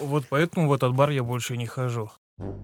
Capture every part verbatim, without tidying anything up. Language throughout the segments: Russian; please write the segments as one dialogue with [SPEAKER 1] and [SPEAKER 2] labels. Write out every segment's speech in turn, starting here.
[SPEAKER 1] Вот поэтому в этот бар я больше не хожу.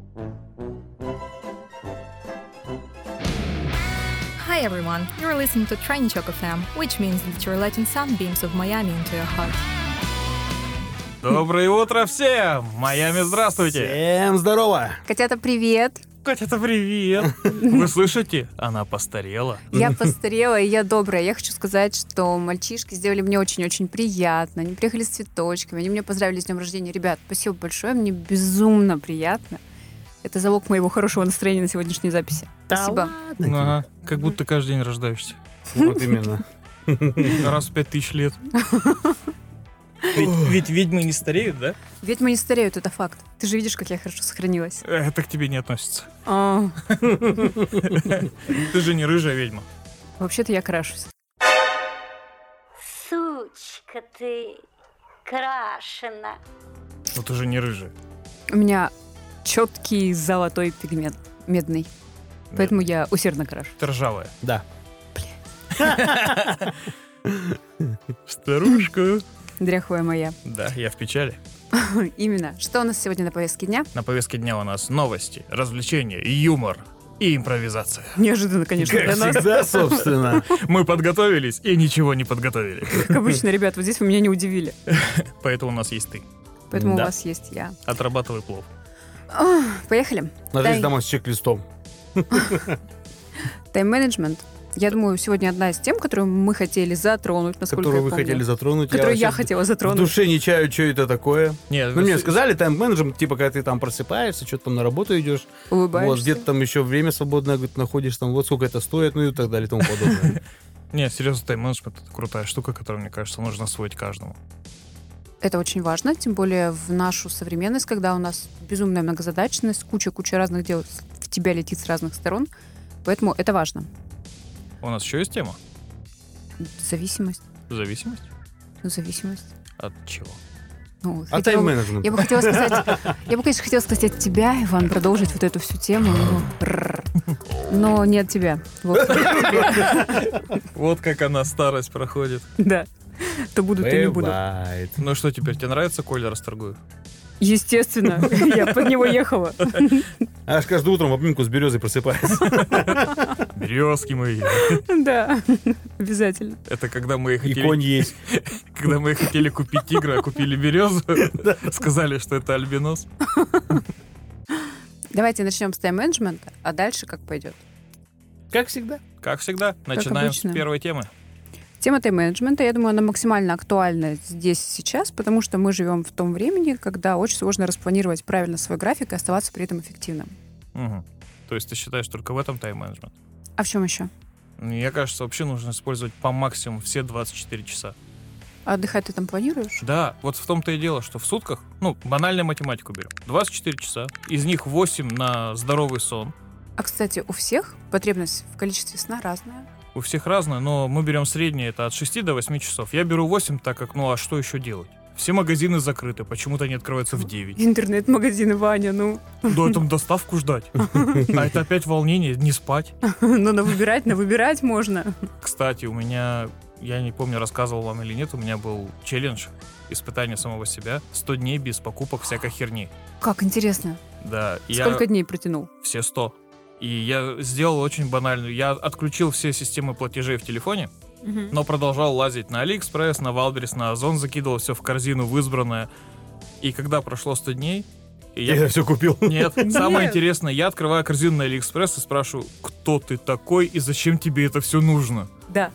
[SPEAKER 2] Hi everyone, you're listening to Trinichok эф эм, which means that you're letting sunbeams of Miami into your heart.
[SPEAKER 1] Доброе утро всем! Майами, здравствуйте!
[SPEAKER 3] Всем здорово!
[SPEAKER 4] Котята, привет!
[SPEAKER 1] Катя-то привет! Вы слышите? Она постарела.
[SPEAKER 4] Я постарела, и я добрая. Я хочу сказать, что мальчишки сделали мне очень-очень приятно. Они приехали с цветочками, они меня поздравили с днем рождения. Ребят, спасибо большое, мне безумно приятно. Это залог моего хорошего настроения на сегодняшней записи. Спасибо.
[SPEAKER 1] Ну, ага, как будто каждый день рождаешься.
[SPEAKER 3] Вот именно.
[SPEAKER 1] Раз в пять тысяч лет. Ведь, ведь ведьмы не стареют, да?
[SPEAKER 4] Ведьмы не стареют, это факт. Ты же видишь, как я хорошо сохранилась.
[SPEAKER 1] Это к тебе не относится.
[SPEAKER 4] А,
[SPEAKER 1] Ты же не рыжая ведьма.
[SPEAKER 4] вообще-то я крашусь.
[SPEAKER 5] Сучка ты крашена.
[SPEAKER 1] Но ты же не рыжая.
[SPEAKER 4] У меня четкий золотой пигмент, медный. Поэтому я усердно крашу.
[SPEAKER 1] Ты ржавая.
[SPEAKER 3] Да.
[SPEAKER 1] Старушка.
[SPEAKER 4] Дряхлая моя.
[SPEAKER 1] Да, я в печали.
[SPEAKER 4] Именно. Что у нас сегодня на повестке дня?
[SPEAKER 1] На повестке дня у нас новости, развлечения, юмор и импровизация.
[SPEAKER 4] Неожиданно, конечно,
[SPEAKER 3] Как
[SPEAKER 4] для нас.
[SPEAKER 3] всегда, собственно.
[SPEAKER 1] Мы подготовились и ничего не подготовили.
[SPEAKER 4] Как обычно, ребят, вот здесь вы меня не удивили.
[SPEAKER 1] Поэтому у нас есть ты.
[SPEAKER 4] Поэтому
[SPEAKER 3] Да.
[SPEAKER 4] у вас есть я.
[SPEAKER 1] Отрабатывай плов.
[SPEAKER 4] Ох, поехали.
[SPEAKER 3] Ложись
[SPEAKER 4] Тай-
[SPEAKER 3] домой с чек-листом.
[SPEAKER 4] Тайм-менеджмент. Я думаю, сегодня одна из тем, которую мы хотели затронуть, насколько
[SPEAKER 3] Которую
[SPEAKER 4] я
[SPEAKER 3] вы
[SPEAKER 4] помню.
[SPEAKER 3] хотели затронуть.
[SPEAKER 4] Которую я
[SPEAKER 3] вообще
[SPEAKER 4] хотела
[SPEAKER 3] В
[SPEAKER 4] затронуть.
[SPEAKER 3] душе не чаю, что это такое.
[SPEAKER 1] Нет,
[SPEAKER 3] Ну, мне
[SPEAKER 1] с-
[SPEAKER 3] сказали, тайм-менеджмент, типа, когда ты там просыпаешься, что-то там на работу идешь,
[SPEAKER 4] Улыбаешься.
[SPEAKER 3] вот, где-то там еще время свободное, говорит, находишь, там, вот сколько это стоит, ну и так далее, и тому подобное.
[SPEAKER 1] Не, серьезно, тайм-менеджмент — это крутая штука, которую, мне кажется, нужно освоить каждому.
[SPEAKER 4] Это очень важно, тем более в нашу современность, когда у нас безумная многозадачность, куча-куча разных дел в тебя летит с разных сторон. Поэтому это важно.
[SPEAKER 1] У нас еще есть тема?
[SPEAKER 4] Зависимость.
[SPEAKER 1] Зависимость?
[SPEAKER 4] Ну, зависимость.
[SPEAKER 1] От чего?
[SPEAKER 4] Ну,
[SPEAKER 3] А
[SPEAKER 4] хотела бы-
[SPEAKER 3] тайм-менеджмент?
[SPEAKER 4] Я бы хотела сказать, я бы, конечно, хотела сказать от тебя, Иван, продолжить вот эту всю тему, но, бррр. но не от тебя. Вот.
[SPEAKER 1] Вот как она, старость, проходит.
[SPEAKER 4] Да. То буду, то не буду.
[SPEAKER 3] Бывает.
[SPEAKER 1] Ну что теперь, тебе нравится Коля Расторгуев?
[SPEAKER 4] Естественно, я под него ехала.
[SPEAKER 3] Аж каждое утро в обнимку с березой просыпается.
[SPEAKER 1] Березки мои.
[SPEAKER 4] Да, обязательно.
[SPEAKER 1] Это когда мы
[SPEAKER 3] И
[SPEAKER 1] хотели,
[SPEAKER 3] конь есть.
[SPEAKER 1] когда мы хотели купить тигра, а купили березу, сказали, что это альбинос.
[SPEAKER 4] Давайте начнем с тайм-менеджмента, а дальше как пойдет.
[SPEAKER 3] Как всегда.
[SPEAKER 1] Как всегда, начинаем с
[SPEAKER 4] обычно.
[SPEAKER 1] первой темы.
[SPEAKER 4] Тема тайм-менеджмента, я думаю, она максимально актуальна здесь и сейчас, потому что мы живем в том времени, когда очень сложно распланировать правильно свой график и оставаться при этом эффективным.
[SPEAKER 1] Мгм. То есть ты считаешь только в этом тайм-менеджмент?
[SPEAKER 4] А в чем еще?
[SPEAKER 1] Мне кажется, вообще нужно использовать по максимуму все двадцать четыре часа.
[SPEAKER 4] А отдыхать ты там планируешь?
[SPEAKER 1] Да, вот в том-то и дело, что в сутках, ну, банальную математику берем, двадцать четыре часа, из них восемь на здоровый сон.
[SPEAKER 4] А, кстати, у всех потребность в количестве сна разная.
[SPEAKER 1] У всех разное, но мы берем среднее, это от шести до восьми часов. Я беру восемь, так как, ну, а что еще делать? Все магазины закрыты, почему-то они открываются в девять.
[SPEAKER 4] Интернет-магазины, Ваня, ну.
[SPEAKER 1] До этого доставку ждать. А это опять волнение, не спать.
[SPEAKER 4] Ну, на выбирать, на выбирать можно.
[SPEAKER 1] Кстати, у меня, я не помню, рассказывал вам или нет, у меня был челлендж, испытание самого себя, сто дней без покупок всякой херни.
[SPEAKER 4] Как интересно.
[SPEAKER 1] Да, и
[SPEAKER 4] Сколько
[SPEAKER 1] я
[SPEAKER 4] дней протянул?
[SPEAKER 1] все сто. И я сделал очень банальную. Я отключил все системы платежей в телефоне, но продолжал лазить на Алиэкспресс, на Валберес, на Озон, закидывал все в корзину в избранное. И когда прошло сто дней, и я...
[SPEAKER 3] Я все купил.
[SPEAKER 1] Нет, самое
[SPEAKER 4] Нет.
[SPEAKER 1] интересное, я открываю корзину на Алиэкспресс и спрашиваю, кто ты такой и зачем тебе это все нужно?
[SPEAKER 4] Да.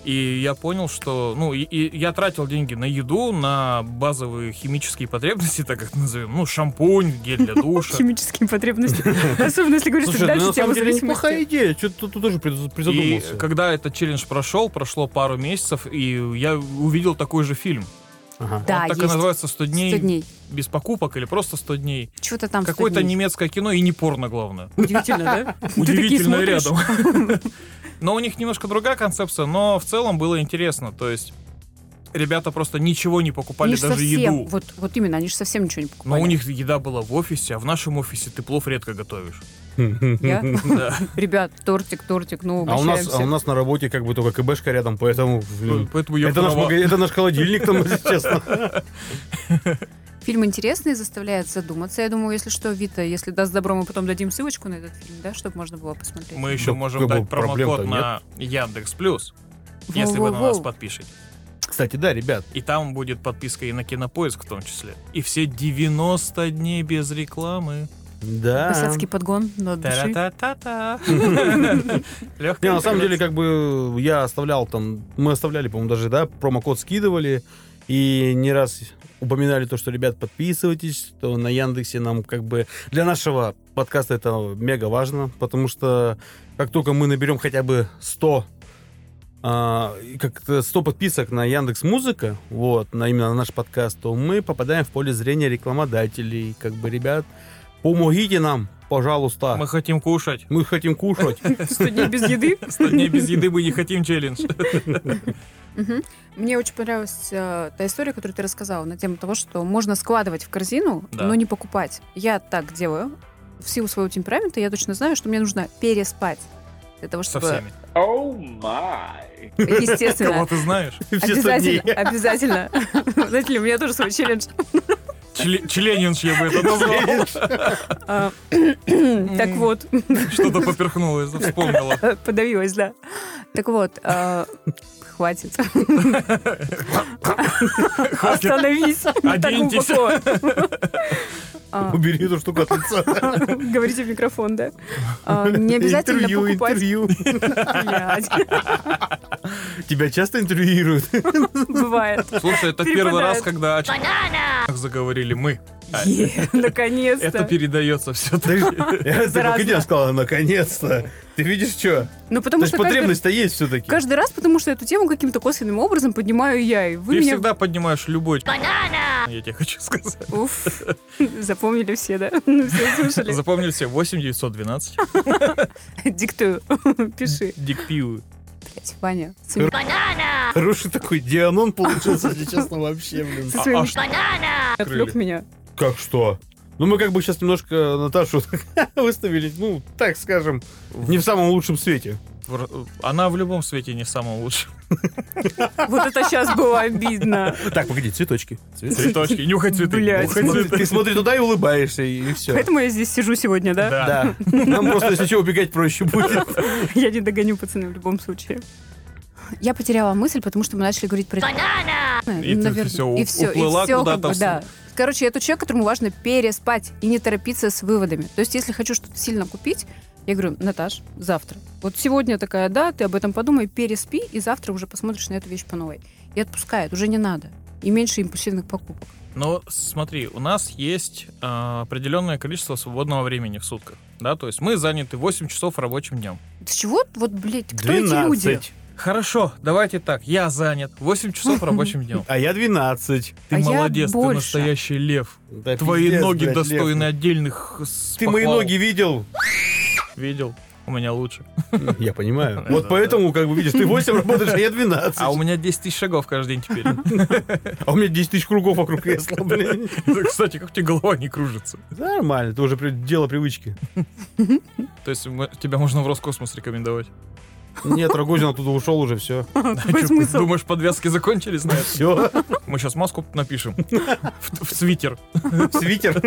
[SPEAKER 1] И я понял, что, ну, и, и я тратил деньги на еду, на базовые химические потребности, так как назовем, ну, шампунь, гель для душа.
[SPEAKER 4] Химическими потребностями. Особенно, если говоришь, что
[SPEAKER 3] Слушай, ну
[SPEAKER 4] дальше
[SPEAKER 3] на
[SPEAKER 4] тема
[SPEAKER 3] самом деле неплохая
[SPEAKER 4] зависимости.
[SPEAKER 3] идея. Что-то тут тоже приз-
[SPEAKER 1] И
[SPEAKER 3] призадумался.
[SPEAKER 1] когда этот челлендж прошел, прошло пару месяцев, и я увидел такой же фильм.
[SPEAKER 3] Ага.
[SPEAKER 4] Да,
[SPEAKER 1] Он так и
[SPEAKER 4] есть.
[SPEAKER 1] называется «сто дней,
[SPEAKER 4] сто дней.
[SPEAKER 1] без покупок» или просто «сто дней».
[SPEAKER 4] Чего-то там сто
[SPEAKER 1] Какое-то
[SPEAKER 4] дней.
[SPEAKER 1] немецкое кино и не порно, главное.
[SPEAKER 4] Удивительно, да? Ты такие
[SPEAKER 1] Удивительно
[SPEAKER 4] смотришь?
[SPEAKER 1] рядом. Но у них немножко другая концепция, но в целом было интересно. То есть ребята просто ничего не покупали,
[SPEAKER 4] Они ж
[SPEAKER 1] даже
[SPEAKER 4] совсем,
[SPEAKER 1] еду.
[SPEAKER 4] Вот, вот именно, они же совсем ничего не покупали.
[SPEAKER 1] Но у них еда была в офисе, а в нашем офисе ты плов редко готовишь.
[SPEAKER 4] Я?
[SPEAKER 1] Да.
[SPEAKER 4] Ребят, тортик, тортик, ну,
[SPEAKER 3] А у, нас,
[SPEAKER 4] угощаемся.
[SPEAKER 3] а у нас на работе как бы только КБшка рядом, поэтому... блин,
[SPEAKER 1] Поэтому я
[SPEAKER 3] это, наш
[SPEAKER 1] права.
[SPEAKER 3] мага- это наш холодильник, там, если честно.
[SPEAKER 4] Фильм интересный, заставляет задуматься. Я думаю, если что, Вита, если даст добро, мы потом дадим ссылочку на этот фильм, да, чтобы можно было посмотреть.
[SPEAKER 1] Мы еще
[SPEAKER 3] Да,
[SPEAKER 1] можем
[SPEAKER 3] как бы
[SPEAKER 1] дать промокод
[SPEAKER 3] проблем-то
[SPEAKER 1] на Яндекс Плюс, если вы на
[SPEAKER 4] Воу-воу-воу.
[SPEAKER 1] нас подпишете.
[SPEAKER 3] Кстати, да, ребят,
[SPEAKER 1] И там будет подписка и на Кинопоиск в том числе. И все девяносто дней без рекламы.
[SPEAKER 3] да.
[SPEAKER 4] Посадский подгон но от души.
[SPEAKER 1] Та-та-та-та.
[SPEAKER 3] Не, на самом деле, как бы я оставлял там, мы оставляли, по-моему, даже, да, промокод скидывали, и не раз упоминали то, что, ребят, подписывайтесь, что на Яндексе нам как бы для нашего подкаста это мега важно, потому что как только мы наберем хотя бы сто а, как-то сто подписок на Яндекс.Музыка, вот, на именно на наш подкаст, то мы попадаем в поле зрения рекламодателей. Как бы, ребят, помогите нам, пожалуйста.
[SPEAKER 1] Мы хотим кушать.
[SPEAKER 3] Мы хотим кушать.
[SPEAKER 4] Сто дней без еды.
[SPEAKER 1] Сто дней без еды мы не хотим челлендж.
[SPEAKER 4] Мгм. Мне очень понравилась э, та история, которую ты рассказала на тему того, что можно складывать в корзину,
[SPEAKER 1] Да.
[SPEAKER 4] но не покупать. Я так делаю. В силу своего темперамента я точно знаю, что мне нужно переспать. Для того,
[SPEAKER 1] Со
[SPEAKER 4] чтобы...
[SPEAKER 1] всеми.
[SPEAKER 4] Естественно.
[SPEAKER 1] Кого ты знаешь?
[SPEAKER 3] Все сто дней.
[SPEAKER 4] Обязательно, обязательно. Знаете ли, у меня тоже свой челлендж.
[SPEAKER 1] Чле- Членинж я бы это назвал.
[SPEAKER 4] А, Так вот,
[SPEAKER 1] Что-то поперхнулось, вспомнила.
[SPEAKER 4] подавилась, да. Так вот, а, хватит. Остановись. Так
[SPEAKER 1] Оденьтесь.
[SPEAKER 4] глубоко. А,
[SPEAKER 3] Убери эту штуку от лица.
[SPEAKER 4] Говорите в микрофон, да? А, Не обязательно
[SPEAKER 3] Интервью,
[SPEAKER 4] покупать.
[SPEAKER 3] интервью.
[SPEAKER 4] Блядь,
[SPEAKER 3] Тебя часто интервьюируют?
[SPEAKER 4] бывает.
[SPEAKER 1] Слушай, это первый
[SPEAKER 4] Перепадает.
[SPEAKER 1] раз, когда о чем заговорили мы. А
[SPEAKER 4] Е,
[SPEAKER 1] Это
[SPEAKER 4] Наконец-то.
[SPEAKER 1] передается все-таки.
[SPEAKER 3] Я ты
[SPEAKER 4] Заразно.
[SPEAKER 3] погоди, я сказала, наконец-то. Ты видишь, что?
[SPEAKER 4] Ну,
[SPEAKER 3] То
[SPEAKER 4] потому
[SPEAKER 3] есть
[SPEAKER 4] что каждый,
[SPEAKER 3] потребность-то есть все-таки.
[SPEAKER 4] каждый раз, потому что эту тему каким-то косвенным образом поднимаю я. И вы
[SPEAKER 1] Ты
[SPEAKER 4] меня...
[SPEAKER 1] всегда поднимаешь любой... Я тебе хочу сказать.
[SPEAKER 4] Уф, запомнили все, да? Все слушали.
[SPEAKER 1] Запомнили все, восемь девятьсот двенадцать.
[SPEAKER 4] Диктую. Пиши.
[SPEAKER 1] Дикпиу.
[SPEAKER 4] Блять, Ваня. с
[SPEAKER 3] Хор- Хороший такой дианон получился, если честно, вообще, блин.
[SPEAKER 4] со
[SPEAKER 1] А-
[SPEAKER 4] своим...
[SPEAKER 1] а что
[SPEAKER 4] Отвлек
[SPEAKER 1] открыли?
[SPEAKER 4] меня.
[SPEAKER 3] Как что? Ну, мы как бы сейчас немножко Наташу выставили, ну, так скажем, не в самом лучшем свете.
[SPEAKER 1] В- Она в любом свете не самая лучшая.
[SPEAKER 4] Вот это сейчас было обидно.
[SPEAKER 3] Так, погоди, цветочки. Цветочки.
[SPEAKER 1] Цветочки, нюхай цветы.
[SPEAKER 4] Блядь.
[SPEAKER 1] Нюхай
[SPEAKER 3] Смотри,
[SPEAKER 1] цветы.
[SPEAKER 3] ты смотри туда и улыбаешься, и все.
[SPEAKER 4] Поэтому я здесь сижу сегодня, да?
[SPEAKER 1] Да.
[SPEAKER 3] Да. Нам просто, если что, убегать проще будет.
[SPEAKER 4] Я не догоню, пацаны, в любом случае. Я потеряла мысль, потому что мы начали говорить про...
[SPEAKER 1] И ты
[SPEAKER 4] Навер-
[SPEAKER 1] всё,
[SPEAKER 4] и
[SPEAKER 1] у-
[SPEAKER 4] всё, и
[SPEAKER 1] уплыла
[SPEAKER 4] всё,
[SPEAKER 1] куда-то
[SPEAKER 4] как бы,
[SPEAKER 1] в
[SPEAKER 4] да. Короче, я тот человек, которому важно переспать и не торопиться с выводами. То есть, если хочу что-то сильно купить, я говорю, Наташ, завтра. Вот сегодня такая, да, ты об этом подумай, переспи, и завтра уже посмотришь на эту вещь по новой. И отпускает, уже не надо. И меньше импульсивных покупок.
[SPEAKER 1] Но смотри, у нас есть а, определенное количество свободного времени в сутках. Да, то есть мы заняты восемь часов рабочим днем.
[SPEAKER 4] С чего, вот, блядь, кто эти люди?
[SPEAKER 3] двенадцать.
[SPEAKER 1] Хорошо, давайте так. Я занят. восемь часов рабочим днем.
[SPEAKER 3] А я двенадцать.
[SPEAKER 1] Ты
[SPEAKER 4] А я
[SPEAKER 1] молодец, ты
[SPEAKER 4] больше.
[SPEAKER 1] настоящий лев.
[SPEAKER 3] Да
[SPEAKER 1] Твои
[SPEAKER 3] пиздец,
[SPEAKER 1] ноги
[SPEAKER 3] блядь,
[SPEAKER 1] достойны
[SPEAKER 3] Лев.
[SPEAKER 1] отдельных с
[SPEAKER 3] Ты мои
[SPEAKER 1] похвал.
[SPEAKER 3] ноги видел?
[SPEAKER 1] Видел? У меня лучше.
[SPEAKER 3] Я понимаю.
[SPEAKER 1] Да,
[SPEAKER 3] Вот
[SPEAKER 1] да,
[SPEAKER 3] поэтому, как бы, видишь, ты восемь работаешь, а я двенадцать.
[SPEAKER 1] А у меня десять тысяч шагов каждый день теперь.
[SPEAKER 3] А у меня десять тысяч кругов вокруг кресла, блин.
[SPEAKER 1] Кстати, как у тебя голова не кружится?
[SPEAKER 3] Нормально, это уже при- дело привычки.
[SPEAKER 1] То есть мы- тебя можно в Роскосмос рекомендовать.
[SPEAKER 3] Нет, Рогозин оттуда ушел уже, все.
[SPEAKER 4] Какой
[SPEAKER 1] Чё,
[SPEAKER 4] смысл?
[SPEAKER 1] Думаешь, подвязки закончились на это?
[SPEAKER 3] Все,
[SPEAKER 1] Мы сейчас маску напишем. В, в свитер.
[SPEAKER 3] свитер.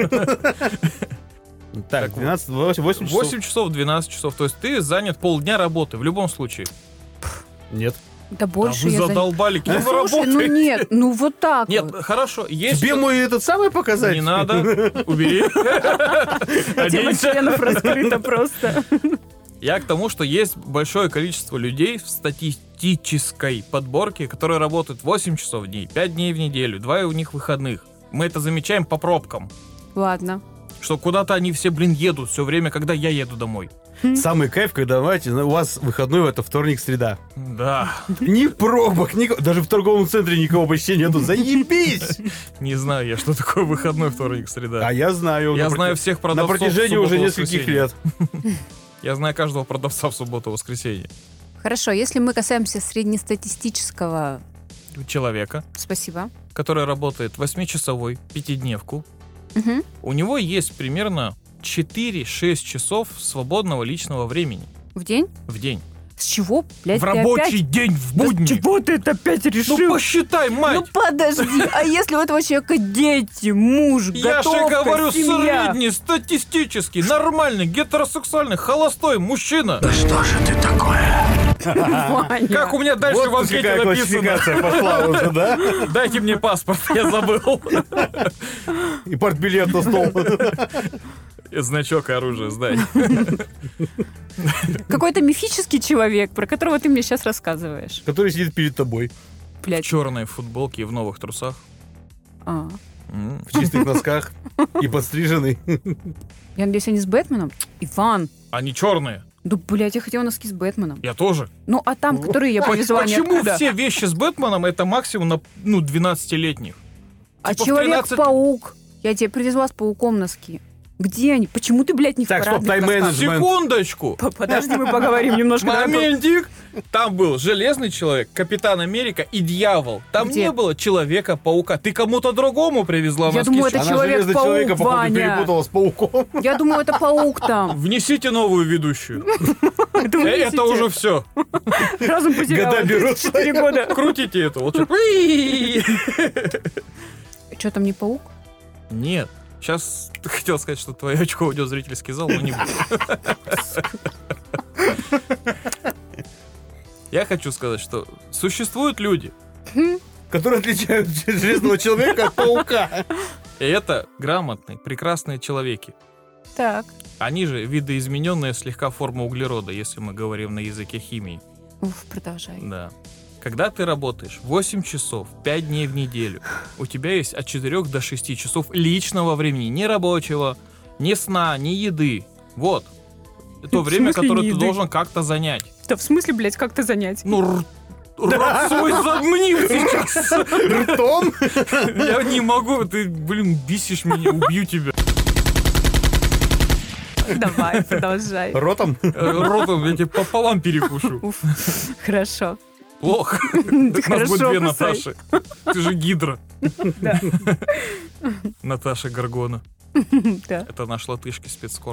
[SPEAKER 3] Так,
[SPEAKER 1] вот.
[SPEAKER 3] двенадцать, восемь, восемь часов.
[SPEAKER 1] восемь часов, двенадцать часов. То есть ты занят полдня работы в любом случае.
[SPEAKER 3] Нет.
[SPEAKER 4] Да
[SPEAKER 1] А
[SPEAKER 4] больше
[SPEAKER 1] вы
[SPEAKER 4] я за-
[SPEAKER 1] задолбали, кем вы
[SPEAKER 4] Слушай, ну
[SPEAKER 1] работаете?
[SPEAKER 4] нет, ну вот так
[SPEAKER 1] Нет,
[SPEAKER 4] вот.
[SPEAKER 1] хорошо, есть...
[SPEAKER 3] Тебе
[SPEAKER 1] что-
[SPEAKER 3] мой этот самый показать?
[SPEAKER 1] Не надо, убери.
[SPEAKER 4] Тема
[SPEAKER 1] Оденься.
[SPEAKER 4] членов раскрыта просто.
[SPEAKER 1] Я к тому, что есть большое количество людей в статистической подборке, которые работают восемь часов в день, пять дней в неделю, два у них выходных. Мы это замечаем по пробкам.
[SPEAKER 4] Ладно.
[SPEAKER 1] Что куда-то они все, блин, едут все время, когда я еду домой.
[SPEAKER 3] Самый кайф, когда, знаете, у вас выходной это вторник, среда.
[SPEAKER 1] Да,
[SPEAKER 3] Ни пробок, ни... даже в торговом центре никого почти нету. Заебись!
[SPEAKER 1] не знаю я, что такое выходной вторник, среда.
[SPEAKER 3] А я знаю.
[SPEAKER 1] Я
[SPEAKER 3] на
[SPEAKER 1] знаю
[SPEAKER 3] проти-
[SPEAKER 1] всех
[SPEAKER 3] На
[SPEAKER 1] продавцов в
[SPEAKER 3] протяжении уже
[SPEAKER 1] субботу,
[SPEAKER 3] нескольких
[SPEAKER 1] воскресенье.
[SPEAKER 3] лет.
[SPEAKER 1] Я знаю каждого продавца в субботу, воскресенье.
[SPEAKER 4] Хорошо, если мы касаемся среднестатистического...
[SPEAKER 1] Человека,
[SPEAKER 4] Спасибо.
[SPEAKER 1] который работает восьмичасовой пятидневку,
[SPEAKER 4] Мгм.
[SPEAKER 1] у него есть примерно четыре-шесть часов свободного личного времени
[SPEAKER 4] В день?
[SPEAKER 1] в день.
[SPEAKER 4] С чего, блядь,
[SPEAKER 1] В
[SPEAKER 4] ты
[SPEAKER 1] рабочий
[SPEAKER 4] опять...
[SPEAKER 1] день, в
[SPEAKER 4] Да
[SPEAKER 1] будни.
[SPEAKER 4] с чего ты это опять решил?
[SPEAKER 1] Ну посчитай, мать.
[SPEAKER 4] Ну подожди, а если у этого человека дети, муж,
[SPEAKER 1] Я же
[SPEAKER 4] готовка,
[SPEAKER 1] говорю,
[SPEAKER 4] семья?
[SPEAKER 1] средний, статистический, нормальный, гетеросексуальный, холостой мужчина.
[SPEAKER 4] Ваня.
[SPEAKER 1] Как у меня дальше в
[SPEAKER 3] Вот
[SPEAKER 1] анкете
[SPEAKER 3] какая
[SPEAKER 1] написано.
[SPEAKER 3] классификация пошла уже, да?
[SPEAKER 1] Дайте мне паспорт, я забыл.
[SPEAKER 3] И портбилет на стол.
[SPEAKER 1] И значок оружия сдай.
[SPEAKER 4] Какой-то мифический человек, про которого ты мне сейчас рассказываешь.
[SPEAKER 3] Который сидит перед тобой.
[SPEAKER 1] В
[SPEAKER 4] Блядь.
[SPEAKER 1] черной футболке и в новых трусах.
[SPEAKER 4] А.
[SPEAKER 1] М.
[SPEAKER 3] В чистых носках. И подстриженный.
[SPEAKER 4] Я надеюсь, они с Бэтменом? Иван.
[SPEAKER 1] Они черные.
[SPEAKER 4] Да, блядь, я хотела носки с Бэтменом.
[SPEAKER 1] Я тоже.
[SPEAKER 4] Ну, а там, которые я привезла, они
[SPEAKER 1] Почему
[SPEAKER 4] откуда?
[SPEAKER 1] все вещи с Бэтменом это максимум на ну, двенадцатилетних?
[SPEAKER 4] А
[SPEAKER 1] типа в
[SPEAKER 4] Человек-паук? Я тебе привезла с пауком носки. Где они? Почему ты, блядь, не в
[SPEAKER 3] Так, стоп,
[SPEAKER 4] парадных носках?
[SPEAKER 3] тайм-менеджмент.
[SPEAKER 1] Секундочку.
[SPEAKER 4] П- Подожди, мы поговорим немножко. давай по-
[SPEAKER 1] Моментик. Там был Железный Человек, Капитан Америка и Дьявол. Там
[SPEAKER 4] Где?
[SPEAKER 1] не было Человека-паука. Ты кому-то другому привезла
[SPEAKER 4] Я
[SPEAKER 1] носки.
[SPEAKER 4] думаю, это
[SPEAKER 3] Она
[SPEAKER 4] Человек-паук,
[SPEAKER 3] Железного человека, походу,
[SPEAKER 4] Ваня.
[SPEAKER 3] перепутала с пауком.
[SPEAKER 4] Я думаю, это паук там.
[SPEAKER 1] Внесите новую ведущую.
[SPEAKER 4] Это
[SPEAKER 1] Э, Это уже все.
[SPEAKER 4] разум потеряла.
[SPEAKER 3] Года берутся.
[SPEAKER 4] Четыре года.
[SPEAKER 1] Крутите это. Вот так.
[SPEAKER 4] Что там не паук?
[SPEAKER 1] Нет. Сейчас хотел сказать, что твое очко уйдет в зрительский зал, но не буду. Я хочу сказать, что существуют люди,
[SPEAKER 3] Которые отличают Железного человека от паука.
[SPEAKER 1] и это грамотные, прекрасные человеки.
[SPEAKER 4] Так.
[SPEAKER 1] Они же видоизмененная слегка форма углерода, если мы говорим на языке химии.
[SPEAKER 4] Уф, продолжай.
[SPEAKER 1] Да. Когда ты работаешь восемь часов, пять дней в неделю, у тебя есть от четырёх до шести часов личного времени, не рабочего, ни сна, ни еды. Вот. То
[SPEAKER 4] В
[SPEAKER 1] время,
[SPEAKER 4] смысле
[SPEAKER 1] которое
[SPEAKER 4] ни
[SPEAKER 1] ты
[SPEAKER 4] еды?
[SPEAKER 1] должен как-то занять.
[SPEAKER 4] Да в смысле, блядь, как то занять?
[SPEAKER 1] Ну, р- рот свой замни сейчас.
[SPEAKER 3] Ртом?
[SPEAKER 1] Я не могу, ты, блин, бесишь меня, убью тебя.
[SPEAKER 4] Давай, продолжай.
[SPEAKER 3] Ротом?
[SPEAKER 1] Э, Ротом я тебе пополам перекушу.
[SPEAKER 4] Уф, хорошо.
[SPEAKER 1] Плохо.
[SPEAKER 4] Ты
[SPEAKER 1] Так нас будет
[SPEAKER 4] хорошо
[SPEAKER 1] две
[SPEAKER 4] кусай.
[SPEAKER 1] Наташи. Ты же гидра.
[SPEAKER 4] Да.
[SPEAKER 1] Наташа Гаргона.
[SPEAKER 4] Да.
[SPEAKER 1] Это наш латышский спецкор.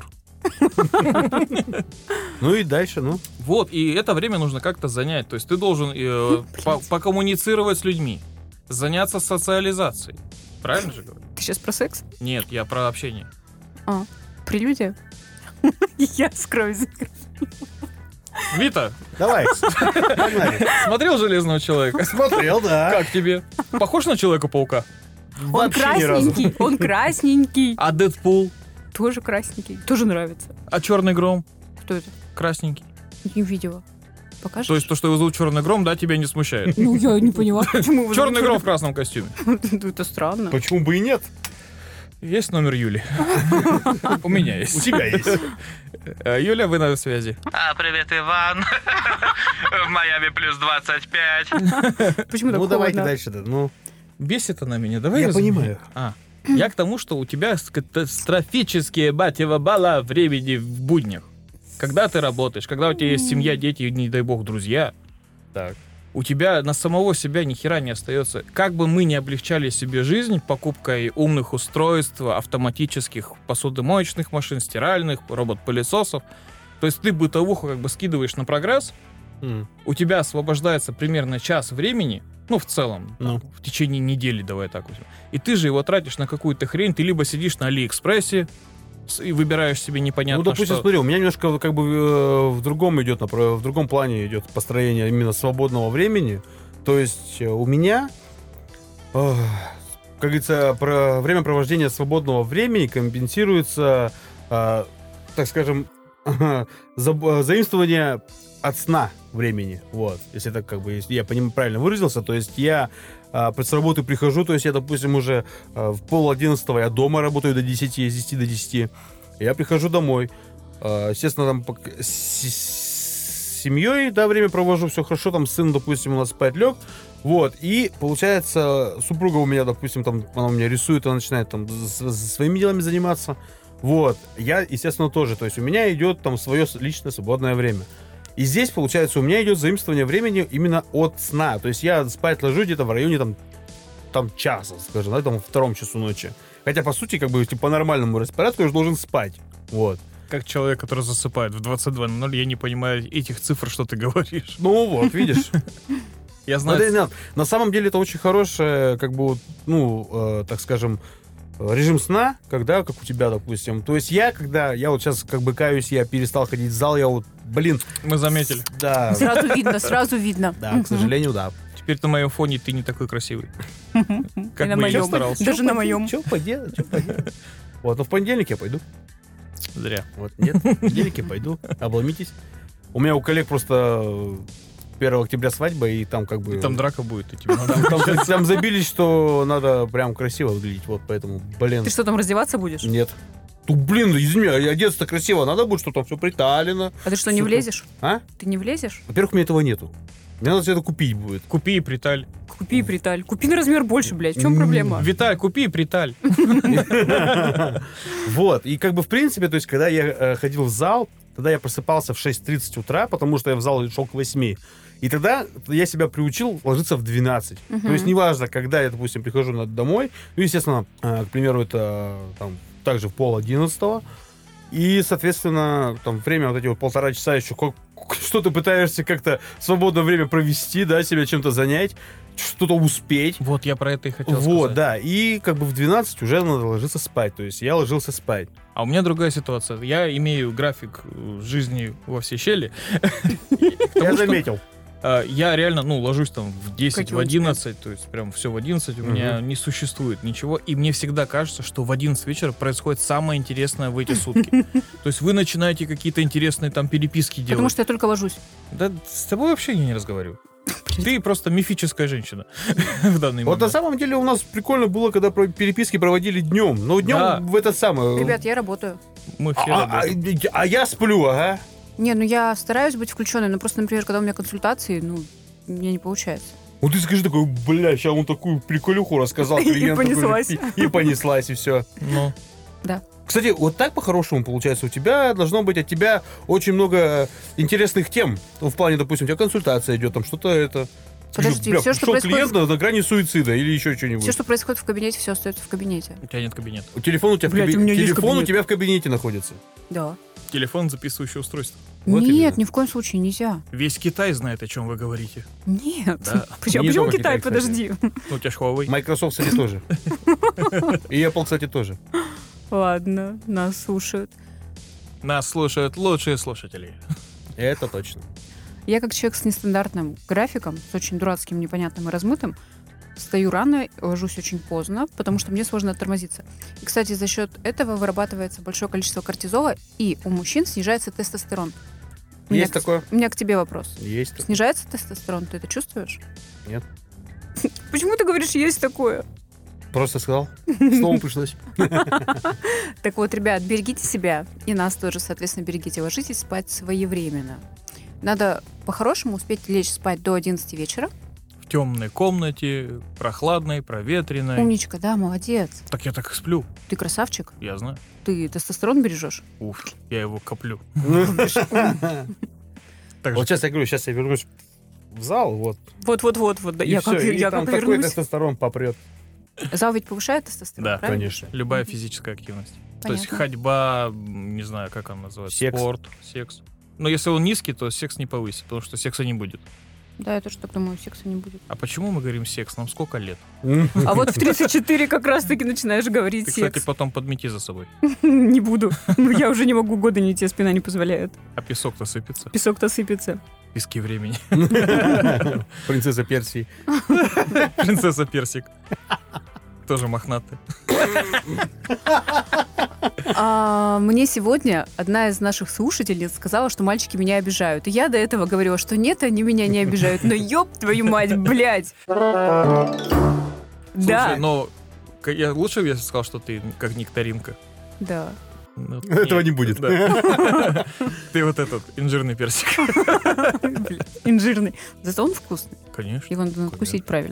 [SPEAKER 3] Ну и дальше, ну.
[SPEAKER 1] Вот, и это время нужно как-то занять. То есть ты должен э, по- покоммуницировать с людьми, заняться социализацией. Правильно же говорю?
[SPEAKER 4] Ты сейчас про секс?
[SPEAKER 1] Нет, я про общение.
[SPEAKER 4] А, прелюдия? Я скрою.
[SPEAKER 1] Вита,
[SPEAKER 3] Давай. Погнали.
[SPEAKER 1] смотрел «Железного человека»?
[SPEAKER 3] Смотрел, да.
[SPEAKER 1] Как тебе? Похож на Человека-паука?
[SPEAKER 4] Он
[SPEAKER 3] Вообще ни разу.
[SPEAKER 4] красненький, он красненький.
[SPEAKER 1] А Дэдпул?
[SPEAKER 4] Тоже красненький. Тоже нравится.
[SPEAKER 1] А Черный Гром?
[SPEAKER 4] Кто это?
[SPEAKER 1] Красненький.
[SPEAKER 4] Не видела. Покажешь?
[SPEAKER 1] То есть то, что его зовут Черный Гром, да, тебя не смущает?
[SPEAKER 4] Ну, я не поняла, почему его
[SPEAKER 1] Черный
[SPEAKER 4] зовут
[SPEAKER 1] Гром в красном костюме.
[SPEAKER 4] Черный- Это странно.
[SPEAKER 3] Почему бы и нет?
[SPEAKER 1] Есть номер Юли? У меня
[SPEAKER 3] У
[SPEAKER 1] есть.
[SPEAKER 3] тебя есть.
[SPEAKER 1] Э, Юля, вы на связи.
[SPEAKER 6] А, привет, Иван. В Майами плюс двадцать пять.
[SPEAKER 4] Почему так
[SPEAKER 3] Ну давайте
[SPEAKER 4] холодно?
[SPEAKER 3] дальше. да, Ну,
[SPEAKER 1] Бесит она меня, давай
[SPEAKER 3] я
[SPEAKER 1] разумеем.
[SPEAKER 3] понимаю.
[SPEAKER 1] А, я к тому, что у тебя катастрофические, бать его, балла времени в буднях. Когда ты работаешь, когда у тебя есть семья, дети и, не дай бог, друзья,
[SPEAKER 3] Так.
[SPEAKER 1] у тебя на самого себя ни хера не остается. Как бы мы ни облегчали себе жизнь покупкой умных устройств, автоматических посудомоечных машин, стиральных, робот-пылесосов, то есть ты бытовуху как бы скидываешь на прогресс,
[SPEAKER 3] М.
[SPEAKER 1] у тебя освобождается примерно час времени, ну, в целом,
[SPEAKER 3] Ну.
[SPEAKER 1] в течение недели, давай так возьмем. И ты же его тратишь на какую-то хрень, ты либо сидишь на Алиэкспрессе с- и выбираешь себе непонятно
[SPEAKER 3] Ну, допустим,
[SPEAKER 1] что.
[SPEAKER 3] смотри, у меня немножко как бы э, в другом идет, напро- в другом плане идет построение именно свободного времени. То есть э, у меня, э, как говорится, про время провождения свободного времени компенсируется, э, так скажем, за- заимствование от сна времени. Вот, если так как бы, если я поним- правильно выразился, то есть я а, с работы прихожу, то есть я, допустим, уже а, в пол одиннадцатого я дома работаю до десяти, с десяти до десяти. Я прихожу домой, а, естественно, там пок- с, с семьей, да, время провожу, все хорошо, там сын, допустим, у нас спать лег, вот, и получается, супруга у меня, допустим, там, она у меня рисует, она начинает там с- с- своими делами заниматься, вот, я, естественно, тоже, то есть у меня идет там свое личное свободное время. И здесь, получается, у меня идет заимствование времени именно от сна. То есть я спать ложу где-то в районе там, там часа, скажем, да, там во втором часу ночи. Хотя, по сути, как бы, типа, по нормальному распорядку я же должен спать. Вот.
[SPEAKER 1] Как человек, который засыпает в двадцать два ноль ноль, я не понимаю этих цифр, что ты говоришь.
[SPEAKER 3] Ну вот, видишь.
[SPEAKER 1] Я знаю...
[SPEAKER 3] Вот, на, на самом деле это очень хорошее, как бы, вот, ну, э, так скажем, режим сна, когда, как у тебя, допустим. То есть я, когда, я вот сейчас как бы каюсь, я перестал ходить в зал, я вот, блин...
[SPEAKER 1] Мы заметили.
[SPEAKER 3] Да.
[SPEAKER 4] Сразу видно, сразу видно.
[SPEAKER 3] Да, к сожалению, да.
[SPEAKER 1] Теперь на моем фоне ты не такой красивый.
[SPEAKER 4] И
[SPEAKER 1] Как
[SPEAKER 4] на
[SPEAKER 1] бы я
[SPEAKER 4] моем.
[SPEAKER 1] старался.
[SPEAKER 4] Даже на моем.
[SPEAKER 3] Что поделать, что поделать. Вот, но в понедельник я пойду.
[SPEAKER 1] Зря.
[SPEAKER 3] Вот, нет, в понедельник я пойду, обломитесь. У меня у коллег просто первого октября свадьба, и там как бы...
[SPEAKER 1] И там драка будет, и тебе надо...
[SPEAKER 3] Там, там, там забились, что надо прям красиво выглядеть, вот поэтому, блин.
[SPEAKER 4] Ты что, там раздеваться будешь?
[SPEAKER 3] Нет. Ну, блин, извини, одеться красиво надо будет, что там все приталено.
[SPEAKER 4] А ты что, не
[SPEAKER 3] Всё
[SPEAKER 4] влезешь?
[SPEAKER 3] А?
[SPEAKER 4] Ты не влезешь?
[SPEAKER 3] Во-первых, у меня этого нету. Мне надо все это купить будет.
[SPEAKER 1] Купи и приталь.
[SPEAKER 4] Купи, Приталь. Купи на размер больше, блядь. В чем проблема?
[SPEAKER 1] Виталь, купи и приталь.
[SPEAKER 3] Вот, и как бы в принципе, то есть, когда я э, ходил в зал, тогда я просыпался в шесть тридцать утра, потому что я в зал шел к восьми. И тогда я себя приучил ложиться в двенадцать.
[SPEAKER 4] Мгм.
[SPEAKER 3] То есть неважно, когда я, допустим, прихожу на- домой, ну, естественно, э, к примеру, это там также в пол одиннадцатого, и, соответственно, там время вот эти вот полтора часа еще как- что ты пытаешься как-то свободное время провести, да, себя чем-то занять, что-то успеть.
[SPEAKER 1] Вот, я про это и хотел
[SPEAKER 3] Вот,
[SPEAKER 1] сказать.
[SPEAKER 3] да, и как бы в двенадцать уже надо ложиться спать, то есть я ложился спать.
[SPEAKER 1] А у меня другая ситуация. Я имею график э, жизни во все щели.
[SPEAKER 3] Я
[SPEAKER 1] Потому что,
[SPEAKER 3] заметил.
[SPEAKER 1] э, Я реально, ну, ложусь там в десять,
[SPEAKER 4] Как и
[SPEAKER 1] в
[SPEAKER 4] у тебя.
[SPEAKER 1] одиннадцать, то есть прям все в одиннадцать, у меня не существует ничего, и мне всегда кажется, что в одиннадцать вечера происходит самое интересное в эти сутки. То есть вы начинаете какие-то интересные там переписки
[SPEAKER 4] Потому
[SPEAKER 1] делать.
[SPEAKER 4] что я только ложусь.
[SPEAKER 1] Да с тобой вообще я не разговариваю. Ты просто мифическая женщина в данный
[SPEAKER 3] Вот на
[SPEAKER 1] момент.
[SPEAKER 3] самом деле у нас прикольно было, когда про- переписки проводили днем. Но днем
[SPEAKER 1] Да.
[SPEAKER 3] в это самое...
[SPEAKER 4] Ребят, я работаю.
[SPEAKER 1] Мы все
[SPEAKER 3] а, а-
[SPEAKER 1] работаем.
[SPEAKER 3] а я сплю, ага.
[SPEAKER 4] Не, ну я стараюсь быть включенной, но просто, например, когда у меня консультации, ну, у меня не получается.
[SPEAKER 3] Вот ты скажи такой, бля, сейчас он такую приколюху рассказал.
[SPEAKER 4] И
[SPEAKER 3] клиенту,
[SPEAKER 4] понеслась.
[SPEAKER 3] И, и понеслась, и все.
[SPEAKER 1] Ну,
[SPEAKER 3] Кстати, вот так по-хорошему получается, у тебя должно быть от тебя очень много интересных тем. Ну, в плане, допустим, у тебя консультация идет, там что-то это... Скажи,
[SPEAKER 4] Подожди,
[SPEAKER 3] бля,
[SPEAKER 4] всё, что
[SPEAKER 3] пришел
[SPEAKER 4] происходит
[SPEAKER 3] клиент на, на грани суицида или еще что-нибудь.
[SPEAKER 4] Все, что происходит в кабинете, все остается в кабинете.
[SPEAKER 1] у тебя нет кабинета.
[SPEAKER 3] Телефон у тебя,
[SPEAKER 4] Блядь,
[SPEAKER 3] в, каби-
[SPEAKER 4] у меня есть
[SPEAKER 3] телефон у
[SPEAKER 4] кабинет.
[SPEAKER 3] тебя в кабинете находится.
[SPEAKER 4] Да.
[SPEAKER 1] Телефон, записывающее устройство.
[SPEAKER 3] Вот
[SPEAKER 4] Нет,
[SPEAKER 3] именно.
[SPEAKER 4] ни в коем случае нельзя.
[SPEAKER 1] Весь Китай знает, о чем вы говорите.
[SPEAKER 4] Нет.
[SPEAKER 1] Да.
[SPEAKER 4] Почему,
[SPEAKER 3] Не
[SPEAKER 4] почему
[SPEAKER 3] только
[SPEAKER 4] Китай?
[SPEAKER 3] Китай, кстати.
[SPEAKER 4] Подожди.
[SPEAKER 1] Ну, у тебя ж Huawei.
[SPEAKER 3] Microsoft, кстати, тоже. И Apple, кстати, тоже.
[SPEAKER 4] Ладно, нас слушают.
[SPEAKER 1] Нас слушают лучшие слушатели.
[SPEAKER 3] Это точно.
[SPEAKER 4] Я как человек с нестандартным графиком, с очень дурацким, непонятным и размытым, встаю рано, ложусь очень поздно, потому что мне сложно оттормозиться. И, кстати, за счет этого вырабатывается большое количество кортизола, и у мужчин снижается тестостерон. У меня
[SPEAKER 3] Есть
[SPEAKER 4] к-
[SPEAKER 3] такое?
[SPEAKER 4] У меня к тебе вопрос.
[SPEAKER 3] Есть такое.
[SPEAKER 4] Снижается тестостерон? Ты это чувствуешь?
[SPEAKER 3] Нет.
[SPEAKER 4] Почему ты говоришь, есть такое?
[SPEAKER 3] Просто сказал. Словом пришлось.
[SPEAKER 4] Так вот, ребят, берегите себя. И нас тоже, соответственно, берегите. Ложитесь спать своевременно. Надо по-хорошему успеть лечь спать до одиннадцати вечера.
[SPEAKER 1] В темной комнате, прохладной, проветренной.
[SPEAKER 4] Умничка, да, молодец.
[SPEAKER 1] Так я так и сплю,
[SPEAKER 4] Ты красавчик.
[SPEAKER 1] я знаю.
[SPEAKER 4] Ты тестостерон бережешь.
[SPEAKER 1] Уф, я его коплю.
[SPEAKER 3] Вот
[SPEAKER 1] Так же,
[SPEAKER 3] сейчас я говорю, сейчас я вернусь в зал, вот.
[SPEAKER 4] Вот-вот-вот, вот. Да,
[SPEAKER 3] И
[SPEAKER 4] я
[SPEAKER 3] всё,
[SPEAKER 4] как,
[SPEAKER 3] и
[SPEAKER 4] я
[SPEAKER 3] там
[SPEAKER 4] как
[SPEAKER 3] такой
[SPEAKER 4] вернусь.
[SPEAKER 3] тестостерон попрет.
[SPEAKER 4] Зал ведь повышает тестостерон,
[SPEAKER 1] Да,
[SPEAKER 4] правильно?
[SPEAKER 3] Конечно.
[SPEAKER 1] любая
[SPEAKER 4] Мгм.
[SPEAKER 1] физическая активность. То
[SPEAKER 4] Понятно.
[SPEAKER 1] есть ходьба, м, не знаю, как он называется,
[SPEAKER 3] Секс.
[SPEAKER 1] спорт, секс. Но если он низкий, то секс не повысит, потому что секса не будет.
[SPEAKER 4] Да, я тоже так думаю, секса не будет.
[SPEAKER 1] А почему мы говорим секс? Нам сколько лет?
[SPEAKER 4] А вот в тридцать четыре как раз-таки начинаешь говорить
[SPEAKER 1] Ты, кстати,
[SPEAKER 4] секс.
[SPEAKER 1] потом подмети за собой.
[SPEAKER 4] Не буду. Ну, я уже не могу, года не те, спина не позволяет.
[SPEAKER 1] А песок-то сыпется.
[SPEAKER 4] Песок-то сыпется.
[SPEAKER 1] Пески времени.
[SPEAKER 3] Принцесса Персии.
[SPEAKER 1] Принцесса Персик. Тоже мохнатая.
[SPEAKER 4] А, мне сегодня одна из наших слушательниц сказала, что мальчики меня обижают. И я до этого говорила, что нет, они меня не обижают. Но ёб твою мать, блядь. Да,
[SPEAKER 1] Слушай, но к- я лучше бы я сказал, что ты как нектаринка.
[SPEAKER 4] да.
[SPEAKER 1] Ну,
[SPEAKER 3] Этого
[SPEAKER 1] нет,
[SPEAKER 3] не будет.
[SPEAKER 1] да. Ты вот этот инжирный персик.
[SPEAKER 4] Блядь, инжирный. Зато он вкусный.
[SPEAKER 1] Конечно.
[SPEAKER 4] Его надо надкусить правильно.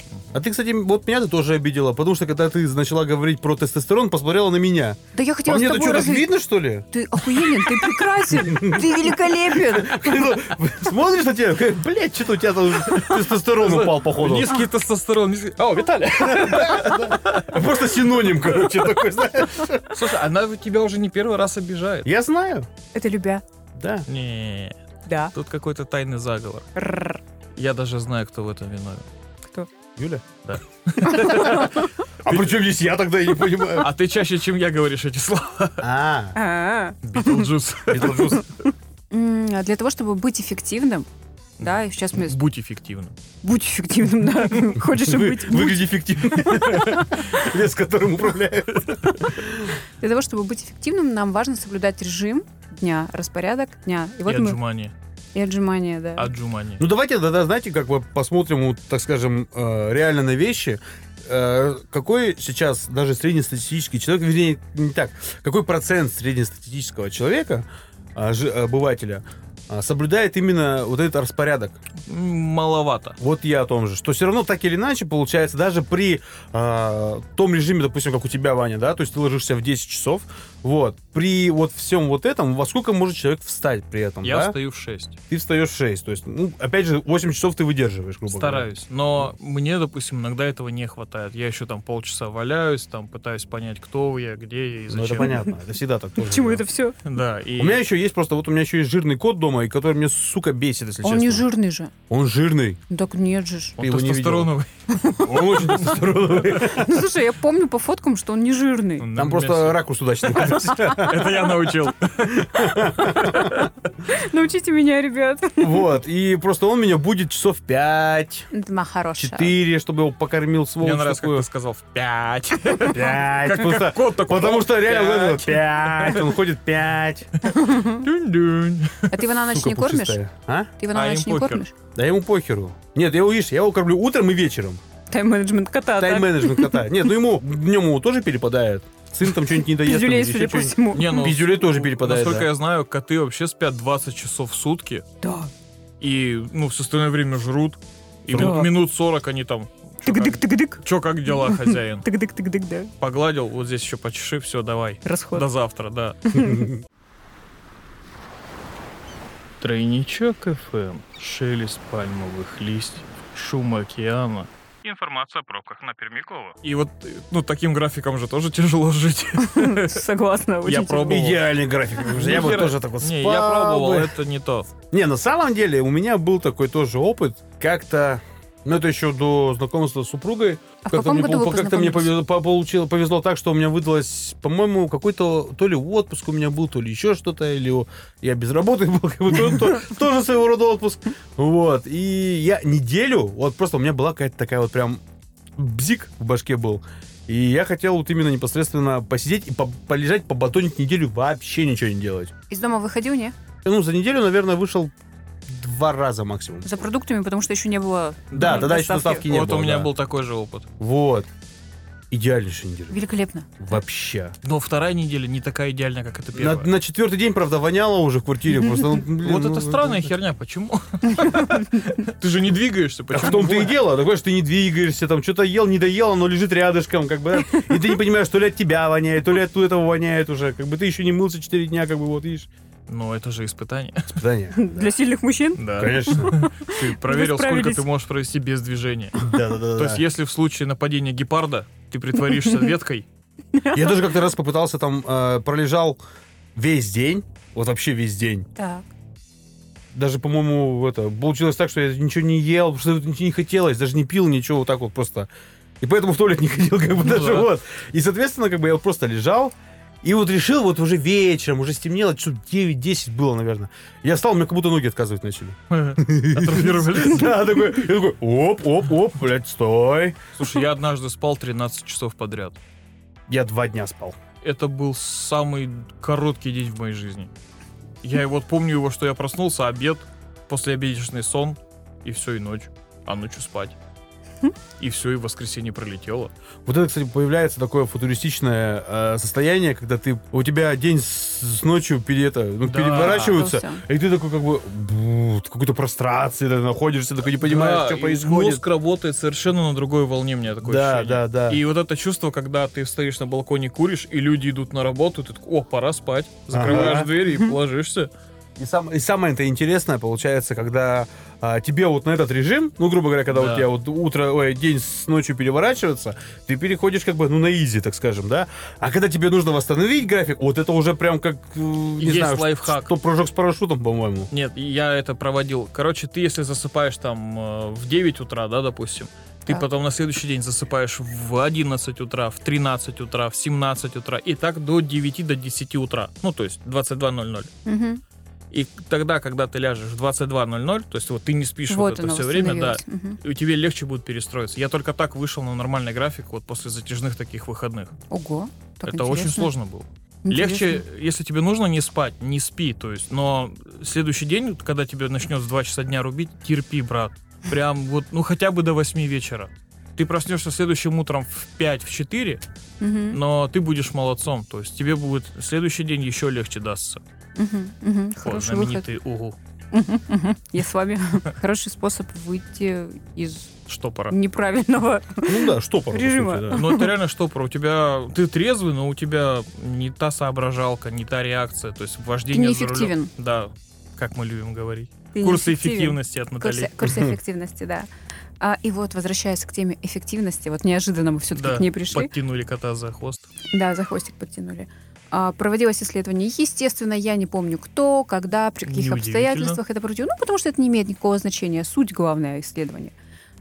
[SPEAKER 3] А ты, кстати, вот меня ты тоже обидела, потому что когда ты начала говорить про тестостерон, посмотрела на меня.
[SPEAKER 4] Да я хотела
[SPEAKER 3] А
[SPEAKER 4] с
[SPEAKER 3] мне-то
[SPEAKER 4] тобой
[SPEAKER 3] что, так
[SPEAKER 4] разве-
[SPEAKER 3] видно, что ли?
[SPEAKER 4] Ты охуенен, ты прекрасен, ты великолепен.
[SPEAKER 3] Смотришь на тебя, блядь, что-то у тебя там тестостерон упал, походу.
[SPEAKER 1] Низкий тестостерон. низкий- О, Виталий!
[SPEAKER 3] Просто синоним, короче, такой, знаешь.
[SPEAKER 1] Слушай, она тебя уже не первый раз обижает.
[SPEAKER 3] Я знаю,
[SPEAKER 4] Это любя.
[SPEAKER 3] да.
[SPEAKER 1] Не,
[SPEAKER 4] Да.
[SPEAKER 1] тут какой-то тайный заговор.
[SPEAKER 4] Рррр.
[SPEAKER 1] Я даже знаю, кто в этом виновен.
[SPEAKER 3] Юля?
[SPEAKER 1] Да.
[SPEAKER 3] А при чем здесь я тогда, я не понимаю?
[SPEAKER 1] А ты чаще, чем я, говоришь эти слова.
[SPEAKER 3] А,
[SPEAKER 4] А.
[SPEAKER 1] Битлджус.
[SPEAKER 3] Битлджус.
[SPEAKER 4] М, а Для того, чтобы быть эффективным, да, и сейчас мы...
[SPEAKER 1] Будь эффективным.
[SPEAKER 4] Будь эффективным, да. Хочешь
[SPEAKER 3] Вы-
[SPEAKER 4] быть... будь.
[SPEAKER 3] Выгляди эффективно. Лес, которым управляют.
[SPEAKER 4] Для того, чтобы быть эффективным, нам важно соблюдать режим дня, распорядок дня. И
[SPEAKER 1] И
[SPEAKER 4] вот мы...
[SPEAKER 1] отжимания.
[SPEAKER 4] И отжимания, да.
[SPEAKER 1] Отжимания.
[SPEAKER 3] Ну давайте тогда, знаете, как бы посмотрим, вот, так скажем, э, реально на вещи. Э, Какой сейчас даже среднестатистический человек, вернее, не так, какой процент среднестатистического человека, а, жи- обывателя, а, соблюдает именно вот этот распорядок?
[SPEAKER 1] М, Маловато.
[SPEAKER 3] Вот я о том же, что все равно так или иначе получается, даже при а, том режиме, допустим, как у тебя, Ваня, да, то есть ты ложишься в десять часов, вот, при вот всем вот этом, во сколько может человек встать при этом,
[SPEAKER 1] Я
[SPEAKER 3] да?
[SPEAKER 1] встаю в шесть.
[SPEAKER 3] Ты встаешь в шесть, то есть, ну, опять же, восемь часов ты выдерживаешь, грубо говоря.
[SPEAKER 1] Стараюсь. Но мне, допустим, иногда этого не хватает. Я еще там полчаса валяюсь, там пытаюсь понять, кто я, где я и
[SPEAKER 3] Ну,
[SPEAKER 1] зачем.
[SPEAKER 3] это понятно, это всегда так тоже.
[SPEAKER 4] Почему
[SPEAKER 3] да.
[SPEAKER 4] это все?
[SPEAKER 1] Да, и
[SPEAKER 3] У меня еще есть просто, вот у меня еще есть жирный кот дома, и который мне, сука, бесит, если
[SPEAKER 4] Он
[SPEAKER 3] честно.
[SPEAKER 4] не жирный же.
[SPEAKER 3] Он жирный.
[SPEAKER 4] Ну так нет же. ж.
[SPEAKER 1] он
[SPEAKER 3] Ты его не
[SPEAKER 1] тестостероновый.
[SPEAKER 3] Он очень тестостероновый.
[SPEAKER 4] Ну слушай, я помню по фоткам, что он не жирный.
[SPEAKER 1] Он
[SPEAKER 3] Там
[SPEAKER 1] на
[SPEAKER 3] просто
[SPEAKER 1] мясе.
[SPEAKER 3] ракурс удачный.
[SPEAKER 1] Это я научил.
[SPEAKER 4] Научите меня, ребят.
[SPEAKER 3] Вот, и просто он меня будет часов пять,
[SPEAKER 4] Это хорошая.
[SPEAKER 3] четыре, чтобы его покормил
[SPEAKER 1] Мне
[SPEAKER 3] сволочь
[SPEAKER 1] нравится, как
[SPEAKER 3] такую.
[SPEAKER 1] ты сказал, в пять.
[SPEAKER 3] Пять.
[SPEAKER 1] Как
[SPEAKER 3] Просто-
[SPEAKER 1] как кот такой.
[SPEAKER 3] Потому что реально вот
[SPEAKER 1] Пять.
[SPEAKER 3] это пять, он ходит пять.
[SPEAKER 1] Дунь-дунь.
[SPEAKER 4] А ты его на ночь
[SPEAKER 3] Сука
[SPEAKER 4] не кормишь?
[SPEAKER 3] пушистая. А?
[SPEAKER 4] Ты его на
[SPEAKER 1] А,
[SPEAKER 4] ночь
[SPEAKER 1] им
[SPEAKER 4] не
[SPEAKER 1] похер.
[SPEAKER 4] кормишь?
[SPEAKER 3] Да ему похеру. Нет, я его, видишь, я его кормлю утром и вечером.
[SPEAKER 4] Тайм-менеджмент кота, так?
[SPEAKER 3] Тайм-менеджмент кота. Нет, ну ему, днем ему тоже перепадает. Сын там что-нибудь не доест. там,
[SPEAKER 4] Пиздюлей,
[SPEAKER 3] еще
[SPEAKER 4] судя по
[SPEAKER 3] что-нибудь.
[SPEAKER 4] всему.
[SPEAKER 1] Не, ну,
[SPEAKER 3] Пиздюлей тоже перепадает,
[SPEAKER 1] Насколько
[SPEAKER 3] да.
[SPEAKER 1] я знаю, коты вообще спят двадцать часов в сутки.
[SPEAKER 4] Да.
[SPEAKER 1] И, ну, все остальное время жрут. И
[SPEAKER 4] Да.
[SPEAKER 1] мину- минут сорок они там... Чё, как,
[SPEAKER 4] Тык-дык-тык-дык.
[SPEAKER 1] чё, как дела, хозяин?
[SPEAKER 4] Тык-дык-тык-дык, да.
[SPEAKER 1] Погладил, вот здесь еще почеши, все, давай.
[SPEAKER 4] Расход.
[SPEAKER 1] До завтра, да. Тройничок эф эм, шелест пальмовых листьев, шум океана.
[SPEAKER 6] Информация о пробках на Пермякова.
[SPEAKER 1] И вот, ну, таким графиком же тоже тяжело жить.
[SPEAKER 4] Согласна, очень
[SPEAKER 1] Я
[SPEAKER 4] тяжело.
[SPEAKER 1] пробовал.
[SPEAKER 3] Идеальный график. Я бы
[SPEAKER 1] Нихера-
[SPEAKER 3] тоже так вот
[SPEAKER 1] Не,
[SPEAKER 3] спал
[SPEAKER 1] я пробовал,
[SPEAKER 3] бы.
[SPEAKER 1] это не то.
[SPEAKER 3] Не, на самом деле у меня был такой тоже опыт. Как-то, ну это еще до знакомства с супругой.
[SPEAKER 4] А в
[SPEAKER 3] Как-то
[SPEAKER 4] каком
[SPEAKER 3] мне,
[SPEAKER 4] году
[SPEAKER 3] пол-
[SPEAKER 4] вы
[SPEAKER 3] как-то мне
[SPEAKER 4] познакомились?
[SPEAKER 3] повезло, получило, повезло так, что у меня выдалось, по-моему, какой-то то ли отпуск у меня был, то ли еще что-то, или о- я без работы был, как бы, то- то- тоже своего рода отпуск. Вот. И я неделю, вот просто у меня была какая-то такая вот прям бзик в башке был. И я хотел вот именно непосредственно посидеть и по- полежать, побатонить неделю, вообще ничего не делать.
[SPEAKER 4] Из дома выходил, не?
[SPEAKER 3] Ну, за неделю, наверное, вышел два раза максимум.
[SPEAKER 4] За продуктами, потому что еще не было
[SPEAKER 3] Да,
[SPEAKER 4] ну,
[SPEAKER 3] тогда еще доставки не
[SPEAKER 1] Вот
[SPEAKER 3] было.
[SPEAKER 1] у меня
[SPEAKER 3] да.
[SPEAKER 1] был такой же опыт.
[SPEAKER 3] Вот. Идеальнейшая неделя.
[SPEAKER 4] Великолепно.
[SPEAKER 3] Вообще.
[SPEAKER 1] Но вторая неделя не такая идеальная, как это
[SPEAKER 3] На,
[SPEAKER 1] первая.
[SPEAKER 3] на четвертый день, правда, воняло уже в квартире. Просто, ну, блин,
[SPEAKER 1] Вот
[SPEAKER 3] ну,
[SPEAKER 1] это странная херня, почему? Ты же не двигаешься,
[SPEAKER 3] Так
[SPEAKER 1] почему?
[SPEAKER 3] в том-то и дело. Такое, что ты не двигаешься, там что-то ел, не доел, оно лежит рядышком, как бы, да. И ты не понимаешь, то ли от тебя воняет, то ли от этого воняет уже. Как бы ты еще не мылся четыре дня, как бы, вот, видишь.
[SPEAKER 1] Ну, это же испытание.
[SPEAKER 3] Испытание.
[SPEAKER 4] Для сильных мужчин?
[SPEAKER 1] Да.
[SPEAKER 3] Конечно.
[SPEAKER 1] Ты проверил, сколько
[SPEAKER 4] справились.
[SPEAKER 1] ты можешь провести без движения.
[SPEAKER 3] Да-да-да.
[SPEAKER 1] То есть, если в случае нападения гепарда ты притворишься веткой,
[SPEAKER 3] Я даже как-то раз попытался там, э, пролежал весь день, вот вообще весь день.
[SPEAKER 4] Так.
[SPEAKER 3] Даже, по-моему, это получилось так, что я ничего не ел, потому что ничего не хотелось, даже не пил ничего, вот так вот просто. И поэтому в туалет не ходил, как бы,
[SPEAKER 1] Ну
[SPEAKER 3] даже
[SPEAKER 1] да.
[SPEAKER 3] вот. И, соответственно, как бы я вот просто лежал, и вот решил, вот уже вечером, уже стемнело, часов девять-десять было, наверное. Я встал, у меня как будто ноги отказывать начали.
[SPEAKER 1] атрофировались.
[SPEAKER 3] Да, такой, я такой, оп, оп, оп, блядь, стой.
[SPEAKER 1] Слушай, я однажды спал тринадцать часов подряд.
[SPEAKER 3] Я два дня спал.
[SPEAKER 1] Это был самый короткий день в моей жизни. Я и вот помню его, что я проснулся, обед, послеобеденный сон, и все, и ночь. А ночью спать. И все, и воскресенье пролетело.
[SPEAKER 3] Вот это, кстати, появляется такое футуристичное э, состояние, когда ты, у тебя день с, с ночью пере, это, ну,
[SPEAKER 1] Да.
[SPEAKER 3] переворачиваются,
[SPEAKER 4] Всё.
[SPEAKER 3] и ты такой как бы, бу, в какой-то прострации, ты находишься, такой не понимаешь,
[SPEAKER 1] Да,
[SPEAKER 3] что
[SPEAKER 1] и
[SPEAKER 3] происходит.
[SPEAKER 1] Мозг работает совершенно на другой волне, у меня такое
[SPEAKER 3] Да,
[SPEAKER 1] ощущение.
[SPEAKER 3] да, да.
[SPEAKER 1] И вот это чувство, когда ты стоишь на балконе, куришь, и люди идут на работу, ты такой, о, пора спать. Закрываешь
[SPEAKER 3] Ага.
[SPEAKER 1] дверь и ложишься.
[SPEAKER 3] И, сам, и самое это интересное получается, когда а, тебе вот на этот режим, ну, грубо говоря, когда
[SPEAKER 1] Да.
[SPEAKER 3] у тебя вот утро, ой, день с ночью переворачивается, ты переходишь как бы, ну, на изи, так скажем, да? А когда тебе нужно восстановить график, вот это уже прям как, э, не
[SPEAKER 1] Есть
[SPEAKER 3] знаю,
[SPEAKER 1] лайфхак.
[SPEAKER 3] что прыжок с парашютом, по-моему.
[SPEAKER 1] Нет, я это проводил. Короче, ты если засыпаешь там э, в девять утра, да, допустим, ты
[SPEAKER 4] Так.
[SPEAKER 1] потом на следующий день засыпаешь в одиннадцать утра, в тринадцать утра, в семнадцать утра, и так до девяти, до десяти утра. Ну, то есть двадцать два ноль ноль.
[SPEAKER 4] Мгм.
[SPEAKER 1] И тогда, когда ты ляжешь в двадцать два ноль ноль, то есть вот ты не спишь вот,
[SPEAKER 4] Вот
[SPEAKER 1] это
[SPEAKER 4] оно
[SPEAKER 1] все время, да,
[SPEAKER 4] восстановилось. Мгм.
[SPEAKER 1] и тебе легче будет перестроиться. Я только так вышел на нормальный график вот после затяжных таких выходных.
[SPEAKER 4] Ого. Так
[SPEAKER 1] это очень
[SPEAKER 4] интересно.
[SPEAKER 1] сложно было.
[SPEAKER 4] Интересно.
[SPEAKER 1] Легче, если тебе нужно не спать, не спи, то есть, но следующий день, когда тебе начнет в два часа дня рубить, терпи, брат. Прям вот, ну хотя бы до восьми вечера. Ты проснешься следующим утром в пять, в четыре,
[SPEAKER 4] Мгм.
[SPEAKER 1] но ты будешь молодцом, то есть тебе будет следующий день еще легче дастся.
[SPEAKER 4] Мгм. Мгм.
[SPEAKER 1] Вот,
[SPEAKER 4] Хороший выход.
[SPEAKER 1] знаменитый угу.
[SPEAKER 4] Мгм. Мгм. Я с вами. Хороший способ выйти из
[SPEAKER 1] Штопора.
[SPEAKER 4] неправильного.
[SPEAKER 3] Ну да, что по
[SPEAKER 4] Режима.
[SPEAKER 3] сути, да.
[SPEAKER 1] Ну это реально штопор. У тебя, ты трезвый, но у тебя не та соображалка, не та реакция, то есть вождение за рулем.
[SPEAKER 4] неэффективен.
[SPEAKER 1] Да, как мы любим говорить.
[SPEAKER 4] Ты
[SPEAKER 1] Курсы
[SPEAKER 4] неэффективен.
[SPEAKER 1] эффективности от Натали.
[SPEAKER 4] Курсы, курсы эффективности, да. А, и вот, возвращаясь к теме эффективности, вот неожиданно мы все-таки
[SPEAKER 1] Да,
[SPEAKER 4] к ней пришли.
[SPEAKER 1] подтянули кота за хвост.
[SPEAKER 4] Да, за хвостик подтянули. А, проводилось исследование. Естественно, я не помню, кто, когда, при каких
[SPEAKER 1] Неудивительно.
[SPEAKER 4] обстоятельствах это проводил. Ну, потому что это не имеет никакого значения. Суть главное исследования.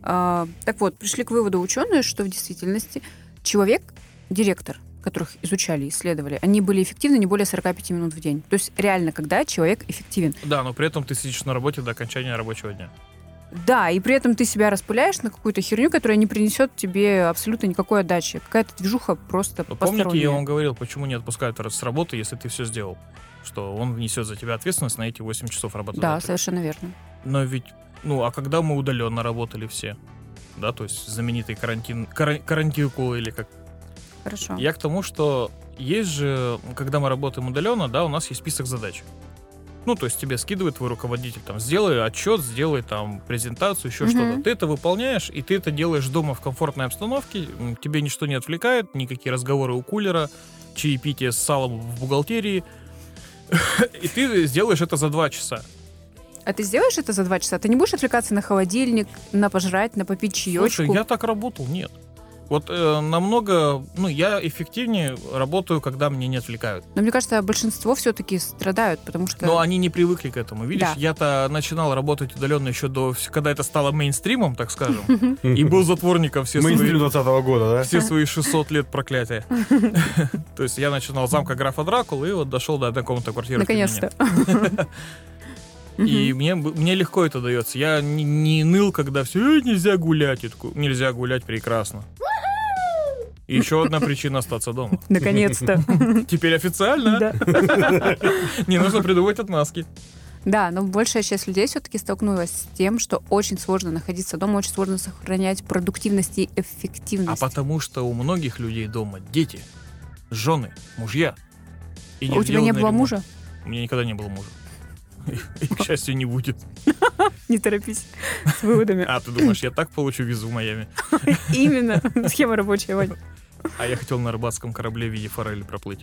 [SPEAKER 4] А, так вот, пришли к выводу ученые, что в действительности человек, директор, которых изучали, исследовали, они были эффективны не более сорок пять минут в день. То есть реально, когда человек эффективен.
[SPEAKER 1] Да, но при этом ты сидишь на работе до окончания рабочего дня.
[SPEAKER 4] Да, и при этом ты себя распыляешь на какую-то херню, которая не принесет тебе абсолютно никакой отдачи. Какая-то движуха просто
[SPEAKER 1] Но помните,
[SPEAKER 4] посторонняя.
[SPEAKER 1] я вам говорил, почему не отпускают с работы, если ты все сделал? Что он несет за тебя ответственность на эти восемь часов
[SPEAKER 4] Да,
[SPEAKER 1] работодателя.
[SPEAKER 4] совершенно верно.
[SPEAKER 1] Но ведь, ну, а когда мы удаленно работали все? Да, то есть знаменитый карантин, кара- карантинкулы или как.
[SPEAKER 4] Хорошо.
[SPEAKER 1] Я к тому, что есть же, когда мы работаем удаленно, да, у нас есть список задач. Ну, то есть тебе скидывает твой руководитель, там, сделай отчет, сделай там презентацию, еще
[SPEAKER 4] Мгм.
[SPEAKER 1] что-то. Ты это выполняешь, и ты это делаешь дома в комфортной обстановке, м, тебе ничто не отвлекает, никакие разговоры у кулера, чаепитие с салом в бухгалтерии, и ты сделаешь это за два часа.
[SPEAKER 4] А ты сделаешь это за два часа? Ты не будешь отвлекаться на холодильник, на пожрать, на попить чаечку?
[SPEAKER 1] Слушай, я так работал, нет. Вот э, намного, ну, я эффективнее работаю, когда мне не отвлекают.
[SPEAKER 4] Но мне кажется, большинство все-таки страдают, потому что...
[SPEAKER 1] Но они не привыкли к этому. Видишь,
[SPEAKER 4] Да.
[SPEAKER 1] я-то начинал работать удаленно еще до, вс- когда это стало мейнстримом, так скажем, и был затворником все
[SPEAKER 3] Мейнстрим
[SPEAKER 1] свои,
[SPEAKER 3] двадцатого года, да?
[SPEAKER 1] все свои шестьсот лет проклятия. То есть я начинал с замка графа Дракулы и вот дошел до комнаты квартиры. в
[SPEAKER 4] Наконец-то.
[SPEAKER 1] Тюмени. И мне, б- мне легко это дается. Я не, не ныл, когда все, «Эй, нельзя гулять. Я такой, нельзя гулять, прекрасно. И еще одна причина остаться дома.
[SPEAKER 4] Наконец-то.
[SPEAKER 1] Теперь официально.
[SPEAKER 4] Да.
[SPEAKER 1] Не нужно придумывать отмазки.
[SPEAKER 4] Да, но большая часть людей все-таки столкнулась с тем, что очень сложно находиться дома, очень сложно сохранять продуктивность и
[SPEAKER 1] А
[SPEAKER 4] эффективность.
[SPEAKER 1] потому что у многих людей дома дети, жены, мужья. И
[SPEAKER 4] А у тебя не
[SPEAKER 1] недоделанный
[SPEAKER 4] было
[SPEAKER 1] ремонт.
[SPEAKER 4] мужа?
[SPEAKER 1] У меня никогда не было мужа. И, к счастью, не будет.
[SPEAKER 4] Не торопись с выводами.
[SPEAKER 1] А, ты думаешь, я так получу визу в Майами?
[SPEAKER 4] Именно. Схема рабочая, Вань.
[SPEAKER 1] А я хотел на рыбацком корабле в виде форели проплыть.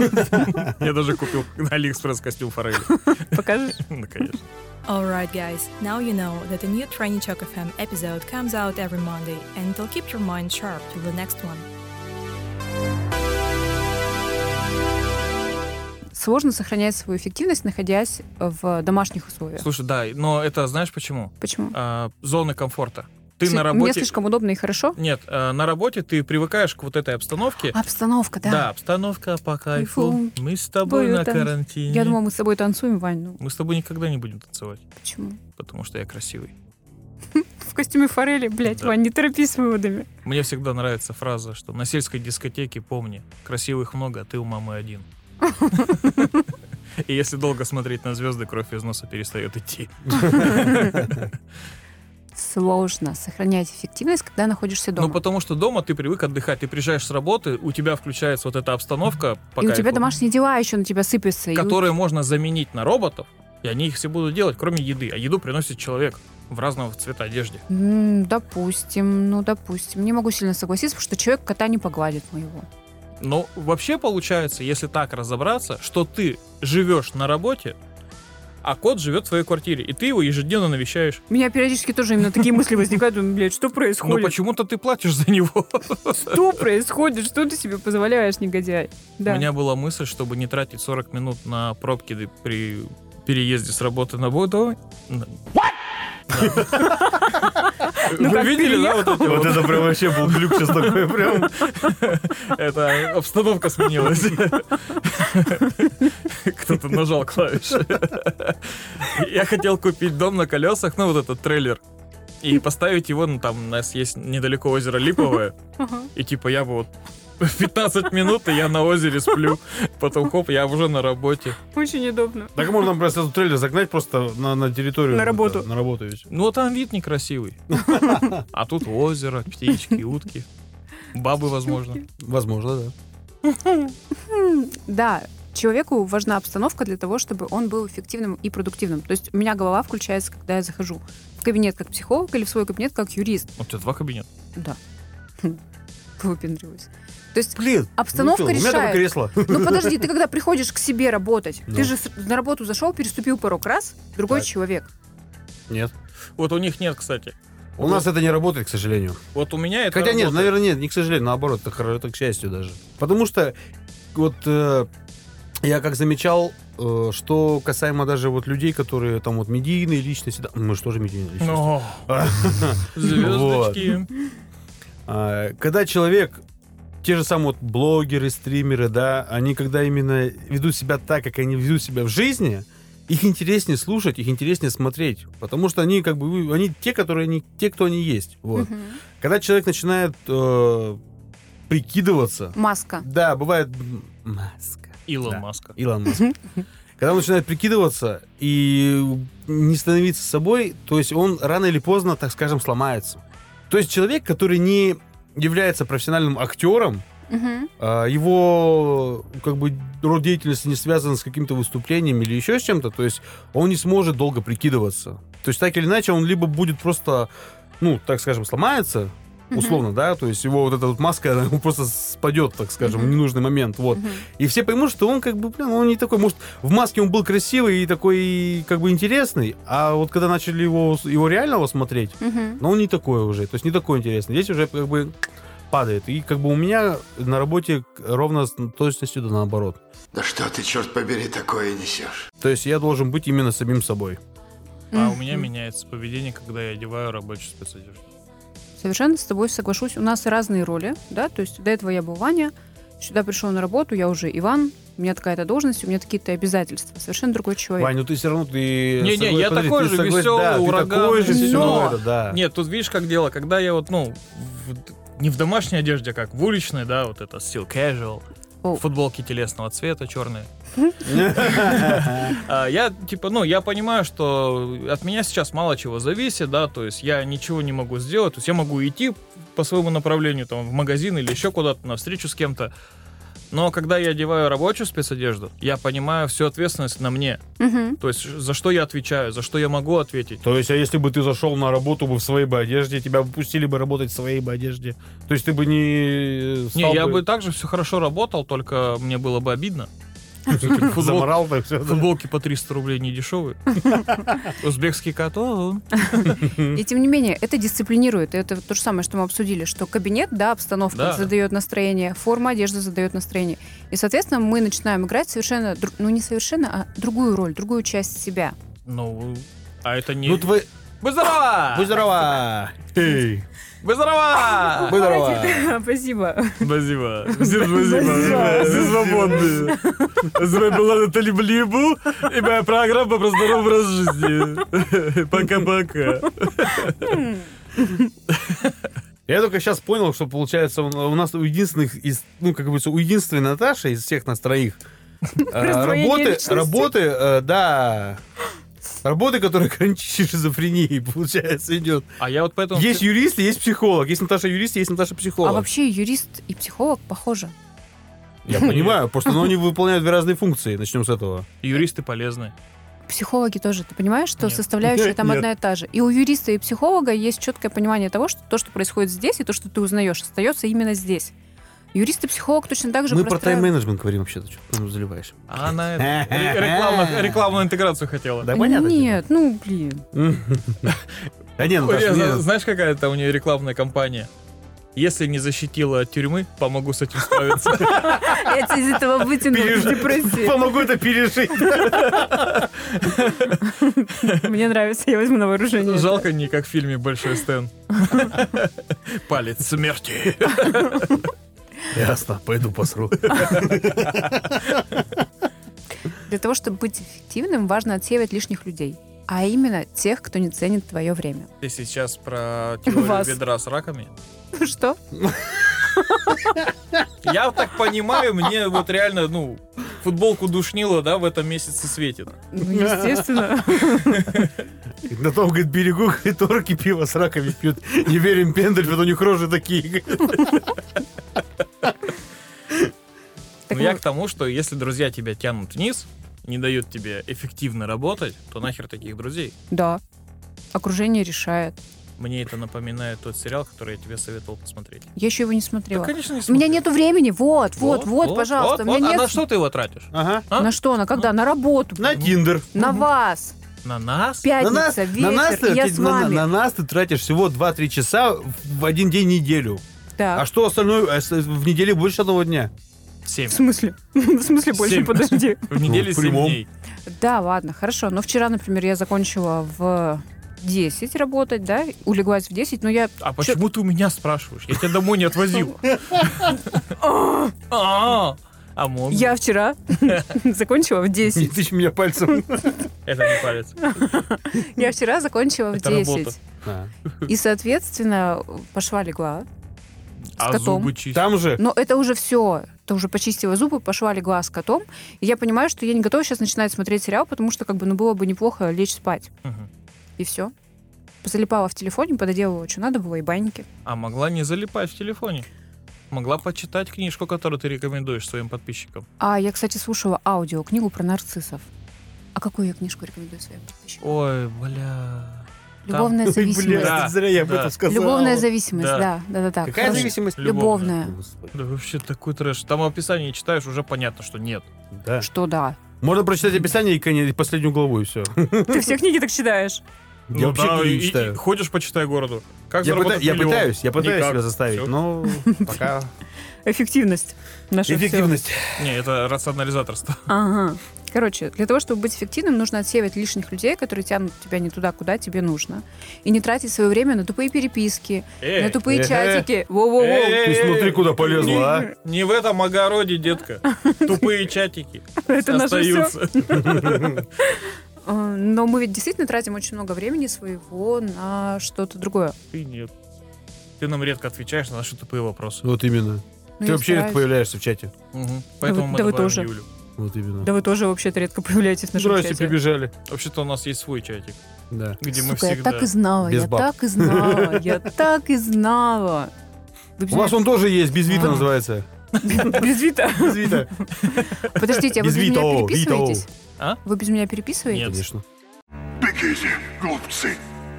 [SPEAKER 1] Я даже купил на Алиэкспресс костюм форели.
[SPEAKER 4] Покажешь?
[SPEAKER 1] Ну, конечно.
[SPEAKER 2] Alright, guys, now you know that a new Training-Choc эф эм episode comes out every Monday, and it'll keep your mind sharp till the next one.
[SPEAKER 4] Сложно сохранять свою эффективность, находясь в домашних условиях.
[SPEAKER 1] Слушай, да, но это знаешь почему?
[SPEAKER 4] Почему?
[SPEAKER 1] А, зоны комфорта. Ты
[SPEAKER 4] Сли-
[SPEAKER 1] на
[SPEAKER 4] Мне
[SPEAKER 1] работе...
[SPEAKER 4] слишком удобно и хорошо.
[SPEAKER 1] Нет, а, на работе ты привыкаешь к вот этой обстановке.
[SPEAKER 4] Обстановка, да.
[SPEAKER 1] Да, обстановка по кайфу.
[SPEAKER 4] Кайфу.
[SPEAKER 1] Мы с тобой
[SPEAKER 4] Ой,
[SPEAKER 1] на
[SPEAKER 4] это-
[SPEAKER 1] карантине.
[SPEAKER 4] Я думала, мы с тобой танцуем, Вань. Ну,
[SPEAKER 1] Мы с тобой никогда не будем танцевать,
[SPEAKER 4] почему?
[SPEAKER 1] потому что я красивый.
[SPEAKER 4] В костюме форели, блядь,
[SPEAKER 1] Да.
[SPEAKER 4] Вань, не торопись с выводами.
[SPEAKER 1] Мне всегда нравится фраза, что на сельской дискотеке помни, красивых много, а ты у мамы один. И если долго смотреть на звезды, кровь из носа перестает идти.
[SPEAKER 4] Сложно сохранять эффективность, когда находишься дома.
[SPEAKER 1] Ну, потому что дома ты привык отдыхать. Ты приезжаешь с работы, у тебя включается вот эта обстановка по
[SPEAKER 4] и у тебя
[SPEAKER 1] кайфу,
[SPEAKER 4] домашние дела еще на тебя сыпятся. и у-
[SPEAKER 1] которые можно заменить на роботов, И они их все будут делать, кроме еды. А еду приносит человек в разного цвета одежде.
[SPEAKER 4] М, Допустим, ну, допустим. Не могу сильно согласиться, потому что человек кота не погладит моего.
[SPEAKER 1] Но вообще получается, если так разобраться, что ты живешь на работе, а кот живет в своей квартире, и ты его ежедневно навещаешь.
[SPEAKER 4] У меня периодически тоже именно такие мысли возникают. Думаю, блядь, что
[SPEAKER 1] Но
[SPEAKER 4] происходит?
[SPEAKER 1] почему-то ты платишь за него.
[SPEAKER 4] Что происходит? Что ты себе позволяешь, негодяй? Да.
[SPEAKER 1] У меня была мысль, чтобы не тратить сорок минут на пробки при переезде с работы на работу.
[SPEAKER 4] Ну,
[SPEAKER 1] Вы
[SPEAKER 4] как
[SPEAKER 1] видели, да, вот эти
[SPEAKER 3] Вот
[SPEAKER 1] вот?
[SPEAKER 3] это прям вообще был глюк сейчас такой прям.
[SPEAKER 1] Это обстановка сменилась. Кто-то нажал клавиши. Я хотел купить дом на колесах, ну вот этот трейлер, и поставить его, ну там у нас есть недалеко озеро Липовое,
[SPEAKER 4] Ага.
[SPEAKER 1] и типа я бы вот пятнадцать минут, и я на озере сплю, потом хоп, я уже на работе.
[SPEAKER 4] Очень удобно.
[SPEAKER 3] Так можно просто этот трейлер загнать просто на, на территорию.
[SPEAKER 4] На работу.
[SPEAKER 3] Да, на работу и всё.
[SPEAKER 1] Ну там вид некрасивый. А тут озеро, птички, утки, бабы, возможно.
[SPEAKER 3] Возможно, да.
[SPEAKER 4] Да, человеку важна обстановка для того, чтобы он был эффективным и продуктивным. То есть у меня голова включается, когда я захожу в кабинет как психолог или в свой кабинет как юрист.
[SPEAKER 1] У тебя два кабинета.
[SPEAKER 4] Да. Выпендрилась. То есть
[SPEAKER 3] Блин.
[SPEAKER 4] обстановка
[SPEAKER 3] ну чё, У меня только
[SPEAKER 4] решает.
[SPEAKER 3] кресло.
[SPEAKER 4] Ну подожди, ты когда приходишь к себе работать,
[SPEAKER 3] Ну.
[SPEAKER 4] ты же с- на работу зашел, переступил порог раз, другой
[SPEAKER 3] Так.
[SPEAKER 4] человек.
[SPEAKER 3] Нет.
[SPEAKER 1] Вот у них нет, кстати.
[SPEAKER 3] У нас это не работает, к сожалению.
[SPEAKER 1] Вот у меня это
[SPEAKER 3] Хотя нет,
[SPEAKER 1] работает.
[SPEAKER 3] наверное, нет, не к сожалению, наоборот, это, хоро- это к счастью даже. Потому что вот э, я как замечал, э, что касаемо даже вот людей, которые там вот медийные личности, да, мы же тоже медийные личности.
[SPEAKER 1] О,
[SPEAKER 3] А,
[SPEAKER 1] звездочки.
[SPEAKER 3] а, Когда человек, те же самые вот блогеры, стримеры, да, они когда именно ведут себя так, как они ведут себя в жизни, их интереснее слушать, их интереснее смотреть, потому что они как бы они те, которые они те, кто они есть. Вот.
[SPEAKER 4] Мгм.
[SPEAKER 3] Когда человек начинает э, прикидываться,
[SPEAKER 4] Маска.
[SPEAKER 3] да, бывает м, маска.
[SPEAKER 1] Илон
[SPEAKER 3] Да.
[SPEAKER 1] Маска.
[SPEAKER 3] Илон Маск. Когда он начинает прикидываться и не становиться собой, то есть он рано или поздно, так скажем, сломается. То есть человек, который не является профессиональным актером,
[SPEAKER 4] Мгм.
[SPEAKER 3] а, его как бы род деятельности не связан с каким-то выступлением или еще с чем-то, то есть он не сможет долго прикидываться. То есть так или иначе он либо будет просто, ну, так скажем, сломается, условно, да, то есть его вот эта вот маска, она ему просто спадет, так скажем, в ненужный момент, вот.
[SPEAKER 4] Мгм.
[SPEAKER 3] И все поймут, что он как бы, блин, он не такой, может, в маске он был красивый и такой, как бы, интересный, а вот когда начали его, его реального смотреть,
[SPEAKER 4] Мгм.
[SPEAKER 3] но он не такой уже, то есть не такой интересный. Здесь уже как бы падает. И как бы у меня на работе ровно с точностью да наоборот.
[SPEAKER 7] Да что ты, черт побери, такое несешь?
[SPEAKER 3] То есть я должен быть именно самим собой.
[SPEAKER 1] А у меня
[SPEAKER 4] Мгм.
[SPEAKER 1] меняется поведение, когда я одеваю рабочую спецодежду.
[SPEAKER 4] Совершенно с тобой соглашусь. У нас разные роли, да, то есть до этого я был Ваня, сюда пришел на работу, я уже Иван, у меня такая-то должность, у меня такие-то обязательства. Совершенно другой человек.
[SPEAKER 3] Вань, ну ты все равно ты...
[SPEAKER 1] Не-не,
[SPEAKER 3] согла-
[SPEAKER 1] я
[SPEAKER 3] подожди,
[SPEAKER 1] такой
[SPEAKER 3] ты
[SPEAKER 1] же
[SPEAKER 3] согласен-
[SPEAKER 1] веселый,
[SPEAKER 3] да, ты
[SPEAKER 1] ураганный,
[SPEAKER 3] такой же всё
[SPEAKER 1] но-
[SPEAKER 3] это, да.
[SPEAKER 1] Нет, тут видишь, как дело, когда я вот, ну, в- не в домашней одежде, а как в уличной, да, вот это стил casual,
[SPEAKER 4] О.
[SPEAKER 1] футболки телесного цвета, черные. А, Я, типа, ну, я понимаю, что от меня сейчас мало чего зависит, да, то есть я ничего не могу сделать, то есть я могу идти по своему направлению, там, в магазин или еще куда-то, на встречу с кем-то, но когда я одеваю рабочую спецодежду, я понимаю всю ответственность на мне,
[SPEAKER 4] Мгм.
[SPEAKER 1] то есть за что я отвечаю, за что я могу ответить.
[SPEAKER 3] То есть, а если бы ты зашел на работу бы в своей бы одежде, тебя бы пустили бы работать в своей бы одежде, то есть ты бы не стал
[SPEAKER 1] Не, я бы также все хорошо работал, только мне было бы обидно. Футбол-
[SPEAKER 3] заморал так все.
[SPEAKER 1] Футболки по триста рублей не дешевые. Узбекский катон.
[SPEAKER 4] И тем не менее, это дисциплинирует. И это то же самое, что мы обсудили, что кабинет, да, обстановка
[SPEAKER 1] Да.
[SPEAKER 4] задает настроение, форма одежды задает настроение. И, соответственно, мы начинаем играть совершенно, дру- ну не совершенно, а другую роль, другую часть себя.
[SPEAKER 1] Ну, а это не...
[SPEAKER 3] Ну, твой...
[SPEAKER 1] Будь здорова!
[SPEAKER 3] Будь здорова! Эй!
[SPEAKER 1] Будь здорова!
[SPEAKER 3] Будь здорова!
[SPEAKER 4] Спасибо.
[SPEAKER 1] Спасибо. Всем
[SPEAKER 4] Спасибо.
[SPEAKER 1] Все свободны. С вами была Наталья Блибу и моя программа про здоровый образ жизни. Пока-пока.
[SPEAKER 3] Я только сейчас понял, что получается у у нас у единственных из, ну, как говорится, у единственной Наташи из всех нас троих э,
[SPEAKER 4] Раздвоение
[SPEAKER 3] работы,
[SPEAKER 4] личности.
[SPEAKER 3] работы, э, да, работы, которые граничат с шизофренией, получается, идет.
[SPEAKER 1] А я вот поэтому...
[SPEAKER 3] Есть юрист, и есть психолог. Есть Наташа юрист, есть Наташа
[SPEAKER 4] А
[SPEAKER 3] психолог.
[SPEAKER 4] вообще юрист и психолог похожи.
[SPEAKER 3] Я понимаю, просто но они выполняют две разные функции. Начнем с этого.
[SPEAKER 1] Юристы полезны.
[SPEAKER 4] психологи тоже. Ты понимаешь, что
[SPEAKER 1] Нет.
[SPEAKER 4] составляющая там
[SPEAKER 3] Нет.
[SPEAKER 4] одна и та же? И у юриста, и психолога есть четкое понимание того, что то, что происходит здесь, и то, что ты узнаешь, остается именно здесь. Юрист и психолог точно так же
[SPEAKER 3] Мы про
[SPEAKER 1] А
[SPEAKER 4] простраивают-
[SPEAKER 3] тайм-менеджмент говорим вообще-то. Что ты нам заливаешь?
[SPEAKER 1] А она это, ре- рекламную, рекламную интеграцию хотела.
[SPEAKER 3] Да, понятно.
[SPEAKER 4] Нет, ну, блин.
[SPEAKER 3] Да не, ну
[SPEAKER 1] Ой,
[SPEAKER 3] Даш,
[SPEAKER 1] я
[SPEAKER 3] мне-
[SPEAKER 1] зна- знаешь, какая-то у нее рекламная кампания? Если не защитила от тюрьмы, помогу с этим справиться.
[SPEAKER 4] Я тебя из этого вытяну из депрессии.
[SPEAKER 3] Помогу это пережить.
[SPEAKER 4] Мне нравится, я возьму на вооружение.
[SPEAKER 1] Жалко не как в фильме «Большой Стэн». Палец смерти.
[SPEAKER 3] Ясно, пойду посру.
[SPEAKER 4] Для того, чтобы быть эффективным, важно отсеивать лишних людей. А именно тех, кто не ценит твое время.
[SPEAKER 1] Ты сейчас про теорию
[SPEAKER 4] Вас.
[SPEAKER 1] ведра с раками?
[SPEAKER 4] Что?
[SPEAKER 1] Я так понимаю, мне вот реально, ну, футболку душнило, да, в этом месяце светит.
[SPEAKER 4] Ну, естественно.
[SPEAKER 3] На том, говорит, берегу, говорит, орки пиво с раками пьют. Не верим, пендель, вот у них рожи такие.
[SPEAKER 1] Но я к тому, что если друзья тебя тянут вниз, не дают тебе эффективно работать, то нахер таких друзей.
[SPEAKER 4] Да. Окружение решает.
[SPEAKER 1] Мне это напоминает тот сериал, который я тебе советовал посмотреть.
[SPEAKER 4] Я еще его не
[SPEAKER 1] Да,
[SPEAKER 4] смотрела.
[SPEAKER 1] конечно, не
[SPEAKER 4] У меня
[SPEAKER 1] смотрел.
[SPEAKER 4] нету времени. Вот, вот, вот,
[SPEAKER 1] вот,
[SPEAKER 4] пожалуйста. У меня
[SPEAKER 1] вот. А
[SPEAKER 4] нет...
[SPEAKER 1] на что ты его тратишь?
[SPEAKER 3] Ага.
[SPEAKER 1] А?
[SPEAKER 4] На что? На когда? На работу.
[SPEAKER 3] На Тиндер.
[SPEAKER 4] На вас.
[SPEAKER 1] На нас?
[SPEAKER 3] На нас,
[SPEAKER 4] Пятница, вечер,
[SPEAKER 3] на, нас
[SPEAKER 4] и я
[SPEAKER 3] ты,
[SPEAKER 4] с
[SPEAKER 3] на,
[SPEAKER 4] вами.
[SPEAKER 3] на нас ты тратишь всего два-три часа в один день неделю.
[SPEAKER 4] Так.
[SPEAKER 3] А что остальное а с- в неделе больше одного дня?
[SPEAKER 1] Семь.
[SPEAKER 4] В смысле? В смысле больше?
[SPEAKER 1] Семь.
[SPEAKER 4] Подожди.
[SPEAKER 1] В неделе
[SPEAKER 3] Ну, в
[SPEAKER 1] семь
[SPEAKER 3] прямом.
[SPEAKER 1] дней.
[SPEAKER 4] Да, ладно, хорошо. Но вчера, например, я закончила в десять работать, да, улеглась в десять, но я...
[SPEAKER 1] А почему ты у меня спрашиваешь? Я тебя домой не отвозил. А а мог бы.
[SPEAKER 4] Я вчера закончила в
[SPEAKER 3] Не
[SPEAKER 4] десять.
[SPEAKER 3] тычь меня пальцем.
[SPEAKER 1] Это не палец.
[SPEAKER 4] Я вчера закончила в
[SPEAKER 1] Это работа.
[SPEAKER 4] десять.
[SPEAKER 3] А.
[SPEAKER 4] И, соответственно, пошла легла.
[SPEAKER 1] А
[SPEAKER 4] котом.
[SPEAKER 1] зубы чистить?
[SPEAKER 3] Там же.
[SPEAKER 4] Но это уже все. Ты уже почистила зубы, пошла легла с котом. И я понимаю, что я не готова сейчас начинать смотреть сериал, потому что как бы ну было бы неплохо лечь спать.
[SPEAKER 1] Мгм.
[SPEAKER 4] И все. Залипала в телефоне, пододелала, что надо было, и банники.
[SPEAKER 1] А могла не залипать в телефоне. Могла почитать книжку, которую ты рекомендуешь своим подписчикам.
[SPEAKER 4] А я, кстати, слушала аудиокнигу про нарциссов. А какую я книжку рекомендую своим подписчикам?
[SPEAKER 1] Ой, бля.
[SPEAKER 4] Любовная
[SPEAKER 3] Ой,
[SPEAKER 4] зависимость.
[SPEAKER 3] блядь,
[SPEAKER 1] Да,
[SPEAKER 3] зря я об
[SPEAKER 1] да.
[SPEAKER 3] этом сказал.
[SPEAKER 4] Любовная зависимость,
[SPEAKER 1] Да.
[SPEAKER 4] да, да, да, да.
[SPEAKER 3] Какая
[SPEAKER 4] Хорошо.
[SPEAKER 3] зависимость?
[SPEAKER 4] Любовная.
[SPEAKER 3] Господи.
[SPEAKER 1] Да вообще такой трэш. Там описание читаешь, уже понятно, что нет.
[SPEAKER 3] Да.
[SPEAKER 4] Что да?
[SPEAKER 3] Можно прочитать описание и конец, последнюю главу, и все.
[SPEAKER 4] Ты все книги так читаешь?
[SPEAKER 3] Я вообще
[SPEAKER 1] да,
[SPEAKER 3] книги
[SPEAKER 1] и-
[SPEAKER 3] не
[SPEAKER 1] и
[SPEAKER 3] читаю.
[SPEAKER 1] ходишь, почитай городу. Как
[SPEAKER 3] Я, пыта-
[SPEAKER 1] заработать
[SPEAKER 3] я
[SPEAKER 1] миллион?
[SPEAKER 3] пытаюсь, я пытаюсь
[SPEAKER 1] Никак.
[SPEAKER 3] себя заставить,
[SPEAKER 1] Всё.
[SPEAKER 3] но пока...
[SPEAKER 4] Эффективность. Наша всё.
[SPEAKER 3] Эффективность.
[SPEAKER 1] Не, это рационализаторство.
[SPEAKER 4] Ага. Короче, для того, чтобы быть эффективным, нужно отсеивать лишних людей, которые тянут тебя не туда, куда тебе нужно. И не тратить свое время на тупые переписки,
[SPEAKER 1] Эй,
[SPEAKER 4] на тупые
[SPEAKER 3] э-э.
[SPEAKER 4] чатики. Во-во-во.
[SPEAKER 1] Эй,
[SPEAKER 3] Ты смотри, куда полезла, а.
[SPEAKER 1] Не, не в этом огороде, детка. Тупые чатики
[SPEAKER 4] Это наше всё.
[SPEAKER 1] остаются.
[SPEAKER 4] А, Но мы ведь действительно тратим очень много времени своего на что-то другое.
[SPEAKER 1] Ты нет. Ты нам редко отвечаешь на наши тупые вопросы.
[SPEAKER 3] Вот именно.
[SPEAKER 4] Ну,
[SPEAKER 3] Ты
[SPEAKER 4] я
[SPEAKER 3] вообще редко
[SPEAKER 4] стараюсь.
[SPEAKER 3] появляешься в чате.
[SPEAKER 1] Мгм. Поэтому
[SPEAKER 4] вы-
[SPEAKER 1] мы
[SPEAKER 4] да вы
[SPEAKER 1] добавим
[SPEAKER 4] тоже.
[SPEAKER 1] Юлю.
[SPEAKER 3] Вот именно.
[SPEAKER 4] Да вы тоже вообще-то редко появляетесь в нашем
[SPEAKER 3] Здрасте,
[SPEAKER 4] чате.
[SPEAKER 3] прибежали.
[SPEAKER 1] Вообще-то у нас есть свой чатик,
[SPEAKER 3] Да.
[SPEAKER 1] где мы
[SPEAKER 4] Сука, я
[SPEAKER 1] всегда...
[SPEAKER 4] так и знала,
[SPEAKER 3] Без
[SPEAKER 4] я
[SPEAKER 3] баб.
[SPEAKER 4] так и знала, я так и знала. Вы без
[SPEAKER 3] У вас
[SPEAKER 4] меня-
[SPEAKER 3] он тоже есть, без вида
[SPEAKER 1] А.
[SPEAKER 3] называется.
[SPEAKER 4] без Вита.
[SPEAKER 3] Без вида.
[SPEAKER 4] Подождите, а вы
[SPEAKER 3] Без
[SPEAKER 4] без меня
[SPEAKER 3] Вито,
[SPEAKER 4] переписываетесь?
[SPEAKER 1] А?
[SPEAKER 4] Вы без меня переписываетесь?
[SPEAKER 1] Нет.
[SPEAKER 3] Конечно.
[SPEAKER 7] Бегите, глупцы.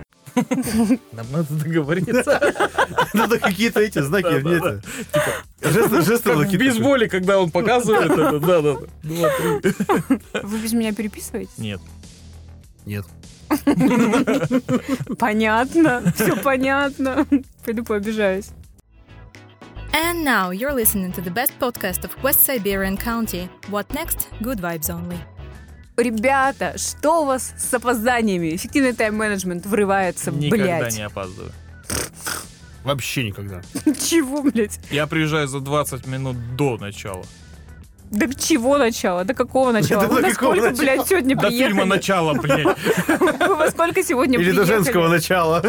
[SPEAKER 1] Нам надо договориться.
[SPEAKER 3] Надо какие-то эти знаки, не это. Жесты, жесты
[SPEAKER 1] Как
[SPEAKER 3] надо
[SPEAKER 1] в
[SPEAKER 3] какие-то.
[SPEAKER 1] бейсболе, когда он показывает это. Да-да-да. Два, три.
[SPEAKER 4] Вы без меня переписываетесь?
[SPEAKER 1] Нет.
[SPEAKER 3] Нет.
[SPEAKER 4] Понятно, все понятно. Пойду пообижаюсь.
[SPEAKER 2] And now you're listening to the best podcast of West Siberian County. What next? Good vibes only.
[SPEAKER 4] Ребята, что у вас с опозданиями? Эффективный тайм-менеджмент врывается,
[SPEAKER 1] Никогда
[SPEAKER 4] блядь.
[SPEAKER 1] не опаздываю.
[SPEAKER 3] Вообще никогда.
[SPEAKER 4] Чего, блядь?
[SPEAKER 1] Я приезжаю за двадцать минут до начала.
[SPEAKER 4] Да к чего начала? До какого начала?
[SPEAKER 3] Да
[SPEAKER 4] Вы
[SPEAKER 3] до
[SPEAKER 4] на
[SPEAKER 3] какого
[SPEAKER 4] сколько,
[SPEAKER 3] начала?
[SPEAKER 4] блядь, сегодня
[SPEAKER 1] До фильма
[SPEAKER 4] приехали?
[SPEAKER 1] начала, блядь.
[SPEAKER 4] Вы во сколько сегодня
[SPEAKER 3] Или до
[SPEAKER 4] приехали?
[SPEAKER 3] женского начала.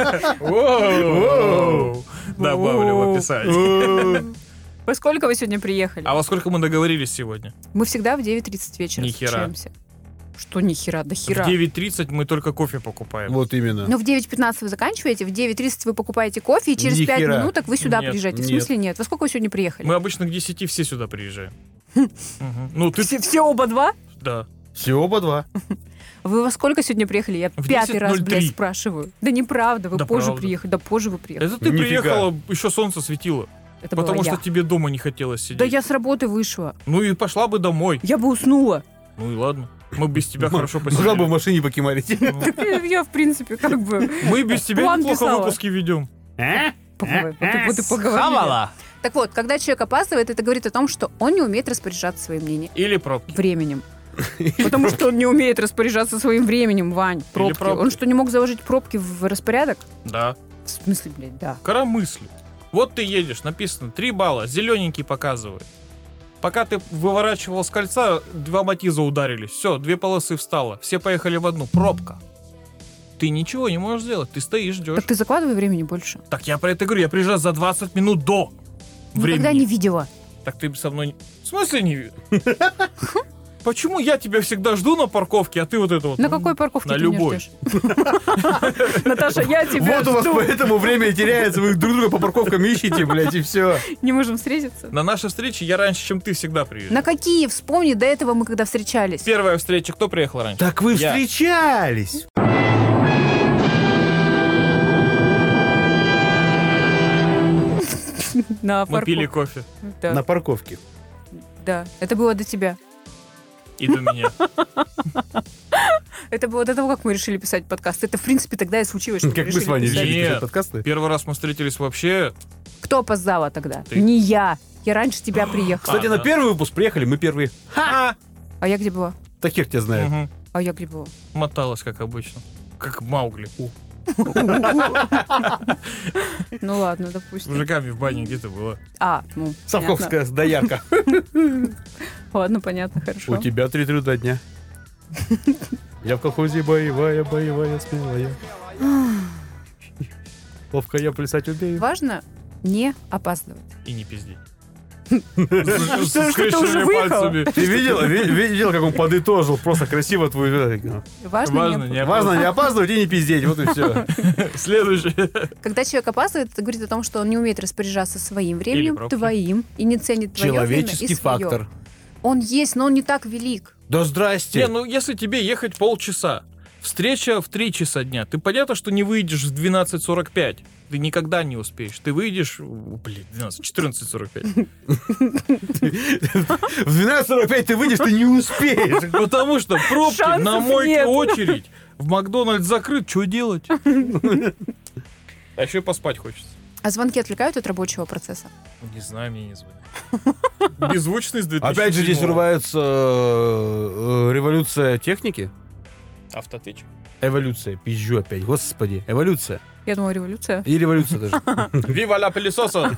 [SPEAKER 1] Воу. Добавлю в описание.
[SPEAKER 4] Во сколько вы сегодня приехали?
[SPEAKER 1] А во сколько мы договорились сегодня?
[SPEAKER 4] Мы всегда в девять тридцать вечера
[SPEAKER 1] Ни хера.
[SPEAKER 4] встречаемся. Что ни хера? Да хера.
[SPEAKER 1] В девять тридцать мы только кофе покупаем.
[SPEAKER 3] Вот именно.
[SPEAKER 4] Ну, в девять пятнадцать вы заканчиваете, в девять тридцать вы покупаете кофе, и через
[SPEAKER 3] Ни
[SPEAKER 4] пять
[SPEAKER 3] хера.
[SPEAKER 4] минуток вы сюда
[SPEAKER 1] Нет,
[SPEAKER 4] приезжаете. В
[SPEAKER 3] нет.
[SPEAKER 4] смысле нет? Во сколько вы сегодня приехали?
[SPEAKER 1] Мы обычно к десяти все сюда приезжаем. Мгм. Ну, ты...
[SPEAKER 4] Все, все оба два?
[SPEAKER 1] Да.
[SPEAKER 3] Всего по два.
[SPEAKER 4] Вы во сколько сегодня приехали? Я
[SPEAKER 1] В
[SPEAKER 4] пятый раз,
[SPEAKER 1] десять ноль три.
[SPEAKER 4] блядь, спрашиваю. Да неправда, вы
[SPEAKER 1] Да
[SPEAKER 4] позже
[SPEAKER 1] правда.
[SPEAKER 4] приехали. Да позже вы приехали.
[SPEAKER 1] Это ты
[SPEAKER 3] Нифига.
[SPEAKER 1] приехала, еще солнце светило.
[SPEAKER 4] Это
[SPEAKER 1] Потому
[SPEAKER 4] была
[SPEAKER 1] что
[SPEAKER 4] я.
[SPEAKER 1] тебе дома не хотелось сидеть.
[SPEAKER 4] Да я с работы вышла.
[SPEAKER 1] Ну и пошла бы домой.
[SPEAKER 4] Я бы уснула.
[SPEAKER 1] Ну и ладно. Мы без тебя
[SPEAKER 3] М-
[SPEAKER 1] хорошо
[SPEAKER 3] Могла бы в
[SPEAKER 1] посидели.
[SPEAKER 3] машине покемарить.
[SPEAKER 4] Так я, я, в принципе, как бы...
[SPEAKER 1] Мы без тебя
[SPEAKER 4] План
[SPEAKER 1] неплохо
[SPEAKER 4] писала.
[SPEAKER 1] выпуски ведем.
[SPEAKER 4] Поговор- Вот и- вот и поговорили. Так вот, когда человек опаздывает, это говорит о том, что он не умеет распоряжаться своим мнением.
[SPEAKER 1] Или пробки.
[SPEAKER 4] Временем. Потому что он не умеет распоряжаться своим временем, Вань. Пробки.
[SPEAKER 1] пробки.
[SPEAKER 4] Он что, не мог заложить пробки в распорядок?
[SPEAKER 1] Да.
[SPEAKER 4] В смысле, блядь, да.
[SPEAKER 1] Коромысли. Вот ты едешь, написано три балла, зелененький показывает. Пока ты выворачивал с кольца, два матиза ударились. Все, две полосы встало. Все поехали в одну. Пробка. Ты ничего не можешь сделать. Ты стоишь, ждешь.
[SPEAKER 4] Так ты закладывай времени больше.
[SPEAKER 1] Так я про это говорю. Я приезжал за двадцать минут до времени.
[SPEAKER 4] Никогда не видела.
[SPEAKER 1] Так ты со мной... не- В смысле не видел? Почему я тебя всегда жду на парковке, а ты вот это вот...
[SPEAKER 4] На какой парковке
[SPEAKER 1] На
[SPEAKER 4] ты меня
[SPEAKER 1] любой.
[SPEAKER 4] ждешь? Наташа, я тебя
[SPEAKER 3] Вот у вас
[SPEAKER 4] жду.
[SPEAKER 3] поэтому время и теряется, вы друг друга по парковкам ищете, блядь, и все.
[SPEAKER 4] Не можем встретиться.
[SPEAKER 1] На нашей встрече я раньше, чем ты всегда приезжал.
[SPEAKER 4] На какие? Вспомни, до этого мы когда встречались.
[SPEAKER 1] Первая встреча, кто приехал раньше?
[SPEAKER 3] Так вы
[SPEAKER 1] Я.
[SPEAKER 3] встречались.
[SPEAKER 4] На
[SPEAKER 1] Мы пили
[SPEAKER 4] парковке.
[SPEAKER 1] кофе.
[SPEAKER 4] Да,
[SPEAKER 3] На парковке.
[SPEAKER 4] да. Это было до тебя.
[SPEAKER 1] И до меня.
[SPEAKER 4] Это было до того, как мы решили писать подкаст. Это, в принципе, тогда и случилось, что
[SPEAKER 3] Как мы
[SPEAKER 4] решили
[SPEAKER 3] с вами
[SPEAKER 4] писать.
[SPEAKER 3] решили
[SPEAKER 1] Нет.
[SPEAKER 3] писать подкасты?
[SPEAKER 1] Первый раз мы встретились вообще...
[SPEAKER 4] Кто опоздала тогда?
[SPEAKER 1] Ты.
[SPEAKER 4] Не я. Я раньше тебя приехала.
[SPEAKER 3] Кстати,
[SPEAKER 1] А,
[SPEAKER 3] на
[SPEAKER 1] да.
[SPEAKER 3] первый выпуск приехали мы первые.
[SPEAKER 1] Ха!
[SPEAKER 4] А я где была?
[SPEAKER 3] Так хер тебя знает.
[SPEAKER 1] Мгм.
[SPEAKER 4] А я где была?
[SPEAKER 1] Моталась, как обычно. Как Маугли. У.
[SPEAKER 4] Ну ладно,
[SPEAKER 1] С
[SPEAKER 4] допустим.
[SPEAKER 1] мужиками в бане где-то была.
[SPEAKER 4] А, ну,
[SPEAKER 3] Совковская доярка.
[SPEAKER 4] понятно. Ладно, понятно, хорошо.
[SPEAKER 3] У тебя три труда дня. Я в колхозе боевая, боевая, смелая. Ловко я плясать умею.
[SPEAKER 4] Важно не опаздывать.
[SPEAKER 1] И не пизди.
[SPEAKER 4] Что, что ты уже выехала?
[SPEAKER 3] Ты видел, ви- видел, как он подытожил? Просто красиво твой...
[SPEAKER 4] Важно,
[SPEAKER 1] Важно
[SPEAKER 4] не
[SPEAKER 1] не
[SPEAKER 3] Важно не опаздывать и не пиздеть, вот и все.
[SPEAKER 1] Следующий.
[SPEAKER 4] Когда человек опаздывает, это говорит о том, что он не умеет распоряжаться своим
[SPEAKER 1] Или
[SPEAKER 4] временем,
[SPEAKER 1] пробки.
[SPEAKER 4] твоим, и не ценит твое время
[SPEAKER 3] Человеческий
[SPEAKER 4] и своё.
[SPEAKER 3] фактор.
[SPEAKER 4] Он есть, но он не так велик.
[SPEAKER 3] Да здрасте.
[SPEAKER 1] Не, ну если тебе ехать полчаса, встреча в три часа дня, ты понятно, что не выйдешь в двенадцать сорок пять. Ты никогда не успеешь. Ты выйдешь, о, блин, двенадцать, четырнадцать сорок пять.
[SPEAKER 3] В двенадцать сорок пять ты выйдешь, ты не успеешь.
[SPEAKER 1] Потому что пробки
[SPEAKER 4] Шансов
[SPEAKER 1] на мойке
[SPEAKER 4] нет.
[SPEAKER 1] очередь. В Макдональдс закрыт, что делать? А еще и поспать хочется.
[SPEAKER 4] А звонки отвлекают от рабочего процесса?
[SPEAKER 1] Не знаю, мне не звонят. Беззвучный с две тысячи седьмого.
[SPEAKER 3] Опять же, здесь врывается э, э, революция техники.
[SPEAKER 1] Автоответчик.
[SPEAKER 3] Эволюция, пизжу опять, господи, эволюция.
[SPEAKER 4] Я думаю, революция.
[SPEAKER 3] И революция даже.
[SPEAKER 1] Вива ля пылесоса!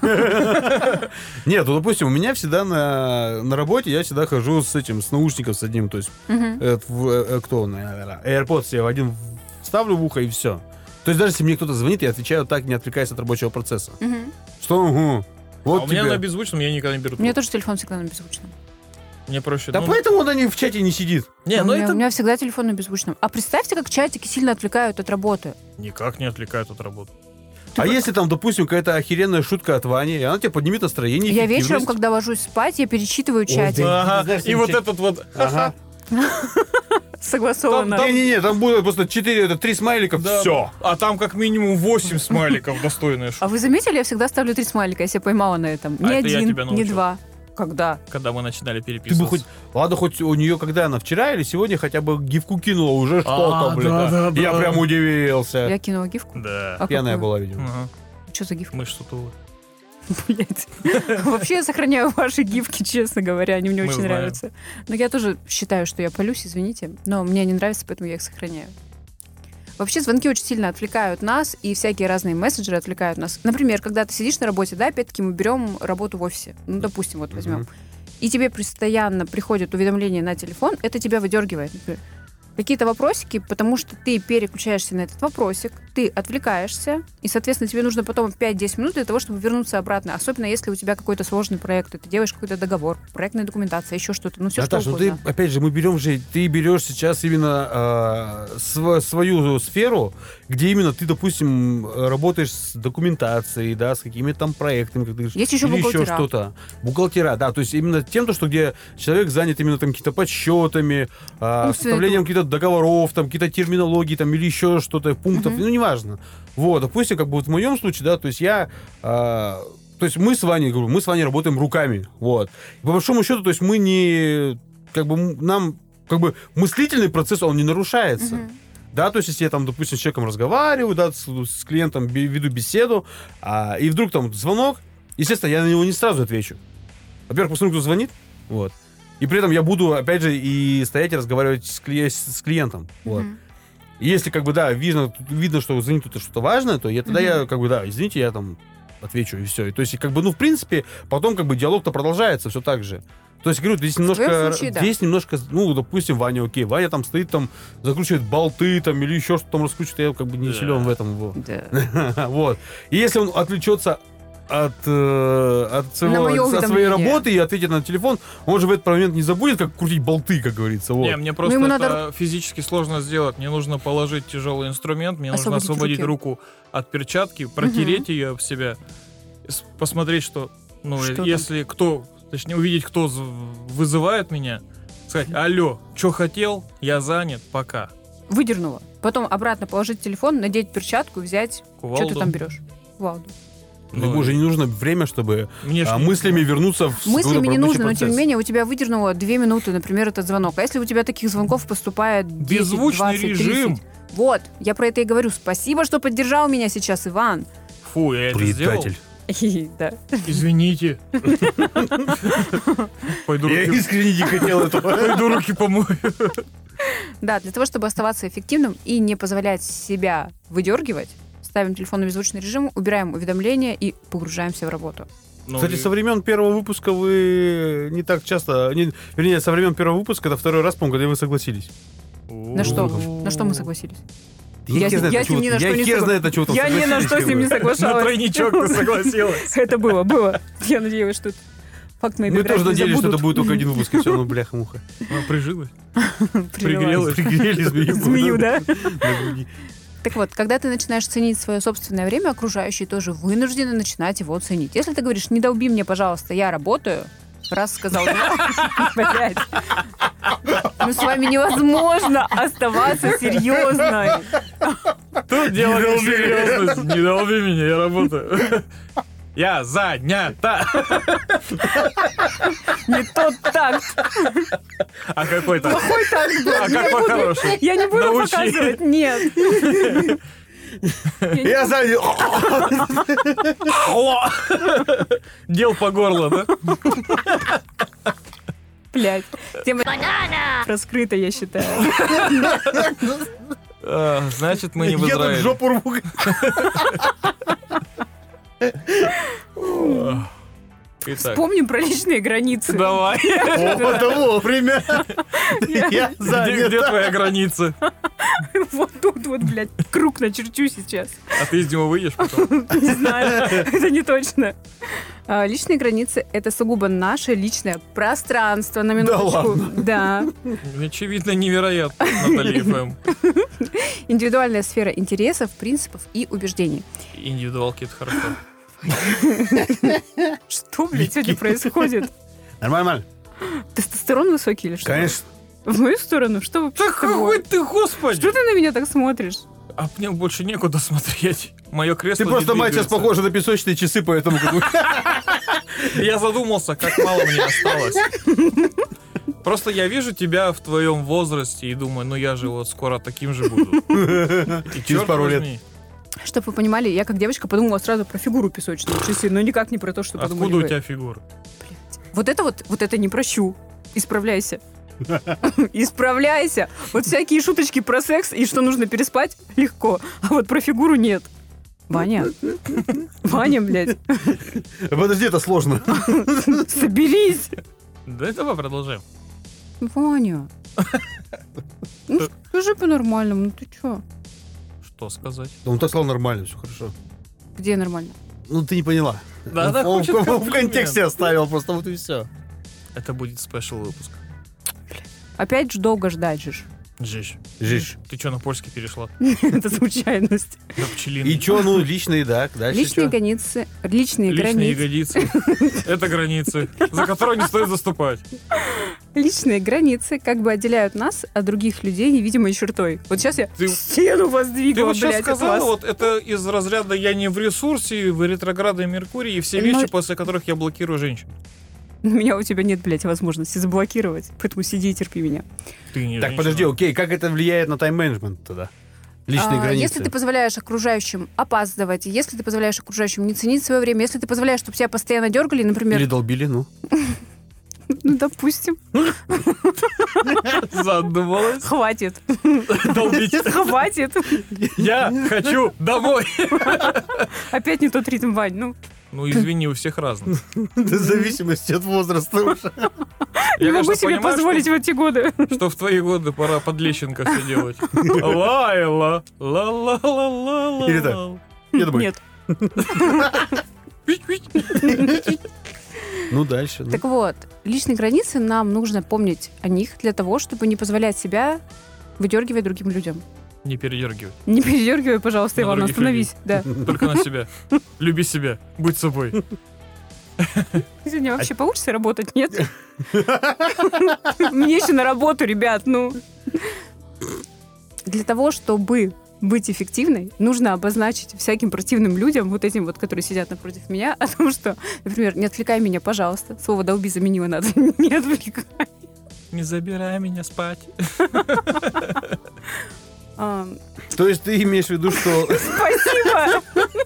[SPEAKER 3] Нет, ну, допустим, у меня всегда на, на работе, я всегда хожу с этим, с наушником с одним, то есть,
[SPEAKER 4] Мгм.
[SPEAKER 3] э, в, э, кто он, э, AirPods я в один ставлю в ухо и все. То есть даже если мне кто-то звонит, я отвечаю так, не отвлекаясь от рабочего процесса.
[SPEAKER 4] Мгм.
[SPEAKER 3] Что, угу, вот
[SPEAKER 1] А у меня
[SPEAKER 3] тебе.
[SPEAKER 1] на беззвучном я никогда не беру
[SPEAKER 4] У меня
[SPEAKER 1] трубку.
[SPEAKER 4] тоже телефон всегда на беззвучном.
[SPEAKER 1] Мне проще.
[SPEAKER 3] Да
[SPEAKER 1] ну,
[SPEAKER 3] поэтому он они в чате не сидит.
[SPEAKER 1] Не,
[SPEAKER 4] у,
[SPEAKER 1] ну
[SPEAKER 4] меня,
[SPEAKER 1] это
[SPEAKER 4] у меня всегда телефон на беззвучном. А представьте, как чатики сильно отвлекают от работы.
[SPEAKER 1] никак не отвлекает от работы.
[SPEAKER 3] А если там, допустим, какая-то охеренная шутка от Вани, и она тебе поднимет настроение,
[SPEAKER 4] Я вечером,
[SPEAKER 3] эффективность.
[SPEAKER 4] когда ложусь спать, я перечитываю чатик.
[SPEAKER 3] да.
[SPEAKER 1] Ага,
[SPEAKER 3] знаешь,
[SPEAKER 1] и вот
[SPEAKER 3] чат-
[SPEAKER 1] этот вот...
[SPEAKER 3] Ага.
[SPEAKER 4] Согласованно.
[SPEAKER 3] Не-не-не, там будет просто четыре, это три смайлика,
[SPEAKER 1] Да,
[SPEAKER 3] все.
[SPEAKER 1] А там как минимум восемь смайликов достойная шутка.
[SPEAKER 4] А вы заметили, я всегда ставлю три смайлика, я себя поймала на этом.
[SPEAKER 1] А
[SPEAKER 4] Не
[SPEAKER 1] это я
[SPEAKER 4] один,
[SPEAKER 1] тебя
[SPEAKER 4] не
[SPEAKER 1] научил.
[SPEAKER 4] два. Когда?
[SPEAKER 1] Когда мы начинали
[SPEAKER 3] Ты бы
[SPEAKER 1] переписываться.
[SPEAKER 3] хоть, ладно, хоть у нее, когда она вчера или сегодня хотя бы гифку кинула, уже что-то,
[SPEAKER 1] А,
[SPEAKER 3] блин.
[SPEAKER 1] да, да, да.
[SPEAKER 3] Я прям удивился.
[SPEAKER 4] Я кинула гифку.
[SPEAKER 1] Да.
[SPEAKER 4] А
[SPEAKER 3] Пьяная
[SPEAKER 4] какую?
[SPEAKER 3] была, видимо.
[SPEAKER 1] Ага.
[SPEAKER 4] Что за гифка?
[SPEAKER 1] Мы что-то...
[SPEAKER 4] Блять. Вообще я сохраняю ваши гифки, честно говоря, они мне
[SPEAKER 1] Мы
[SPEAKER 4] очень
[SPEAKER 1] знаем.
[SPEAKER 4] нравятся. Но я тоже считаю, что я палюсь, извините, но мне они нравятся, поэтому я их сохраняю. Вообще звонки очень сильно отвлекают нас, и всякие разные мессенджеры отвлекают нас. Например, когда ты сидишь на работе, да, опять-таки мы берем работу в офисе. Ну, допустим, вот возьмем.
[SPEAKER 3] Мгм.
[SPEAKER 4] И тебе постоянно приходят уведомления на телефон, это тебя выдергивает. Например, какие-то вопросики, потому что ты переключаешься на этот вопросик, ты отвлекаешься, и, соответственно, тебе нужно потом пять-десять минут для того, чтобы вернуться обратно. Особенно, если у тебя какой-то сложный проект, и ты делаешь какой-то договор, проектная документация, еще что-то, ну все
[SPEAKER 3] Наташ,
[SPEAKER 4] что
[SPEAKER 3] ну ты,
[SPEAKER 4] угодно.
[SPEAKER 3] опять же, мы берем же, ты берешь сейчас именно э, св- свою сферу, где именно ты, допустим, работаешь с документацией, да, с какими-то там проектами, как ты говоришь,
[SPEAKER 4] Есть еще
[SPEAKER 3] или еще
[SPEAKER 4] бухгалтера.
[SPEAKER 3] что-то. Бухгалтера, да, то есть именно тем, то, что где человек занят именно там какими-то подсчетами, э,
[SPEAKER 4] Умственные
[SPEAKER 3] составлением каких-то договоров, там, какие-то терминологии, там, или еще что-то, пунктов, mm-hmm. ну, неважно. Вот, допустим, как бы вот в моем случае, да, то есть я... Э, то есть мы с Ваней, говорю, мы с Ваней работаем руками, вот. И по большому счету, то есть мы не... Как бы нам... Как бы мыслительный процесс, он не нарушается. Mm-hmm. Да, то есть если я там, допустим, с человеком разговариваю, да, с, с клиентом веду беседу, а, и вдруг там звонок, естественно, я на него не сразу отвечу. Во-первых, посмотрю, кто звонит, вот. И при этом я буду, опять же, и стоять и разговаривать с, кли- с клиентом, вот. Mm-hmm. И если, как бы, да, видно, видно, что звонит кто-то что-то важное, то я тогда mm-hmm. я, как бы, да, извините, я там отвечу, и все. И, то есть, как бы, ну, в принципе, потом, как бы, диалог-то продолжается все так же. То есть, говорю, здесь немножко, случае, здесь да. немножко, ну, допустим, Ваня, окей, Ваня там стоит, там, закручивает болты, там, или еще что-то там раскручивает, я как бы не силен в этом. Вот.
[SPEAKER 4] Да.
[SPEAKER 3] Вот. И если он отвлечется от, э, от, своего, от своей работы и ответит на телефон, он же в этот момент не забудет, как крутить болты, как говорится. Вот.
[SPEAKER 1] Не, мне просто это надо... физически сложно сделать. Мне нужно положить тяжелый инструмент, мне освободить нужно освободить руки. руку от перчатки, протереть угу. ее об себя, посмотреть, что, ну, что если там? кто... Точнее, увидеть, кто вызывает меня, сказать: алло, что хотел, я занят, пока.
[SPEAKER 4] Выдернула. Потом обратно положить телефон, надеть перчатку, взять,
[SPEAKER 1] кувалду.
[SPEAKER 4] Что ты там берешь? Кувалду.
[SPEAKER 3] Ну, ему же не нужно время, чтобы а, мыслями вернуться в
[SPEAKER 4] мыслями не нужно, процесс. Но тем не менее у тебя выдернуло две минуты, например, этот звонок. А если у тебя таких звонков поступает десять,
[SPEAKER 1] беззвучный
[SPEAKER 4] двадцать,
[SPEAKER 1] режим.
[SPEAKER 4] тридцать? Вот, я про это и говорю. Спасибо, что поддержал меня сейчас, Иван.
[SPEAKER 1] Фу, я это
[SPEAKER 3] Предатель.
[SPEAKER 1] сделал.
[SPEAKER 4] Да.
[SPEAKER 1] Извините. Пойду
[SPEAKER 3] Я
[SPEAKER 1] руки...
[SPEAKER 3] искренне не хотел этого.
[SPEAKER 1] Пойду руки помою.
[SPEAKER 4] Да, для того, чтобы оставаться эффективным и не позволять себя выдергивать, ставим телефон на беззвучный режим, убираем уведомления и погружаемся в работу.
[SPEAKER 1] Ну,
[SPEAKER 3] Кстати,
[SPEAKER 1] и...
[SPEAKER 3] со времен первого выпуска вы не так часто... Не, вернее, со времен первого выпуска это второй раз, по-моему, когда вы согласились.
[SPEAKER 4] На что? На что мы согласились?
[SPEAKER 3] Я, я, знаю, я, чего, я хер знает, о чем
[SPEAKER 4] Я ни на что с ним не соглашалась.
[SPEAKER 1] На тройничок ты согласилась.
[SPEAKER 4] Это было, было. Я надеялась, что факт моей биографии
[SPEAKER 3] Мы тоже надеялись,
[SPEAKER 4] забудут.
[SPEAKER 3] что это будет только один выпуск, и все, ну, бляха-муха.
[SPEAKER 1] Она прижилась.
[SPEAKER 4] Пригрелась.
[SPEAKER 3] Пригрели змею.
[SPEAKER 4] Змею, да? Так вот, когда ты начинаешь ценить свое собственное время, окружающие тоже вынуждены начинать его ценить. Если ты говоришь: не долби мне, пожалуйста, я работаю, раз сказал два, блядь, ну с вами невозможно оставаться серьезной.
[SPEAKER 1] Тут дело не серьезность. Не долби меня, я работаю. Я занята.
[SPEAKER 4] Не тот такт.
[SPEAKER 1] А какой такт?
[SPEAKER 4] Плохой такт был.
[SPEAKER 1] А какой хороший?
[SPEAKER 4] Я не буду
[SPEAKER 1] Научи.
[SPEAKER 4] показывать, нет.
[SPEAKER 3] Я занят.
[SPEAKER 1] Дел по горло, да?
[SPEAKER 4] Блядь. Тема раскрыта, я считаю.
[SPEAKER 1] А, значит, мы не в
[SPEAKER 3] Еду в
[SPEAKER 1] Израиле.
[SPEAKER 3] жопу рву.
[SPEAKER 1] Итак,
[SPEAKER 4] Вспомним про личные границы.
[SPEAKER 1] давай.
[SPEAKER 3] Вот вовремя. Я
[SPEAKER 1] Где,
[SPEAKER 3] занят.
[SPEAKER 1] где твоя граница?
[SPEAKER 4] Вот тут вот, блядь, круг начерчу сейчас.
[SPEAKER 1] А ты из него выйдешь потом?
[SPEAKER 4] Не знаю, это не точно. А, личные границы — это сугубо наше личное пространство, на минуточку.
[SPEAKER 3] ладно?
[SPEAKER 4] Да.
[SPEAKER 1] Очевидно, невероятно, Наталья эф эм.
[SPEAKER 4] Индивидуальная сфера интересов, принципов и убеждений.
[SPEAKER 1] Индивидуалки — это хорошо.
[SPEAKER 4] Что, блядь, сегодня происходит?
[SPEAKER 3] Нормально.
[SPEAKER 4] Тестостерон высокий или что?
[SPEAKER 3] Конечно.
[SPEAKER 4] В мою сторону? Что вообще?
[SPEAKER 1] Да какой ты, господи!
[SPEAKER 4] Что ты на меня так смотришь?
[SPEAKER 1] А мне больше некуда смотреть. Мое кресло
[SPEAKER 3] Ты просто,
[SPEAKER 1] не
[SPEAKER 3] мать, сейчас
[SPEAKER 1] двигается.
[SPEAKER 3] похожа на песочные часы, поэтому... как бы-
[SPEAKER 1] Я задумался, как мало мне осталось. Просто я вижу тебя в твоем возрасте и думаю, ну я же вот скоро таким же буду. И
[SPEAKER 3] Через
[SPEAKER 1] черт
[SPEAKER 3] пару лет.
[SPEAKER 1] возьми,
[SPEAKER 4] Чтобы вы понимали, я как девочка подумала сразу про фигуру песочные часы, но никак не про то, что подумали
[SPEAKER 1] откуда у
[SPEAKER 4] вы.
[SPEAKER 1] тебя фигура?
[SPEAKER 4] Вот это вот, вот это не прощу. Исправляйся. Исправляйся. Вот всякие шуточки про секс и что нужно переспать легко, а вот про фигуру нет. Ваня. Ваня, блядь.
[SPEAKER 3] Подожди, это сложно.
[SPEAKER 4] Соберись.
[SPEAKER 1] Да давай продолжаем.
[SPEAKER 4] Ваня. Ну скажи по-нормальному, ну ты чё?
[SPEAKER 1] Что сказать?
[SPEAKER 3] Он так сказал нормально, все хорошо.
[SPEAKER 4] Где нормально?
[SPEAKER 3] Ну, ты не поняла.
[SPEAKER 1] Да, да,
[SPEAKER 3] Он
[SPEAKER 1] хочет
[SPEAKER 3] в- в
[SPEAKER 1] комплимент.
[SPEAKER 3] контексте оставил, просто вот и все.
[SPEAKER 1] Это будет спешл выпуск.
[SPEAKER 4] Опять же долго ждать же.
[SPEAKER 1] Жиж.
[SPEAKER 3] Жиж.
[SPEAKER 1] Ты что, на польский перешла?
[SPEAKER 4] Это случайность.
[SPEAKER 1] На пчелиный.
[SPEAKER 3] И чё, ну, личные, да. Дальше
[SPEAKER 4] Личные
[SPEAKER 3] чё?
[SPEAKER 4] границы, личные
[SPEAKER 1] Личные
[SPEAKER 4] границы.
[SPEAKER 1] ягодицы. Это границы, за которые не стоит заступать.
[SPEAKER 4] Личные границы как бы отделяют нас от других людей невидимой чертой. Вот сейчас я
[SPEAKER 1] Ты-
[SPEAKER 4] стену воздвигла,
[SPEAKER 1] Ты вот сейчас
[SPEAKER 4] блядь, от
[SPEAKER 1] сказала,
[SPEAKER 4] вас.
[SPEAKER 1] вот это из разряда «я не в ресурсе», в ретроградной Меркурии и все
[SPEAKER 4] Но-
[SPEAKER 1] вещи, после которых я блокирую женщин.
[SPEAKER 4] У меня у тебя нет, блядь, возможности заблокировать, поэтому сиди и терпи меня.
[SPEAKER 1] Ты не
[SPEAKER 3] Так,
[SPEAKER 1] женщина.
[SPEAKER 3] подожди, окей, как это влияет на тайм-менеджмент тогда? Личные
[SPEAKER 4] А,
[SPEAKER 3] границы.
[SPEAKER 4] Если ты позволяешь окружающим опаздывать, если ты позволяешь окружающим не ценить свое время, если ты позволяешь, чтобы тебя постоянно дергали, например,
[SPEAKER 3] Или долбили, ну.
[SPEAKER 4] ну, допустим,
[SPEAKER 1] Задумалась.
[SPEAKER 4] хватит,
[SPEAKER 1] Долбить.
[SPEAKER 4] хватит.
[SPEAKER 1] Я хочу домой.
[SPEAKER 4] Опять не тот ритм, Вань, ну.
[SPEAKER 1] Ну, извини, у всех разные.
[SPEAKER 3] В зависимости от возраста уже.
[SPEAKER 1] Я,
[SPEAKER 4] Не могу
[SPEAKER 1] конечно,
[SPEAKER 4] себе
[SPEAKER 1] понимаю,
[SPEAKER 4] позволить
[SPEAKER 1] что,
[SPEAKER 4] в эти годы.
[SPEAKER 1] что в твои годы пора под Лещенко все делать. Лайла, ла-ла-ла-ла-ла.
[SPEAKER 3] Или так. Я думаю,
[SPEAKER 4] Нет.
[SPEAKER 3] ну дальше. ну.
[SPEAKER 4] Так вот, личные границы, нам нужно помнить о них для того, чтобы не позволять себя выдергивать другим людям.
[SPEAKER 1] Не передергивай.
[SPEAKER 4] Не передергивай, пожалуйста,
[SPEAKER 1] На
[SPEAKER 4] Иван,
[SPEAKER 1] других
[SPEAKER 4] остановись. Да.
[SPEAKER 1] Только на себя. Люби себя. Будь собой.
[SPEAKER 4] Сегодня вообще получится работать, нет? Мне еще на работу, ребят, ну. Для того, чтобы быть эффективной, нужно обозначить всяким противным людям, вот этим вот, которые сидят напротив меня, о том, что, например, не отвлекай меня, пожалуйста. Слово «долби» заменила надо. Не отвлекай.
[SPEAKER 1] Не забирай меня спать.
[SPEAKER 4] А,
[SPEAKER 3] То есть ты имеешь в виду, что...
[SPEAKER 4] Спасибо.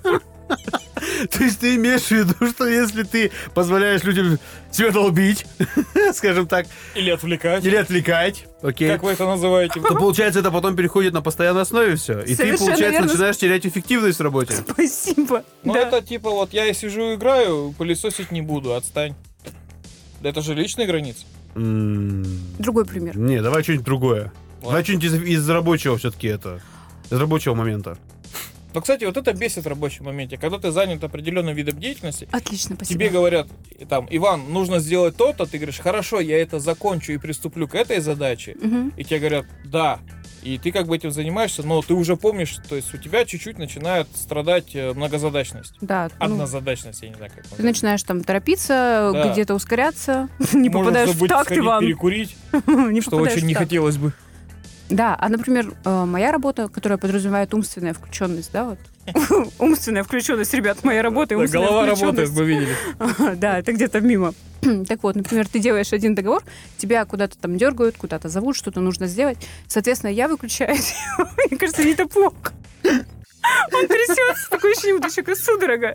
[SPEAKER 3] То есть ты имеешь в виду, что если ты позволяешь людям себя долбить, скажем так,
[SPEAKER 1] Или отвлекать.
[SPEAKER 3] или отвлекать, окей,
[SPEAKER 1] Как вы это называете?
[SPEAKER 3] то получается это потом переходит на постоянной основе все. И ты,
[SPEAKER 4] Совершенно
[SPEAKER 3] получается,
[SPEAKER 4] верно.
[SPEAKER 3] начинаешь терять эффективность в работе.
[SPEAKER 4] Спасибо.
[SPEAKER 1] Ну,
[SPEAKER 4] Да.
[SPEAKER 1] это типа вот я сижу играю, пылесосить не буду, отстань. Да это же личные границы.
[SPEAKER 3] М,
[SPEAKER 4] Другой пример.
[SPEAKER 3] Не, давай что-нибудь другое. Давай что-нибудь из, из рабочего все-таки это. Из рабочего момента.
[SPEAKER 1] Но, кстати, вот это бесит в рабочем моменте. Когда ты занят определенным видом деятельности,
[SPEAKER 4] Отлично, спасибо.
[SPEAKER 1] тебе говорят, там, Иван, нужно сделать то-то, ты говоришь, хорошо, я это закончу и приступлю к этой задаче.
[SPEAKER 4] Мгм.
[SPEAKER 1] И тебе говорят, да. И ты как бы этим занимаешься, но ты уже помнишь, то есть у тебя чуть-чуть начинает страдать э, многозадачность.
[SPEAKER 4] Да, ну,
[SPEAKER 1] Однозадачность, я не знаю, как
[SPEAKER 4] ты
[SPEAKER 1] назвать.
[SPEAKER 4] начинаешь там торопиться,
[SPEAKER 1] Да.
[SPEAKER 4] где-то ускоряться, не
[SPEAKER 1] Можешь
[SPEAKER 4] попадаешь в
[SPEAKER 1] забыть
[SPEAKER 4] такт,
[SPEAKER 1] сходить
[SPEAKER 4] Иван.
[SPEAKER 1] перекурить,
[SPEAKER 4] Не
[SPEAKER 1] что
[SPEAKER 4] попадаешь
[SPEAKER 1] очень
[SPEAKER 4] в
[SPEAKER 1] не
[SPEAKER 4] такт.
[SPEAKER 1] хотелось бы.
[SPEAKER 4] Да, а, например, э, моя работа, которая подразумевает умственная включенность, да, вот. Умственная включенность, ребят, моя работа, и
[SPEAKER 1] Да,
[SPEAKER 4] умственная
[SPEAKER 1] голова работает,
[SPEAKER 4] включенность.
[SPEAKER 1] мы видели.
[SPEAKER 4] Да, это где-то мимо. Так вот, например, ты делаешь один договор, тебя куда-то там дергают, куда-то зовут, что-то нужно сделать. Соответственно, я выключаюсь. Мне кажется, Вита плохо. Он трясется, такое ощущение, будто еще как судорога.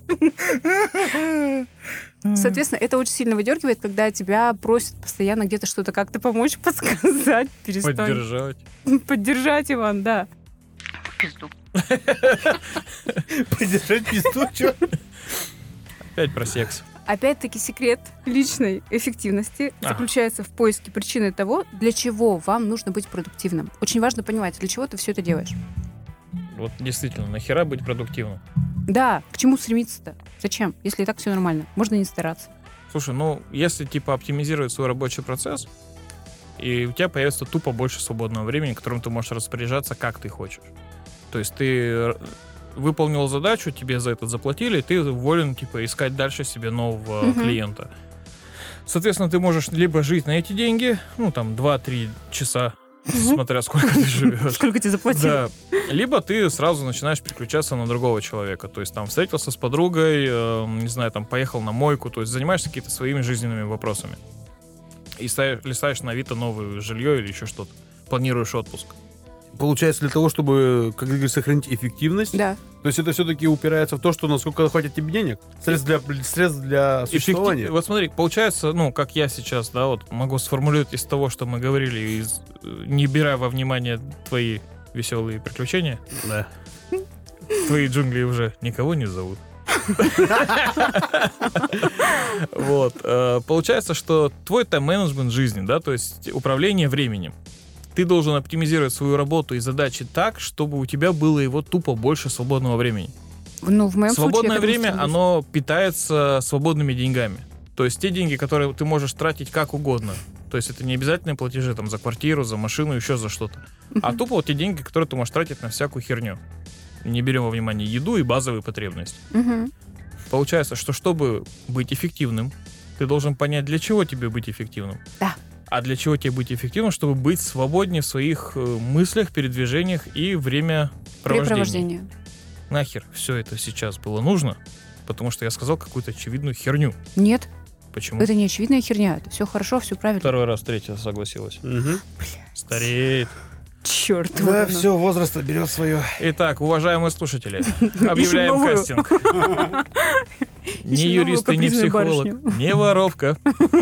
[SPEAKER 4] Соответственно, это очень сильно выдергивает, когда тебя просят постоянно где-то что-то как-то помочь, подсказать, перестань.
[SPEAKER 1] Поддержать.
[SPEAKER 4] Поддержать, Иван, да.
[SPEAKER 5] Пизду.
[SPEAKER 3] Поддержать пизду, чё?
[SPEAKER 1] Опять про секс.
[SPEAKER 4] Опять-таки секрет личной эффективности
[SPEAKER 1] Ага.
[SPEAKER 4] заключается в поиске причины того, для чего вам нужно быть продуктивным. Очень важно понимать, для чего ты все это делаешь.
[SPEAKER 1] Вот действительно, нахера быть продуктивным?
[SPEAKER 4] Да, к чему стремиться-то? Зачем? Если и так все нормально. Можно не стараться.
[SPEAKER 1] Слушай, ну, если, типа, оптимизировать свой рабочий процесс, и у тебя появится тупо больше свободного времени, которым ты можешь распоряжаться, как ты хочешь. То есть ты р- выполнил задачу, тебе за это заплатили, и ты волен, типа, искать дальше себе нового
[SPEAKER 4] Мгм.
[SPEAKER 1] клиента. Соответственно, ты можешь либо жить на эти деньги, ну, там, два-три часа, смотря сколько ты живешь.
[SPEAKER 4] Сколько тебе заплатили?
[SPEAKER 1] Да. Либо ты сразу начинаешь переключаться на другого человека. То есть там встретился с подругой, э, не знаю, там поехал на мойку, то есть занимаешься какими-то своими жизненными вопросами. И ставишь, листаешь на Авито новое жилье или еще что-то. Планируешь отпуск.
[SPEAKER 3] Получается, для того, чтобы, как ты говоришь, сохранить эффективность,
[SPEAKER 4] Да.
[SPEAKER 3] то есть это все-таки упирается в то, что насколько хватит тебе денег, средств для, средств для существования.
[SPEAKER 1] Эффектив- Вот смотри, получается, ну, как я сейчас, да, вот могу сформулировать из того, что мы говорили, из- не беря во внимание твои веселые приключения,
[SPEAKER 3] Да.
[SPEAKER 1] твои джунгли уже никого не зовут. Вот. э, Получается, что твой тайм-менеджмент жизни, да, то есть управление временем, ты должен оптимизировать свою работу и задачи так, чтобы у тебя было его тупо больше свободного времени.
[SPEAKER 4] Ну, в моем
[SPEAKER 1] Свободное
[SPEAKER 4] случае... я к этому
[SPEAKER 1] время,
[SPEAKER 4] стремлюсь.
[SPEAKER 1] оно питается свободными деньгами. То есть те деньги, которые ты можешь тратить как угодно. То есть это не обязательные платежи там за квартиру, за машину, еще за что-то. А тупо вот те деньги, которые ты можешь тратить на всякую херню. Не берем во внимание еду и базовые потребности.
[SPEAKER 4] Мгм.
[SPEAKER 1] Получается, что чтобы быть эффективным, ты должен понять, для чего тебе быть эффективным.
[SPEAKER 4] Да.
[SPEAKER 1] А для чего тебе быть эффективным? Чтобы быть свободнее в своих э, мыслях, передвижениях и времяпровождении.
[SPEAKER 4] Препровождение.
[SPEAKER 1] Нахер все это сейчас было нужно? Потому что я сказал какую-то очевидную херню.
[SPEAKER 4] Нет,
[SPEAKER 1] Почему?
[SPEAKER 4] это не очевидная херня. Это все хорошо, все правильно.
[SPEAKER 1] Второй раз, третий согласилась.
[SPEAKER 3] Угу.
[SPEAKER 1] Стареет.
[SPEAKER 4] Черт.
[SPEAKER 3] Да, все, возраст берет свое.
[SPEAKER 1] Итак, уважаемые слушатели, объявляем
[SPEAKER 4] новую.
[SPEAKER 1] кастинг. Не
[SPEAKER 4] Ищем
[SPEAKER 1] юрист и
[SPEAKER 4] новую
[SPEAKER 1] не
[SPEAKER 4] капризную
[SPEAKER 1] психолог,
[SPEAKER 4] барышню.
[SPEAKER 1] не воровка,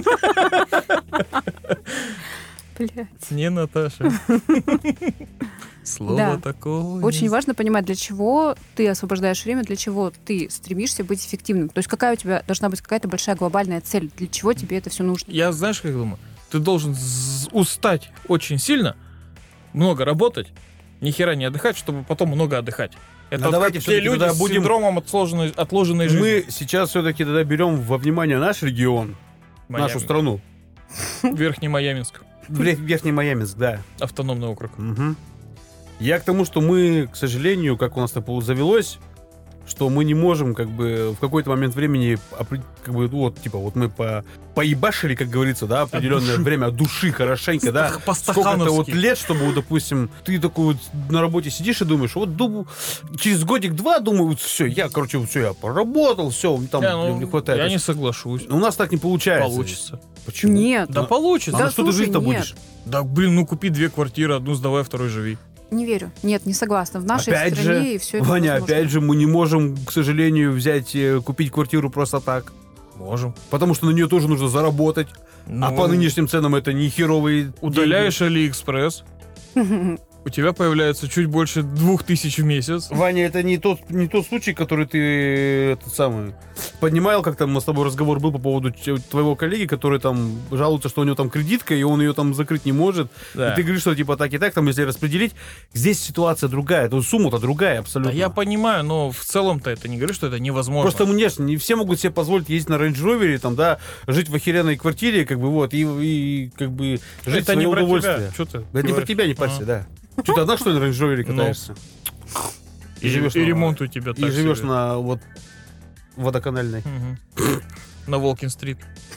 [SPEAKER 4] Блядь.
[SPEAKER 1] не Наташа. Слово
[SPEAKER 4] Да.
[SPEAKER 1] такого.
[SPEAKER 4] Очень
[SPEAKER 1] не-
[SPEAKER 4] важно понимать, для чего ты освобождаешь время, для чего ты стремишься быть эффективным. То есть какая у тебя должна быть какая-то большая глобальная цель, для чего тебе это все нужно.
[SPEAKER 1] Я знаешь, как думаю? Ты должен з- устать очень сильно, много работать, ни хера не отдыхать, чтобы потом много отдыхать. Это
[SPEAKER 3] А
[SPEAKER 1] вот
[SPEAKER 3] давайте
[SPEAKER 1] как те
[SPEAKER 3] всё-таки
[SPEAKER 1] люди
[SPEAKER 3] тогда
[SPEAKER 1] с
[SPEAKER 3] будем-
[SPEAKER 1] синдромом отложенной, отложенной жизни.
[SPEAKER 3] Мы сейчас все-таки тогда берем во внимание наш регион,
[SPEAKER 1] Майами.
[SPEAKER 3] нашу страну.
[SPEAKER 1] Верхний Майаминск.
[SPEAKER 3] Вре- Верхний Майаминск, да.
[SPEAKER 1] Автономный округ.
[SPEAKER 3] Мгм. Я к тому, что мы, к сожалению, как у нас это завелось, что мы не можем как бы в какой-то момент времени опре- как бы, вот, типа, вот мы по, поебашили, как говорится, да, определенное
[SPEAKER 1] души.
[SPEAKER 3] время от души хорошенько, да, сколько-то
[SPEAKER 1] По-стахановски.
[SPEAKER 3] вот лет, чтобы, вот, допустим, ты такой вот на работе сидишь и думаешь, вот думаю, через годик-два, думаю, вот все, я, короче, вот все, я поработал, все, там
[SPEAKER 1] Не, ну,
[SPEAKER 3] не хватает.
[SPEAKER 1] я
[SPEAKER 3] То
[SPEAKER 1] не
[SPEAKER 3] есть
[SPEAKER 1] соглашусь.
[SPEAKER 3] у нас так не получается.
[SPEAKER 1] Получится.
[SPEAKER 3] Почему?
[SPEAKER 4] Нет,
[SPEAKER 1] Да получится.
[SPEAKER 3] А
[SPEAKER 4] Да
[SPEAKER 3] на что ты
[SPEAKER 4] слушай,
[SPEAKER 3] жить-то
[SPEAKER 4] нет.
[SPEAKER 3] будешь?
[SPEAKER 1] Да, блин, ну купи две квартиры, одну сдавай, второй живи.
[SPEAKER 4] не верю. Нет, не согласна. В нашей
[SPEAKER 3] Опять
[SPEAKER 4] стране
[SPEAKER 3] же,
[SPEAKER 4] и все это
[SPEAKER 3] Ваня,
[SPEAKER 4] возможно.
[SPEAKER 3] опять же, мы не можем, к сожалению, взять, э, купить квартиру просто так.
[SPEAKER 1] Можем.
[SPEAKER 3] Потому что на нее тоже нужно заработать. А
[SPEAKER 1] Ну,
[SPEAKER 3] по нынешним ценам это не херовые
[SPEAKER 1] удаляешь Алиэкспресс, у тебя появляется чуть больше двух тысяч в месяц.
[SPEAKER 3] деньги. Ваня, это не тот, не тот случай, который ты этот самый поднимал, как там у нас с тобой разговор был по поводу ч- твоего коллеги, который там жалуется, что у него там кредитка, и он ее там закрыть не может.
[SPEAKER 1] Да.
[SPEAKER 3] И ты говоришь, что типа так и так, там, если распределить, здесь ситуация другая, то сумма-то другая
[SPEAKER 1] Да
[SPEAKER 3] абсолютно.
[SPEAKER 1] я понимаю, но в целом-то это не говорю, что это невозможно.
[SPEAKER 3] Просто мне ж не все могут себе позволить ездить на Range Rover, там, да, жить в охеренной квартире, как бы вот, и, и как бы жить в
[SPEAKER 1] это не
[SPEAKER 3] свое
[SPEAKER 1] про
[SPEAKER 3] удовольствие.
[SPEAKER 1] тебя. Что ты?
[SPEAKER 3] Да это не про
[SPEAKER 1] говоришь?
[SPEAKER 3] тебя, не парься,
[SPEAKER 1] Ага.
[SPEAKER 3] да. Что, ты одна, что ли, на Range Rover катаешься?
[SPEAKER 1] И,
[SPEAKER 3] живешь
[SPEAKER 1] и
[SPEAKER 3] на-
[SPEAKER 1] ремонт у тебя
[SPEAKER 3] И
[SPEAKER 1] так
[SPEAKER 3] живешь
[SPEAKER 1] себе.
[SPEAKER 3] на вот водоканальной.
[SPEAKER 1] Мгм. На Волкин-стрит.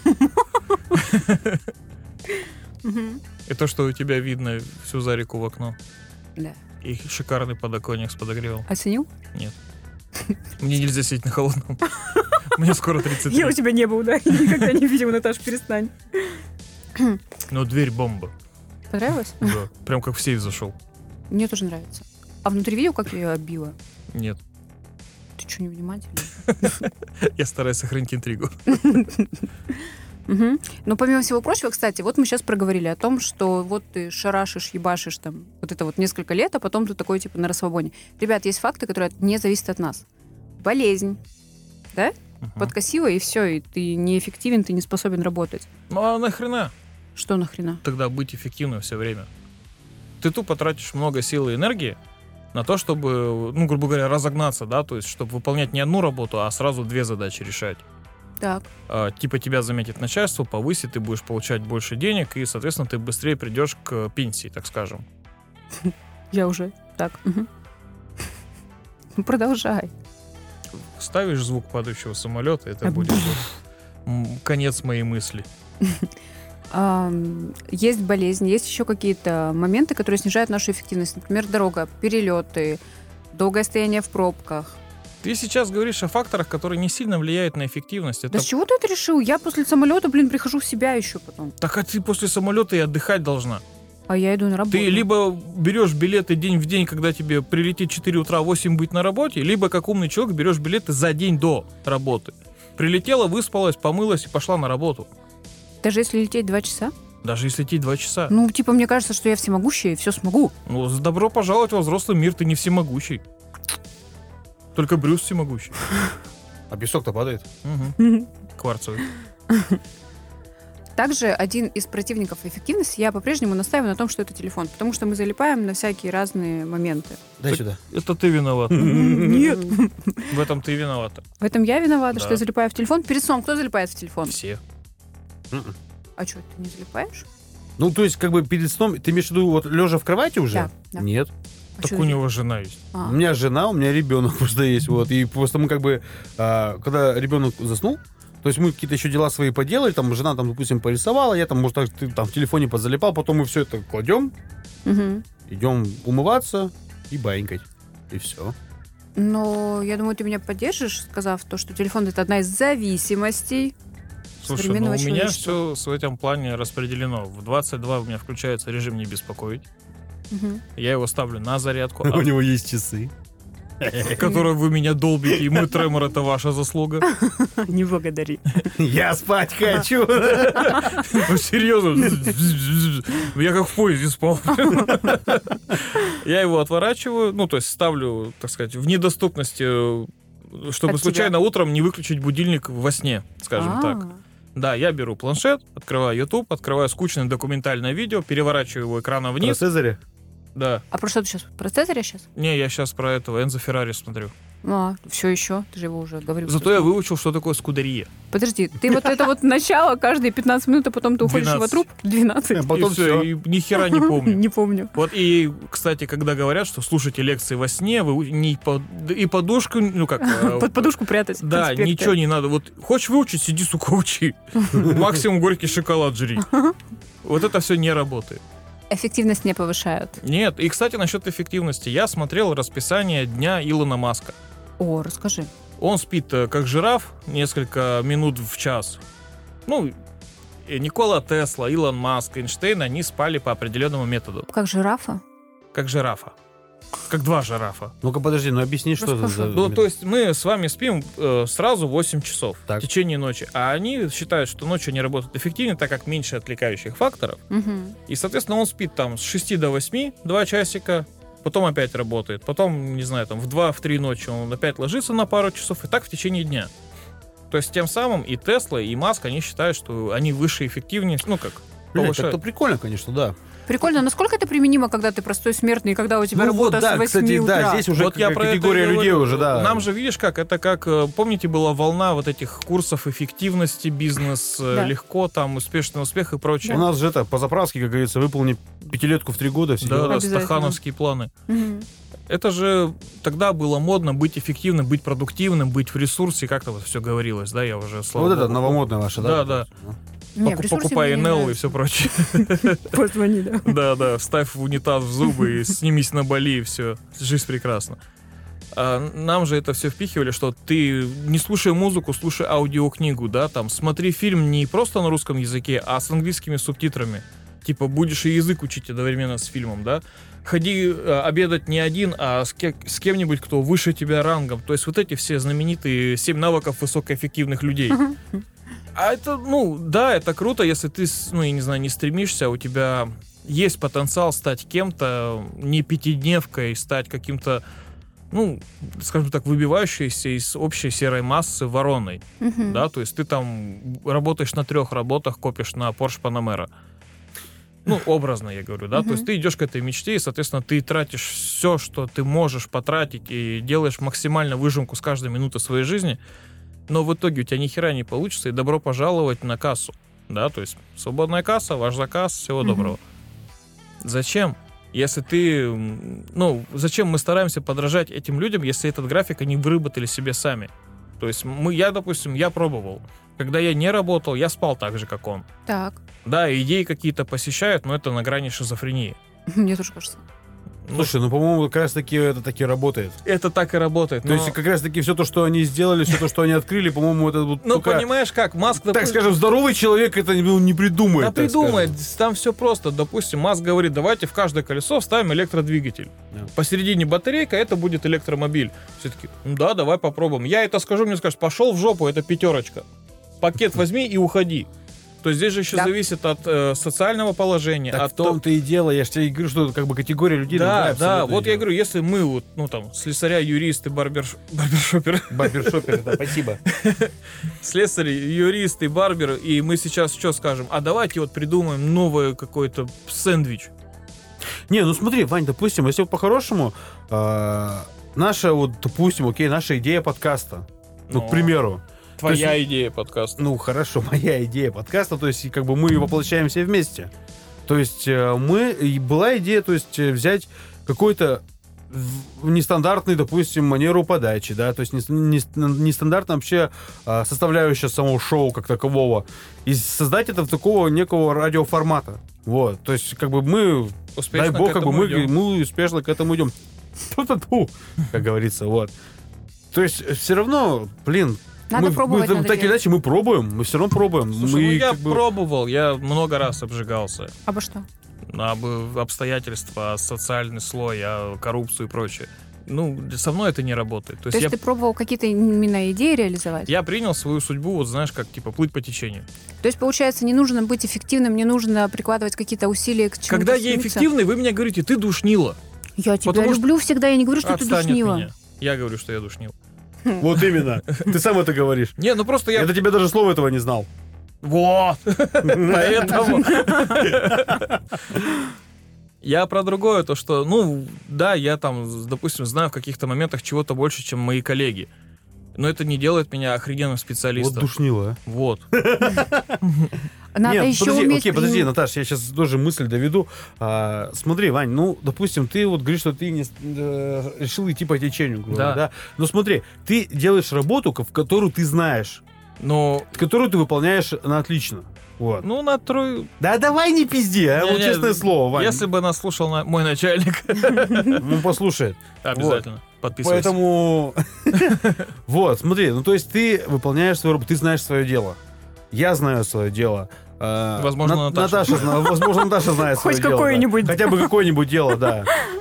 [SPEAKER 4] Мгм.
[SPEAKER 1] И то, что у тебя видно всю Зарику в окно.
[SPEAKER 4] Да.
[SPEAKER 1] И шикарный подоконник с подогревом.
[SPEAKER 4] Оценил?
[SPEAKER 1] Мне нельзя сидеть на холодном. Мне скоро тридцать три.
[SPEAKER 4] тебя не был, да? Никогда не видел, Наташа, перестань.
[SPEAKER 1] Но дверь бомба.
[SPEAKER 4] Понравилось?
[SPEAKER 1] Да. Прям как в сейф зашел.
[SPEAKER 4] Мне тоже нравится. А внутри видел, как я ее оббила?
[SPEAKER 1] Нет.
[SPEAKER 4] Ты что, невнимательный?
[SPEAKER 1] Я стараюсь сохранить интригу.
[SPEAKER 4] Мгм. Но помимо всего прочего, кстати, вот мы сейчас проговорили о том, что вот ты шарашишь, ебашишь там вот это вот несколько лет, а потом ты такой типа на расслабоне. Ребят, есть факты, которые не зависят от нас. Болезнь, да?
[SPEAKER 1] Мгм.
[SPEAKER 4] Подкосила, и все, и ты неэффективен, ты не способен работать.
[SPEAKER 1] Ну а нахрена
[SPEAKER 4] Что нахрена?
[SPEAKER 1] тогда быть эффективным все время? Ты тупо тратишь много сил и энергии на то, чтобы, ну, грубо говоря, разогнаться, да, то есть, чтобы выполнять не одну работу, а сразу две задачи решать.
[SPEAKER 4] Так.
[SPEAKER 1] А, типа тебя заметит начальство, повысит, ты будешь получать больше денег, и, соответственно, ты быстрее придешь к пенсии, так скажем.
[SPEAKER 4] Я уже. Так. Мгм. Ну, продолжай.
[SPEAKER 1] Ставишь звук падающего самолета, это будет вот, м, конец моей мысли.
[SPEAKER 4] Ам, Есть болезнь, есть еще какие-то моменты, которые снижают нашу эффективность. Например, дорога, перелеты, долгое стояние в пробках.
[SPEAKER 1] Ты сейчас говоришь о факторах, которые не сильно влияют на эффективность. Это...
[SPEAKER 4] Да с чего ты это решил? Я после самолета, блин, прихожу в себя еще потом.
[SPEAKER 1] Так а ты после самолета и отдыхать должна.
[SPEAKER 4] А я иду на работу.
[SPEAKER 1] Ты либо берешь билеты день в день, когда тебе прилетит четыре утра, восемь быть на работе, либо как умный человек берешь билеты за день до работы. Прилетела, выспалась, помылась и пошла на работу.
[SPEAKER 4] Даже если лететь два часа?
[SPEAKER 1] Даже если идти два часа.
[SPEAKER 4] Ну, типа, мне кажется, что я всемогущая и все смогу.
[SPEAKER 1] Ну, с- добро пожаловать во взрослый мир, ты не всемогущий. Только Брюс всемогущий.
[SPEAKER 3] А песок-то падает.
[SPEAKER 1] Мгм. Кварцевый.
[SPEAKER 4] Также один из противников эффективности, я по-прежнему настаиваю на том, что это телефон, потому что мы залипаем на всякие разные моменты.
[SPEAKER 3] Дай
[SPEAKER 1] Так-
[SPEAKER 3] сюда.
[SPEAKER 1] Это ты виноват.
[SPEAKER 4] Нет.
[SPEAKER 1] В этом ты виновата.
[SPEAKER 4] В этом я виновата,
[SPEAKER 1] Да.
[SPEAKER 4] что я залипаю в телефон. Перед сном кто залипает в телефон?
[SPEAKER 1] Все.
[SPEAKER 3] М-м.
[SPEAKER 4] А что, ты не залипаешь?
[SPEAKER 3] Ну, то есть, как бы перед сном, ты имеешь в виду вот лежа в кровати уже?
[SPEAKER 4] Да, да.
[SPEAKER 3] Нет.
[SPEAKER 4] А
[SPEAKER 1] Так
[SPEAKER 4] чё
[SPEAKER 1] у
[SPEAKER 4] ты-
[SPEAKER 1] него жена есть.
[SPEAKER 4] А.
[SPEAKER 3] У меня жена, у меня ребенок просто есть, вот. И просто мы как бы, а, когда ребенок заснул, То есть мы какие-то еще дела свои поделали, там жена, там, допустим, порисовала, я там, может, так, ты, там в телефоне подзалипал, потом мы все это кладем,
[SPEAKER 4] Угу.
[SPEAKER 3] идем умываться и баинькать. И все.
[SPEAKER 4] Но я думаю, ты меня поддержишь, сказав то, что телефон — это одна из зависимостей
[SPEAKER 1] Слушай, ну
[SPEAKER 4] современного
[SPEAKER 1] у меня
[SPEAKER 4] человечества.
[SPEAKER 1] все в этом плане распределено. В двадцать два у меня включается режим «Не беспокоить».
[SPEAKER 4] Мгм.
[SPEAKER 1] Я его ставлю на зарядку,
[SPEAKER 3] У
[SPEAKER 1] а-
[SPEAKER 3] него есть часы.
[SPEAKER 1] которой вы меня долбите, и мой тремор — это ваша заслуга.
[SPEAKER 4] Не благодари.
[SPEAKER 3] Я спать хочу.
[SPEAKER 1] Ну, серьезно. Я как в поезде спал. Я его отворачиваю, ну, то есть ставлю, так сказать, в недоступности, чтобы
[SPEAKER 4] От
[SPEAKER 1] случайно
[SPEAKER 4] тебя.
[SPEAKER 1] утром не выключить будильник во сне, скажем так.
[SPEAKER 4] А,
[SPEAKER 1] Да, я беру планшет, открываю YouTube, открываю скучное документальное видео, переворачиваю его экраном
[SPEAKER 3] На
[SPEAKER 1] вниз.
[SPEAKER 3] Цезаре?
[SPEAKER 1] Да.
[SPEAKER 4] А про что ты сейчас? Про Цезаря сейчас?
[SPEAKER 1] Не, я сейчас про этого Энзо Феррари смотрю.
[SPEAKER 4] А, все еще. Ты же его уже говорил.
[SPEAKER 1] Зато я выучил, что такое скудерия.
[SPEAKER 4] Подожди, ты вот это вот начало каждые пятнадцать минут, а потом ты уходишь в
[SPEAKER 1] двенадцать.
[SPEAKER 4] труп? двенадцать.
[SPEAKER 3] А потом
[SPEAKER 1] и все,
[SPEAKER 3] всё.
[SPEAKER 1] и ни хера не помню.
[SPEAKER 4] Не помню.
[SPEAKER 1] Вот и, кстати, когда говорят, что слушайте лекции во сне, вы у- не под- и подушку, ну как... э,
[SPEAKER 4] Под подушку прятать.
[SPEAKER 1] Да,
[SPEAKER 4] конспекты.
[SPEAKER 1] ничего не надо. Вот хочешь выучить, сиди, сука, учи. Максимум горький шоколад жри. Вот это все не работает.
[SPEAKER 4] Эффективность не повышают.
[SPEAKER 1] Нет, и, кстати, насчет эффективности. Я смотрел расписание дня Илона Маска.
[SPEAKER 4] О, расскажи.
[SPEAKER 1] Он спит э, как жираф несколько минут в час. Ну, и Никола Тесла, Илон Маск, Эйнштейн, они спали по определенному методу.
[SPEAKER 4] Как жирафа?
[SPEAKER 1] Как жирафа. Как два жирафа.
[SPEAKER 3] Ну-ка, подожди, ну объясни, что это за...
[SPEAKER 1] Ну, то есть мы с вами спим э, сразу восемь часов
[SPEAKER 3] Так.
[SPEAKER 1] в течение ночи. А они считают, что ночью они работают эффективнее, так как меньше отвлекающих факторов.
[SPEAKER 4] Мгм.
[SPEAKER 1] И, соответственно, он спит там с шести до восьми, два часика, потом опять работает. Потом, не знаю, там в два-три ночи он опять ложится на пару часов, и так в течение дня. То есть тем самым и Тесла, и Маск, они считают, что они выше эффективнее, ну как,
[SPEAKER 3] Блин,
[SPEAKER 1] повышают.
[SPEAKER 3] это прикольно, конечно, да.
[SPEAKER 4] Прикольно. Насколько это применимо, когда ты простой смертный, и когда у тебя
[SPEAKER 3] Ну вот,
[SPEAKER 4] работа
[SPEAKER 3] да,
[SPEAKER 4] с восьми
[SPEAKER 3] кстати,
[SPEAKER 4] утра?
[SPEAKER 3] да, здесь уже
[SPEAKER 1] Вот я
[SPEAKER 3] как
[SPEAKER 1] про это
[SPEAKER 3] категория
[SPEAKER 1] и
[SPEAKER 3] людей
[SPEAKER 1] говорю.
[SPEAKER 3] уже, да.
[SPEAKER 1] Нам же, видишь, как это как, э, помните, была волна вот этих курсов эффективности, бизнес, э,
[SPEAKER 4] Да.
[SPEAKER 1] легко, там, успешный успех и прочее.
[SPEAKER 3] У нас же это, по-заправски, как говорится, выполни пятилетку в три года. Все
[SPEAKER 1] Да,
[SPEAKER 3] дела.
[SPEAKER 1] да,
[SPEAKER 4] Обязательно.
[SPEAKER 1] стахановские планы.
[SPEAKER 4] Мгм.
[SPEAKER 1] Это же тогда было модно быть эффективным, быть продуктивным, быть в ресурсе, как-то вот все говорилось, да, я уже, слава
[SPEAKER 3] Вот это
[SPEAKER 1] богу,
[SPEAKER 3] новомодное ваше, да?
[SPEAKER 1] Да, да.
[SPEAKER 4] Не,
[SPEAKER 1] Пок-
[SPEAKER 4] в ресурсе
[SPEAKER 1] покупай
[SPEAKER 4] мне не
[SPEAKER 1] эн эл и
[SPEAKER 4] нравится.
[SPEAKER 1] все прочее.
[SPEAKER 4] Позвони, да.
[SPEAKER 1] Да, да, вставь в унитаз в зубы и снимись на Бали, и все. Жизнь прекрасна. А нам же это все впихивали, что ты не слушай музыку, слушай аудиокнигу, да, там, смотри фильм не просто на русском языке, а с английскими субтитрами. Типа, будешь и язык учить одновременно с фильмом, да. Ходи э, обедать не один, а с, ке- с кем-нибудь, кто выше тебя рангом. То есть вот эти все знаменитые семь навыков высокоэффективных людей. А это, ну, да, это круто, если ты, с- ну, я не знаю, не стремишься, а у тебя есть потенциал стать кем-то, не пятидневкой, стать каким-то, ну, скажем так, выбивающейся из общей серой массы вороной,
[SPEAKER 4] Мгм.
[SPEAKER 1] да, то есть ты там работаешь на трех работах, копишь на Porsche Panamera. Ну, образно я говорю, да, то есть ты идешь к этой мечте, и, соответственно, ты тратишь все, что ты можешь потратить, и делаешь максимально выжимку с каждой минуты своей жизни, но в итоге у тебя ни хера не получится, и добро пожаловать на кассу, да, то есть свободная касса, ваш заказ, всего
[SPEAKER 4] Мгм.
[SPEAKER 1] доброго. Зачем? Если ты, м, ну, зачем мы стараемся подражать этим людям, если этот график они выработали себе сами? То есть мы, я, допустим, я пробовал. Когда я не работал, я спал так же, как он.
[SPEAKER 4] Так.
[SPEAKER 1] Да, идеи какие-то посещают, но это на грани шизофрении.
[SPEAKER 4] Мне тоже кажется.
[SPEAKER 1] Ну,
[SPEAKER 3] Слушай, ну, по-моему, как раз-таки это таки работает.
[SPEAKER 1] это так и работает.
[SPEAKER 3] То
[SPEAKER 1] но-
[SPEAKER 3] есть, как раз-таки все то, что они сделали, все то, что они открыли, по-моему, это вот
[SPEAKER 1] Ну,
[SPEAKER 3] только,
[SPEAKER 1] понимаешь как, Маск...
[SPEAKER 3] так
[SPEAKER 1] допустим,
[SPEAKER 3] скажем, здоровый человек это ну, не придумает.
[SPEAKER 1] Да
[SPEAKER 3] так
[SPEAKER 1] придумает,
[SPEAKER 3] скажем.
[SPEAKER 1] там все просто. Допустим, Маск говорит, давайте в каждое колесо вставим электродвигатель.
[SPEAKER 3] Да.
[SPEAKER 1] Посередине батарейка, это будет электромобиль. Все таки, ну да, давай попробуем. Я это скажу, мне скажут, пошел в жопу, это пятерочка. Пакет возьми и уходи. То есть здесь же еще
[SPEAKER 4] Да.
[SPEAKER 1] зависит от э, социального положения.
[SPEAKER 3] Так
[SPEAKER 1] от
[SPEAKER 3] в том-то и дело, я же тебе говорю, что это как бы категория людей.
[SPEAKER 1] Да,
[SPEAKER 3] другая
[SPEAKER 1] да,
[SPEAKER 3] абсолютно
[SPEAKER 1] вот я
[SPEAKER 3] идет.
[SPEAKER 1] говорю, если мы вот, ну там, слесаря, юристы, барберш... барбершоперы,
[SPEAKER 3] Барбершопер, да, спасибо.
[SPEAKER 1] слесарь, юрист и барбер, и мы сейчас что скажем? А давайте вот придумаем новый какой-то сэндвич.
[SPEAKER 3] Не, ну смотри, Вань, допустим, если вот по-хорошему, а, наша вот, допустим, окей, наша идея подкаста, ну,
[SPEAKER 1] Ну.
[SPEAKER 3] к примеру,
[SPEAKER 1] Твоя
[SPEAKER 3] То есть-
[SPEAKER 1] идея подкаста.
[SPEAKER 3] ну, хорошо, моя идея подкаста, то есть, как бы мы воплощаем все вместе. То есть, э, мы, и была идея, то есть, э, взять какой-то в нестандартную, допустим, манеру подачи, да, то есть нестандартная вообще составляющая самого шоу как такового, и создать это в такого некого радиоформата. Вот, то есть как бы мы,
[SPEAKER 1] успешно
[SPEAKER 3] дай бог, как бы мы,
[SPEAKER 1] идем.
[SPEAKER 3] мы успешно к этому идем. Ту-ту-ту, как говорится, вот. То есть все равно, блин,
[SPEAKER 4] Надо
[SPEAKER 3] мы,
[SPEAKER 4] пробовать,
[SPEAKER 3] мы,
[SPEAKER 4] надо
[SPEAKER 3] так или
[SPEAKER 4] делать.
[SPEAKER 3] иначе мы пробуем, мы все равно пробуем.
[SPEAKER 1] Слушай,
[SPEAKER 3] мы,
[SPEAKER 1] ну я
[SPEAKER 3] как бы,
[SPEAKER 1] пробовал, я много раз обжигался.
[SPEAKER 4] Обо что?
[SPEAKER 1] Об обстоятельства, социальный слой, а коррупцию и прочее. Ну, со мной это не работает. То
[SPEAKER 4] То
[SPEAKER 1] есть,
[SPEAKER 4] есть
[SPEAKER 1] я,
[SPEAKER 4] ты пробовал какие-то именно идеи реализовать?
[SPEAKER 1] я принял свою судьбу, вот знаешь, как типа плыть по течению.
[SPEAKER 4] То есть, получается, не нужно быть эффективным, не нужно прикладывать какие-то усилия к чему-то
[SPEAKER 1] Когда я
[SPEAKER 4] стремиться?
[SPEAKER 1] эффективный, вы мне говорите, ты душнила.
[SPEAKER 4] Я тебя
[SPEAKER 1] Потому что-
[SPEAKER 4] люблю всегда, я не говорю, что ты
[SPEAKER 1] Отстань от
[SPEAKER 4] душнила.
[SPEAKER 1] меня. Я говорю, что я душнил.
[SPEAKER 3] Вот именно. Ты сам это говоришь.
[SPEAKER 1] Не, ну просто я...
[SPEAKER 3] Это тебе даже слова этого не знал.
[SPEAKER 1] Вот! Поэтому... Я про другое, то что, ну, да, я там, допустим, знаю в каких-то моментах чего-то больше, чем мои коллеги. Но это не делает меня охрененным
[SPEAKER 3] Вот
[SPEAKER 1] специалистом.
[SPEAKER 3] душнило, а.
[SPEAKER 1] Вот.
[SPEAKER 4] Надо
[SPEAKER 3] Нет,
[SPEAKER 4] еще
[SPEAKER 3] подожди,
[SPEAKER 4] уметь...
[SPEAKER 3] окей, подожди,
[SPEAKER 4] приним-
[SPEAKER 3] Наташа, я сейчас тоже мысль доведу. А, смотри, Вань, ну, допустим, ты вот говоришь, что ты не, э, решил идти по течению, грубо
[SPEAKER 1] Да.
[SPEAKER 3] говоря, да? Но смотри, ты делаешь работу, в которую ты знаешь,
[SPEAKER 1] Ну,
[SPEAKER 3] которую ты выполняешь на отлично. Вот.
[SPEAKER 1] ну, на трой...
[SPEAKER 3] Да давай не пизди, а, вот
[SPEAKER 1] Не-не,
[SPEAKER 3] честное слово, Вань.
[SPEAKER 1] Если бы нас слушал на- мой начальник,
[SPEAKER 3] Ну, послушай.
[SPEAKER 1] обязательно подписывайся.
[SPEAKER 3] Поэтому... Вот, смотри, ну, то есть ты выполняешь свою работу, ты знаешь свое дело. Я знаю свое дело. А,
[SPEAKER 1] Возможно,
[SPEAKER 3] На-
[SPEAKER 1] Наташа.
[SPEAKER 3] зна- Возможно, Наташа знает свое
[SPEAKER 4] Хоть
[SPEAKER 3] дело. да.
[SPEAKER 4] какое-нибудь.
[SPEAKER 3] Хотя бы какое-нибудь дело, да.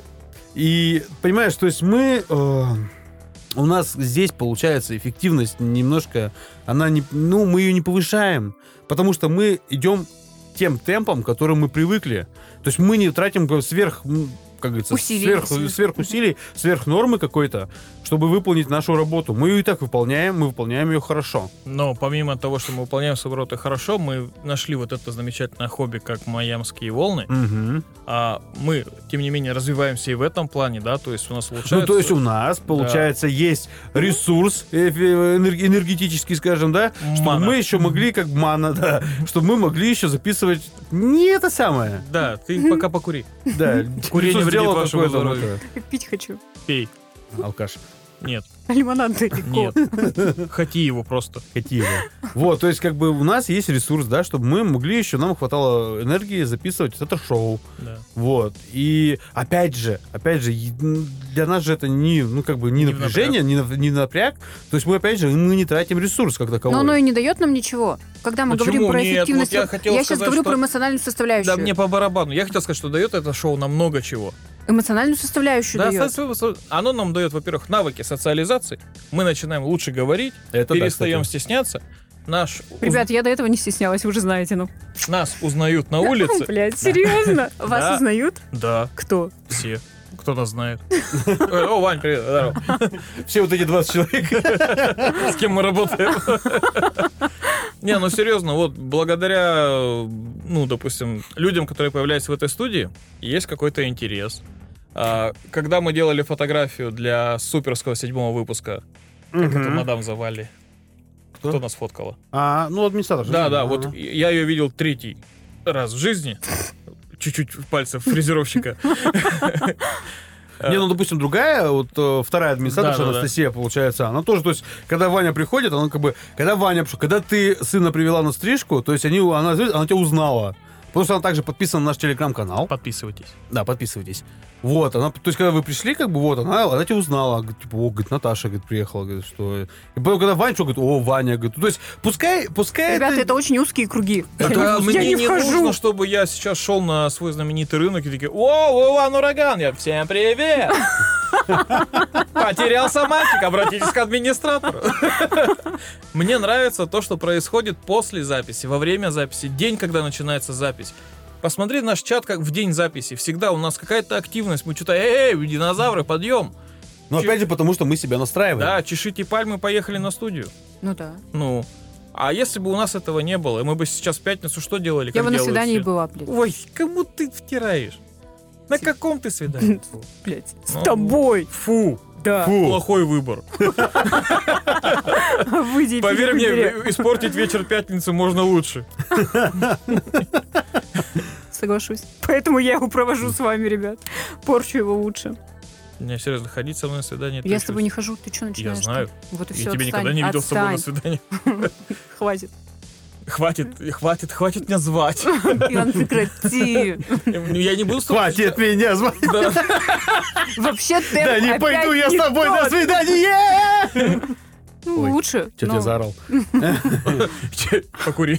[SPEAKER 3] И, понимаешь, то есть мы... э, У нас здесь, получается, эффективность немножко... Она не... Ну, мы ее не повышаем, потому что мы идем тем темпом, к которым мы привыкли. То есть мы не тратим сверх... м, Как говорится,
[SPEAKER 4] Усилий.
[SPEAKER 3] сверх, сверх усилий, сверх нормы какой-то, чтобы выполнить нашу работу. Мы ее и так выполняем, мы выполняем ее хорошо.
[SPEAKER 1] Но помимо того, что мы выполняем свою работу хорошо, мы нашли вот это замечательное хобби, как майамские волны.
[SPEAKER 3] Мгм.
[SPEAKER 1] А мы, тем не менее, развиваемся и в этом плане, да, то есть у нас улучшается...
[SPEAKER 3] Ну, то есть у нас, получается, есть ресурс э, э, энерг- энергетический, скажем, да, чтобы
[SPEAKER 1] Мана.
[SPEAKER 3] мы еще могли, как мана, да, чтобы мы могли еще записывать не это самое.
[SPEAKER 1] Да, ты пока покури.
[SPEAKER 3] Да,
[SPEAKER 1] Курение
[SPEAKER 3] лицо
[SPEAKER 1] вредит
[SPEAKER 3] сделал
[SPEAKER 1] вашему
[SPEAKER 3] какое-то,
[SPEAKER 1] здоровью.
[SPEAKER 3] вот
[SPEAKER 4] Пить хочу.
[SPEAKER 1] Пей.
[SPEAKER 3] это, алкаш.
[SPEAKER 1] Нет,
[SPEAKER 4] Лимонад далеко.
[SPEAKER 1] нет. Хоти его просто.
[SPEAKER 3] Какие вы. Вот, то есть как бы у нас есть ресурс, да, чтобы мы могли еще, нам хватало энергии записывать это шоу.
[SPEAKER 1] Да.
[SPEAKER 3] Вот. И опять же, опять же, и, м, для нас же это не, ну, как бы не,
[SPEAKER 1] Не в
[SPEAKER 3] напряжение, не, на- не напряг. То есть мы, опять же, мы не тратим ресурс как таковой.
[SPEAKER 4] Но оно и не дает нам ничего. Когда мы
[SPEAKER 1] Почему?
[SPEAKER 4] говорим про
[SPEAKER 1] Нет,
[SPEAKER 4] эффективность,
[SPEAKER 1] вот я
[SPEAKER 4] вот
[SPEAKER 1] хотел
[SPEAKER 4] сейчас
[SPEAKER 1] сказать,
[SPEAKER 4] говорю
[SPEAKER 1] что-
[SPEAKER 4] про эмоциональную составляющую.
[SPEAKER 1] Да, мне по барабану. Я хотел сказать, что дает это шоу нам много чего.
[SPEAKER 4] Эмоциональную составляющую
[SPEAKER 1] Да,
[SPEAKER 4] дает.
[SPEAKER 1] со- со- оно нам дает, во-первых, навыки социализации. Мы начинаем лучше говорить,
[SPEAKER 3] Это да,
[SPEAKER 1] перестаем
[SPEAKER 3] кстати.
[SPEAKER 1] стесняться. Наш, уз-
[SPEAKER 4] Ребят, я до этого не стеснялась, вы же знаете, ну.
[SPEAKER 1] Нас узнают на улице.
[SPEAKER 4] Блядь, серьезно? Вас
[SPEAKER 1] Да.
[SPEAKER 4] узнают?
[SPEAKER 1] Да,
[SPEAKER 4] Кто?
[SPEAKER 1] все. Кто нас знает. Э, О, Вань, привет, здорово.
[SPEAKER 3] Все вот эти двадцать человек.
[SPEAKER 1] С кем мы работаем? Не, ну серьезно, вот благодаря, ну, допустим, людям, которые появляются в этой студии, есть какой-то интерес. А, Когда мы делали фотографию для суперского седьмого выпуска, как это мадам звали?
[SPEAKER 3] Кто?
[SPEAKER 1] Кто нас фоткала?
[SPEAKER 3] А, ну, администратор. же.
[SPEAKER 1] Да, да,
[SPEAKER 3] Ага.
[SPEAKER 1] вот я ее видел третий раз в жизни. Чуть-чуть пальцев фрезеровщика.
[SPEAKER 3] Не, ну, допустим, другая, вот э, вторая администраторша,
[SPEAKER 1] Да, да, да.
[SPEAKER 3] Анастасия, получается, она тоже, то есть, когда Ваня приходит, она как бы, когда Ваня, когда ты сына привела на стрижку, то есть, они, она, она тебя узнала. Потому что она также подписана на наш телеграм-канал.
[SPEAKER 1] Подписывайтесь.
[SPEAKER 3] Да, подписывайтесь. Вот, она, то есть, когда вы пришли, как бы, вот, она, она тебя узнала. Говорит, типа, о, говорит, Наташа, говорит, приехала, говорит, что... И потом, когда Ваня, что, говорит, о, Ваня, говорит, то есть, пускай, пускай
[SPEAKER 4] Ребята, это очень узкие круги.
[SPEAKER 1] Так,
[SPEAKER 4] Я
[SPEAKER 1] а
[SPEAKER 4] не-
[SPEAKER 1] мне
[SPEAKER 4] я не
[SPEAKER 1] не
[SPEAKER 4] вхожу.
[SPEAKER 1] нужно, чтобы я сейчас шел на свой знаменитый рынок и такие: о, Иван Ураган, я всем привет! Потерялся мальчик, обратитесь к администратору. Мне нравится то, что происходит после записи, во время записи, день, когда начинается запись. Посмотри наш чат, как в день записи. Всегда у нас какая-то активность. Мы что-то, эй, эй, динозавры, подъем.
[SPEAKER 3] Но опять же, потому что мы себя настраиваем.
[SPEAKER 1] Да, чешите пальмы, поехали на студию.
[SPEAKER 4] Ну да.
[SPEAKER 1] Ну, а если бы у нас этого не было, и мы бы сейчас в пятницу что делали?
[SPEAKER 4] Я
[SPEAKER 1] как
[SPEAKER 4] бы на
[SPEAKER 1] делают
[SPEAKER 4] свидании
[SPEAKER 1] все?
[SPEAKER 4] была, блядь.
[SPEAKER 1] Ой, кому ты втираешь? На каком ты свидании?
[SPEAKER 4] Блядь. С
[SPEAKER 1] Ну,
[SPEAKER 4] тобой.
[SPEAKER 1] Фу,
[SPEAKER 4] Да.
[SPEAKER 1] плохой выбор.
[SPEAKER 4] Выйди и
[SPEAKER 1] Поверь мне,
[SPEAKER 4] перевыбери.
[SPEAKER 1] испортить вечер пятницы можно лучше.
[SPEAKER 4] Соглашусь. Поэтому я его провожу с вами, ребят. Порчу его лучше.
[SPEAKER 1] Не, серьезно, ходить со мной на свидание...
[SPEAKER 4] Я с тобой не хожу, ты что начинаешь?
[SPEAKER 1] Я знаю.
[SPEAKER 4] Вот и
[SPEAKER 1] Я
[SPEAKER 4] все,
[SPEAKER 1] тебя
[SPEAKER 4] отстань,
[SPEAKER 1] никогда не видел с собой на
[SPEAKER 4] отстань.
[SPEAKER 1] свидание.
[SPEAKER 4] Хватит.
[SPEAKER 1] Хватит, хватит, хватит меня звать.
[SPEAKER 4] Иван, прекрати.
[SPEAKER 1] Я не буду с тобой...
[SPEAKER 3] Хватит меня звать.
[SPEAKER 1] Да.
[SPEAKER 4] Вообще ты
[SPEAKER 3] Да не
[SPEAKER 4] опять
[SPEAKER 3] пойду я
[SPEAKER 4] не
[SPEAKER 3] с тобой на
[SPEAKER 4] тот.
[SPEAKER 3] свидание!
[SPEAKER 4] Ну,
[SPEAKER 3] Ой,
[SPEAKER 4] лучше.
[SPEAKER 3] Что
[SPEAKER 4] но-
[SPEAKER 3] ты заорал?
[SPEAKER 1] Че, покури.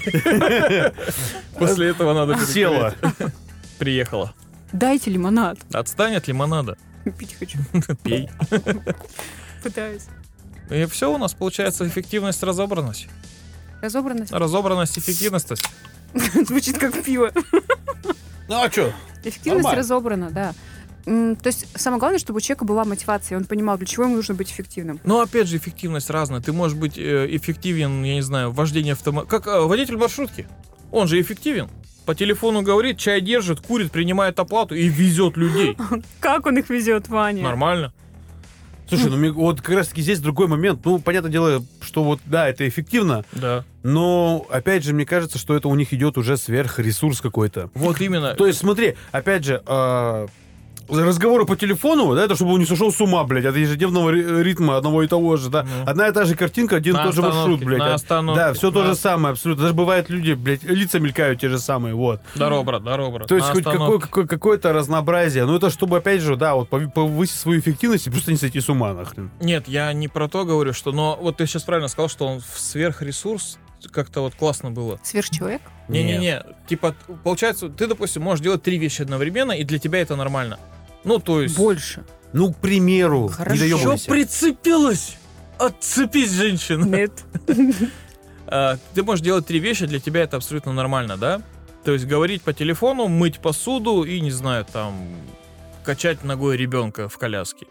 [SPEAKER 1] После этого надо
[SPEAKER 3] Села.
[SPEAKER 1] перекурить. Приехала.
[SPEAKER 4] Дайте лимонад.
[SPEAKER 1] Отстань от лимонада.
[SPEAKER 4] Пить хочу.
[SPEAKER 1] Пей.
[SPEAKER 4] Пытаюсь.
[SPEAKER 1] И все у нас получается эффективность, разобранность.
[SPEAKER 4] Разобранность.
[SPEAKER 1] Разобранность, эффективность.
[SPEAKER 4] Звучит как пиво.
[SPEAKER 3] Ну а что?
[SPEAKER 4] Эффективность
[SPEAKER 3] Нормально.
[SPEAKER 4] разобрана, да. М, То есть самое главное, чтобы у человека была мотивация, и он понимал, для чего ему нужно быть эффективным.
[SPEAKER 1] Но опять же, эффективность разная. Ты можешь быть э, эффективен, я не знаю, в вождении автомобиля. Как э, водитель маршрутки. Он же эффективен. По телефону говорит, чай держит, курит, принимает оплату и везет людей.
[SPEAKER 4] Как он их везет, Ваня?
[SPEAKER 1] Нормально.
[SPEAKER 3] Слушай, ну мне- вот как раз таки здесь другой момент. Ну, понятное дело, что вот, да, это эффективно,
[SPEAKER 1] Да.
[SPEAKER 3] но, опять же, мне кажется, что это у них идет уже сверхресурс какой-то.
[SPEAKER 1] Вот именно.
[SPEAKER 3] То есть, смотри, опять же, а, разговоры по телефону, да, это чтобы он не сошел с ума, блядь, от ежедневного ри- ритма одного и того же, да.
[SPEAKER 1] Ну.
[SPEAKER 3] Одна и та же картинка, один и
[SPEAKER 1] На
[SPEAKER 3] тот же маршрут,
[SPEAKER 1] остановке,
[SPEAKER 3] блядь.
[SPEAKER 1] на
[SPEAKER 3] а-
[SPEAKER 1] остановке,
[SPEAKER 3] Да, все то
[SPEAKER 1] на-
[SPEAKER 3] же самое, абсолютно. Даже бывают люди, блядь, лица мелькают те же самые, вот.
[SPEAKER 1] Здорово, брат, здорово, брат.
[SPEAKER 3] То есть
[SPEAKER 1] На
[SPEAKER 3] хоть какое,
[SPEAKER 1] остановке.
[SPEAKER 3] какое, какое-то разнообразие. Ну, это чтобы, опять же, да, вот пови- повысить свою эффективность и просто не сойти с ума, нахрен.
[SPEAKER 1] Нет, я не про то говорю, что... Но вот ты сейчас правильно сказал, что он в сверхресурс. Как-то вот классно было.
[SPEAKER 4] Сверхчеловек?
[SPEAKER 1] Не-не-не. Типа, получается, ты, допустим, можешь делать три вещи одновременно, и для тебя это нормально. Ну, то есть...
[SPEAKER 4] Больше.
[SPEAKER 3] Ну, к примеру,
[SPEAKER 4] Хорошо.
[SPEAKER 3] не
[SPEAKER 1] Чё
[SPEAKER 3] доебывайся.
[SPEAKER 1] прицепилась? Отцепись, женщина.
[SPEAKER 4] Нет.
[SPEAKER 1] А, ты можешь делать три вещи, для тебя это абсолютно нормально, да? То есть говорить по телефону, мыть посуду и, не знаю, там, качать ногой ребенка в коляске.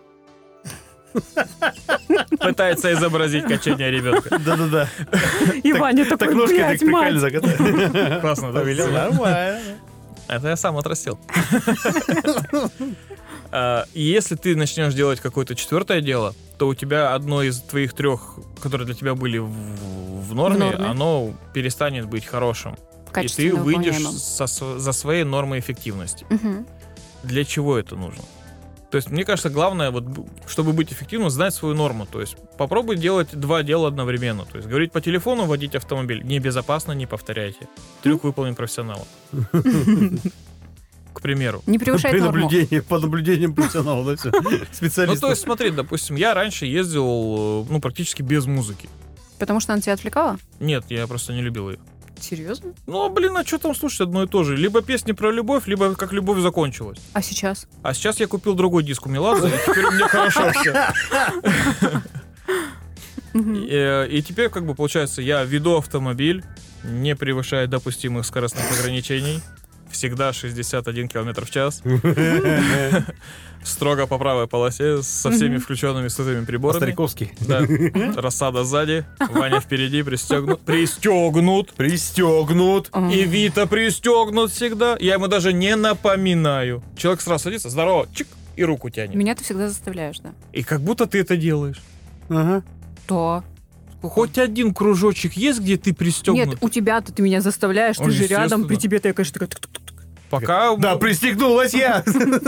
[SPEAKER 1] Пытается изобразить качание ребенка.
[SPEAKER 3] Да-да-да.
[SPEAKER 4] И Ваня
[SPEAKER 3] Так
[SPEAKER 4] такой,
[SPEAKER 3] ножки так
[SPEAKER 4] блядь,
[SPEAKER 3] прикольно
[SPEAKER 4] мать.
[SPEAKER 3] закатали.
[SPEAKER 1] Классно, да, Вильям?
[SPEAKER 3] Нормально.
[SPEAKER 1] Это я сам отрастил. А, И если ты начнешь делать какое-то четвертое дело, то у тебя одно из твоих трех, которые для тебя были в, в норме,
[SPEAKER 4] В норме.
[SPEAKER 1] оно перестанет быть хорошим. И ты
[SPEAKER 4] Качественно
[SPEAKER 1] выйдешь
[SPEAKER 4] выполняемым.
[SPEAKER 1] со св- за своей нормой эффективности.
[SPEAKER 4] Мгм.
[SPEAKER 1] Для чего это нужно? То есть, мне кажется, главное, вот, б- чтобы быть эффективным, знать свою норму. То есть, попробуй делать два дела одновременно. То есть, говорить по телефону, водить автомобиль. Небезопасно, не повторяйте. Трюк выполнен профессионалом. К примеру.
[SPEAKER 4] Не превышает
[SPEAKER 3] При
[SPEAKER 4] норму.
[SPEAKER 3] наблюдении, по наблюдениям профессионала, да, все.
[SPEAKER 1] Ну,
[SPEAKER 3] Специалист.
[SPEAKER 1] то есть, смотри, допустим, я раньше ездил, э, ну, практически без музыки.
[SPEAKER 4] Потому что она тебя отвлекала?
[SPEAKER 1] Нет, я просто не любил ее.
[SPEAKER 4] Серьезно?
[SPEAKER 1] Ну, блин, а что там слушать одно и то же? Либо песни про любовь, либо как любовь закончилась.
[SPEAKER 4] А сейчас?
[SPEAKER 1] А сейчас я купил другой диск у Меладзе, и теперь у меня хорошо все. И, э, и теперь, как бы, получается, я веду автомобиль, не превышая допустимых скоростных ограничений. Всегда шестьдесят один километр в час. Строго по правой полосе, со всеми включенными сытыми приборами.
[SPEAKER 3] По-стариковски.
[SPEAKER 1] Да. Рассада сзади, Ваня впереди, пристегнут. Пристегнут.
[SPEAKER 3] Пристегнут.
[SPEAKER 1] И Вита пристегнут всегда. Я ему даже не напоминаю. Человек сразу садится, здорово, чик, и руку тянет.
[SPEAKER 4] Меня ты всегда заставляешь, да?
[SPEAKER 1] И как будто ты это делаешь.
[SPEAKER 3] Ага.
[SPEAKER 4] То.
[SPEAKER 1] Хоть один кружочек есть, где ты пристегнут?
[SPEAKER 4] Нет, у тебя-то ты меня заставляешь,
[SPEAKER 1] Ой,
[SPEAKER 4] ты же рядом,
[SPEAKER 1] естественно.
[SPEAKER 4] при тебе ты, конечно, такая... тук-тук-тук.
[SPEAKER 1] Пока
[SPEAKER 3] Да, пристегнулась я.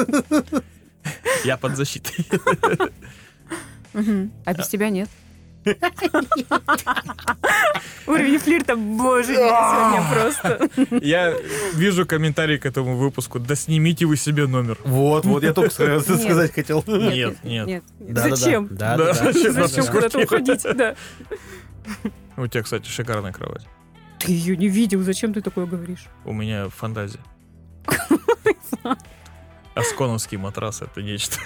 [SPEAKER 1] я под защитой.
[SPEAKER 4] Мгм. А без тебя нет. Уровень флирта, боже, сегодня просто.
[SPEAKER 1] Я вижу комментарий к этому выпуску. Да снимите вы себе номер.
[SPEAKER 3] Вот, вот, я только ска-
[SPEAKER 4] Нет.
[SPEAKER 3] сказать хотел.
[SPEAKER 1] Нет, нет.
[SPEAKER 4] Нет.
[SPEAKER 3] Да-да-да.
[SPEAKER 4] Зачем?
[SPEAKER 3] Да-да-да.
[SPEAKER 1] Да, зачем?
[SPEAKER 4] Зачем
[SPEAKER 1] Да.
[SPEAKER 4] куда-то уходить? Да.
[SPEAKER 1] У тебя, кстати, шикарная кровать.
[SPEAKER 4] Ты ее не видел, зачем ты такое говоришь?
[SPEAKER 1] У меня фантазия. Асконовский матрас — это нечто.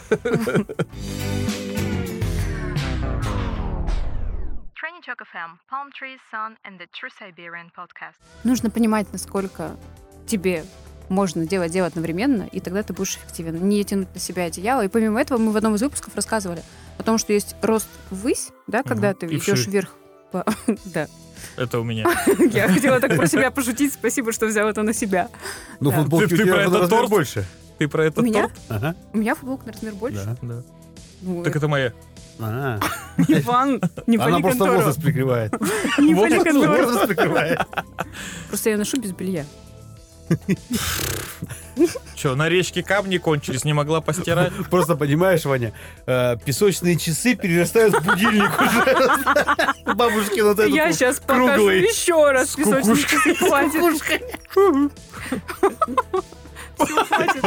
[SPEAKER 2] Training Talk эф эм, Palm Trees, Sun and the True Siberian Podcast.
[SPEAKER 4] Нужно понимать, насколько тебе можно делать дело одновременно, и тогда ты будешь эффективен. Не тянуть на себя одеяло. И помимо этого мы в одном из выпусков рассказывали о том, что есть рост ввысь, да, когда
[SPEAKER 1] Мгм.
[SPEAKER 4] ты
[SPEAKER 1] И
[SPEAKER 4] идешь
[SPEAKER 1] вширь.
[SPEAKER 4] вверх. по- Да.
[SPEAKER 1] Это у меня.
[SPEAKER 4] Я хотела так про себя пошутить. Спасибо, что взял это на себя.
[SPEAKER 3] Ну,
[SPEAKER 4] Да.
[SPEAKER 3] футболки
[SPEAKER 1] Ты-
[SPEAKER 3] у
[SPEAKER 1] ты
[SPEAKER 3] тебя
[SPEAKER 1] про
[SPEAKER 3] на
[SPEAKER 1] этот
[SPEAKER 3] размер
[SPEAKER 1] торт?
[SPEAKER 3] больше.
[SPEAKER 1] Ты про
[SPEAKER 4] У
[SPEAKER 1] этот
[SPEAKER 4] меня?
[SPEAKER 1] торт?
[SPEAKER 3] Ага.
[SPEAKER 4] У меня футболка на размер больше.
[SPEAKER 3] Да.
[SPEAKER 1] Да.
[SPEAKER 4] Ну,
[SPEAKER 1] Так это моя.
[SPEAKER 3] А.
[SPEAKER 4] Иван, не
[SPEAKER 3] Она
[SPEAKER 4] пони
[SPEAKER 3] просто
[SPEAKER 4] контору.
[SPEAKER 3] возраст прикрывает.
[SPEAKER 4] Не пони
[SPEAKER 3] Возраст
[SPEAKER 4] контору.
[SPEAKER 3] возраст прикрывает.
[SPEAKER 4] Просто я ношу без белья.
[SPEAKER 1] Че, на речке камни кончились, не могла постирать?
[SPEAKER 3] Просто понимаешь, Ваня, э, песочные часы перерастают в будильник уже. Бабушкин вот этот
[SPEAKER 4] Я
[SPEAKER 3] вот
[SPEAKER 4] сейчас покажу
[SPEAKER 3] круглый.
[SPEAKER 4] еще раз.
[SPEAKER 3] С
[SPEAKER 4] Песочные
[SPEAKER 3] кукушкой.
[SPEAKER 4] часы хватит. Всё, хватит.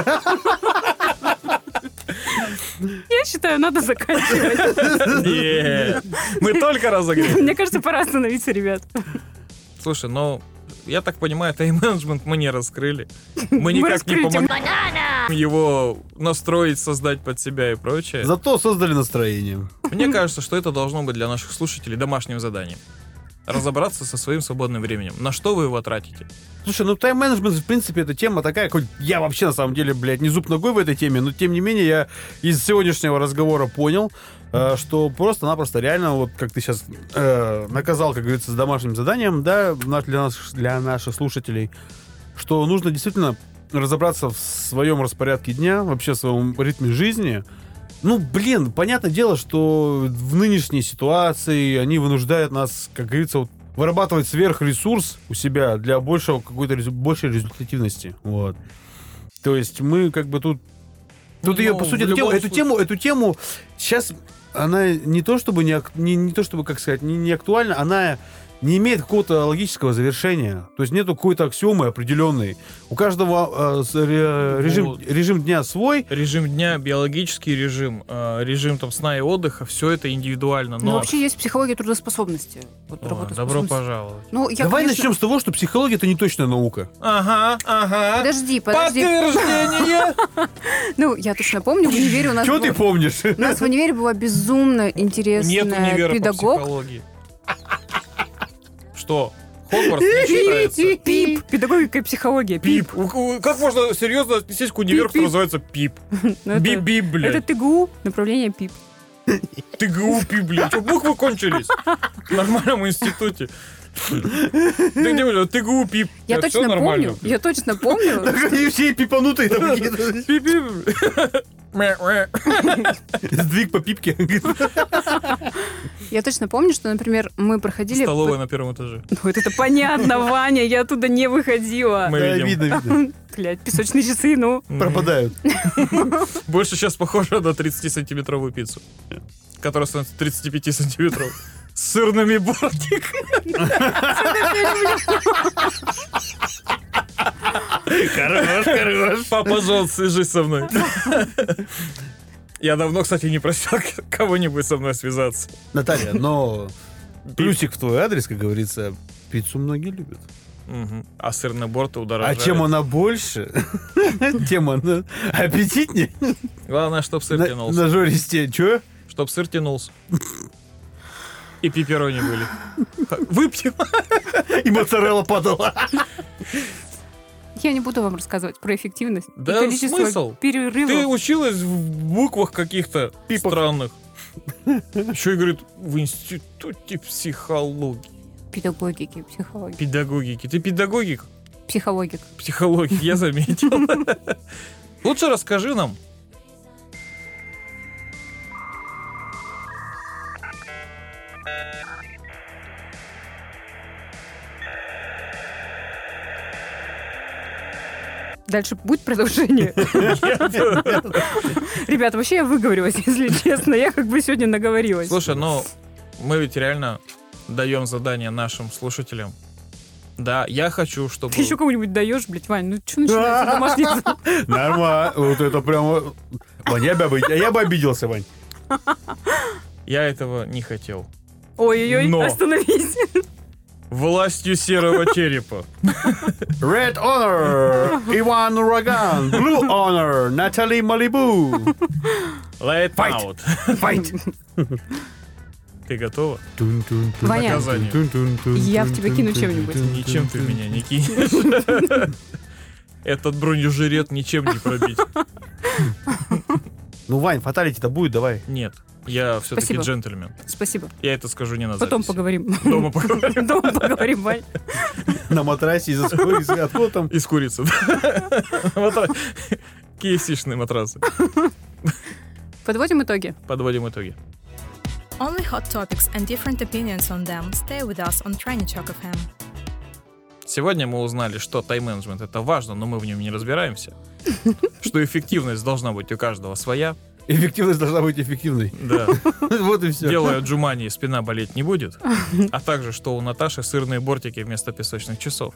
[SPEAKER 4] Я считаю, надо заканчивать.
[SPEAKER 1] Нет, мы только разогрели.
[SPEAKER 4] Мне кажется, пора остановиться, ребят.
[SPEAKER 1] Слушай, ну, я так понимаю, тайм-менеджмент мы не раскрыли. Мы
[SPEAKER 4] Мы
[SPEAKER 1] никак не
[SPEAKER 4] раскрытим.
[SPEAKER 1] помогли его настроить, создать под себя и прочее.
[SPEAKER 3] Зато создали настроение.
[SPEAKER 1] Мне кажется, что это должно быть для наших слушателей домашним заданием. Разобраться со своим свободным временем. На что вы его тратите?
[SPEAKER 3] Слушай, ну тайм-менеджмент, в принципе, это тема такая, хоть я вообще, на самом деле, блядь, не зуб ногой в этой теме, но, тем не менее, я из сегодняшнего разговора понял, э, что просто-напросто реально, вот как ты сейчас э, наказал, как говорится, с домашним заданием, да, на- для, нас, для наших слушателей, что нужно действительно разобраться в своем распорядке дня, вообще в своем ритме жизни. Ну, блин, понятное дело, что в нынешней ситуации они вынуждают нас, как говорится, вот, вырабатывать сверхресурс у себя для большего какой-то резу- большей результативности. Вот. То есть мы как бы тут... Тут
[SPEAKER 1] Ну,
[SPEAKER 3] ее, по
[SPEAKER 1] в
[SPEAKER 3] сути, эту тему,
[SPEAKER 1] любом
[SPEAKER 3] эту тему, эту тему сейчас она не то чтобы не, ак- не, не то чтобы, как сказать, не, не актуальна, она не имеет какого-то логического завершения. То есть нету какой-то аксиомы определенной. У каждого э, с- ре- режим,
[SPEAKER 1] Вот.
[SPEAKER 3] режим дня свой.
[SPEAKER 1] Режим дня, биологический режим, э, режим там сна и отдыха, все это индивидуально.
[SPEAKER 4] Ну,
[SPEAKER 1] Но
[SPEAKER 4] вообще есть психология трудоспособности. Вот
[SPEAKER 1] О,
[SPEAKER 4] работоспособности.
[SPEAKER 1] добро пожаловать.
[SPEAKER 4] Ну, я,
[SPEAKER 3] Давай
[SPEAKER 4] конечно-
[SPEAKER 3] начнем с того, что психология — это не точная наука.
[SPEAKER 1] Ага, ага.
[SPEAKER 4] Подожди, подожди.
[SPEAKER 1] Подтверждение.
[SPEAKER 4] Ну, я точно помню, в универе у нас...
[SPEAKER 3] Чего
[SPEAKER 4] был-
[SPEAKER 3] ты помнишь?
[SPEAKER 4] У нас в универе была безумно интересная
[SPEAKER 1] Нет универа по
[SPEAKER 4] педагог.
[SPEAKER 1] психологии. Что? Хогвартс не считается?
[SPEAKER 4] Пип. Педагогика и психология. Пип.
[SPEAKER 1] Пип. У- у- Как можно серьезно отнестись к универу, который
[SPEAKER 4] Пип-пип.
[SPEAKER 1] называется ПИП?
[SPEAKER 4] Ну, это-
[SPEAKER 1] Бип-бип, блядь.
[SPEAKER 4] Это ТГУ, направление ПИП.
[SPEAKER 1] Ты ГУПИ, блядь. Что, буквы кончились? В нормальном институте. Ты где, блядь, ты ГУПИ.
[SPEAKER 4] Я точно помню, я точно помню.
[SPEAKER 3] Они все пипанутые там какие-то. Сдвиг по пипке.
[SPEAKER 4] Я точно помню, что, например, мы проходили...
[SPEAKER 1] Столовая на первом этаже.
[SPEAKER 4] Ну, вот это понятно, Ваня, я оттуда не выходила.
[SPEAKER 1] Мы
[SPEAKER 3] Да,
[SPEAKER 1] видим.
[SPEAKER 3] видно, видно.
[SPEAKER 4] Блядь, песочные часы, ну.
[SPEAKER 3] Пропадают.
[SPEAKER 1] Больше сейчас похоже на тридцатисантиметровую пиццу, которая становится тридцать пять сантиметров. С сырными бортиками.
[SPEAKER 3] Хорош, хорош.
[SPEAKER 1] Папа Джон, свяжись со мной. Я давно, кстати, не просил кого-нибудь со мной связаться.
[SPEAKER 3] Наталья, но плюсик в твой адрес, как говорится, пиццу многие любят.
[SPEAKER 1] Мгм. А сырные борты
[SPEAKER 3] А
[SPEAKER 1] удорожают.
[SPEAKER 3] чем она больше, тем она аппетитнее.
[SPEAKER 1] Главное, чтоб сыр
[SPEAKER 3] На-
[SPEAKER 1] тянулся.
[SPEAKER 3] Нажористее. Че?
[SPEAKER 1] Чтоб сыр тянулся. И пепперони были. Выпьем.
[SPEAKER 3] И моцарелла падала.
[SPEAKER 4] Я не буду вам рассказывать про эффективность
[SPEAKER 1] Да
[SPEAKER 4] и количество
[SPEAKER 1] смысл?
[SPEAKER 4] перерывов.
[SPEAKER 1] Ты училась в буквах каких-то
[SPEAKER 3] Пипок.
[SPEAKER 1] странных. Еще и говорит, в институте психологии.
[SPEAKER 4] Педагогики, психологии.
[SPEAKER 1] Педагогики. Ты педагогик?
[SPEAKER 4] Психологик.
[SPEAKER 1] Психологик, я заметил. Лучше расскажи нам.
[SPEAKER 4] Дальше будет продолжение? Ребята, вообще я выговорилась, если честно. Я как бы сегодня наговорилась.
[SPEAKER 1] Слушай, ну, мы ведь реально даем задание нашим слушателям. Да, я хочу, чтобы...
[SPEAKER 4] Ты еще кому-нибудь даешь, блядь, Вань, ну что начинается домашний задание?
[SPEAKER 3] Нормально. Вот это прямо... Вань, я бы, обид- я бы обиделся, Вань.
[SPEAKER 1] Я этого не хотел.
[SPEAKER 4] Ой-ой-ой,
[SPEAKER 1] Но.
[SPEAKER 4] остановись.
[SPEAKER 1] Властью серого черепа.
[SPEAKER 3] Red Honor, Иван Ураган. Blue Honor, Натали Малибу.
[SPEAKER 1] Light
[SPEAKER 3] Fight.
[SPEAKER 1] out.
[SPEAKER 3] Fight.
[SPEAKER 1] Ты готова?
[SPEAKER 4] Ваня,
[SPEAKER 1] Наказание.
[SPEAKER 4] я в тебя кину чем-нибудь.
[SPEAKER 1] Ничем ты меня не кинешь. Этот бронежилет ничем не пробить.
[SPEAKER 3] Ну, Вань, фаталити-то будет, давай.
[SPEAKER 1] Нет, я все-таки
[SPEAKER 4] Спасибо.
[SPEAKER 1] джентльмен.
[SPEAKER 4] Спасибо.
[SPEAKER 1] Я это скажу не на
[SPEAKER 4] Потом
[SPEAKER 1] записи.
[SPEAKER 4] поговорим.
[SPEAKER 1] Дома поговорим.
[SPEAKER 4] Дома поговорим, Вань.
[SPEAKER 3] На матрасе из-за своих взглядов там.
[SPEAKER 1] Из курицы. Матра- кей эф си-шные матрасы.
[SPEAKER 4] Подводим итоги.
[SPEAKER 1] Подводим итоги.
[SPEAKER 2] Only hot topics and different opinions on them. Stay with us on Trinichok эф эм.
[SPEAKER 1] Сегодня мы узнали, что тайм-менеджмент — это важно, но мы в нем не разбираемся. Что эффективность должна быть у каждого своя.
[SPEAKER 3] Эффективность должна быть эффективной.
[SPEAKER 1] Да.
[SPEAKER 3] Вот и все.
[SPEAKER 1] Делая джумани, спина болеть не будет. А также, что у Наташи сырные бортики вместо песочных часов.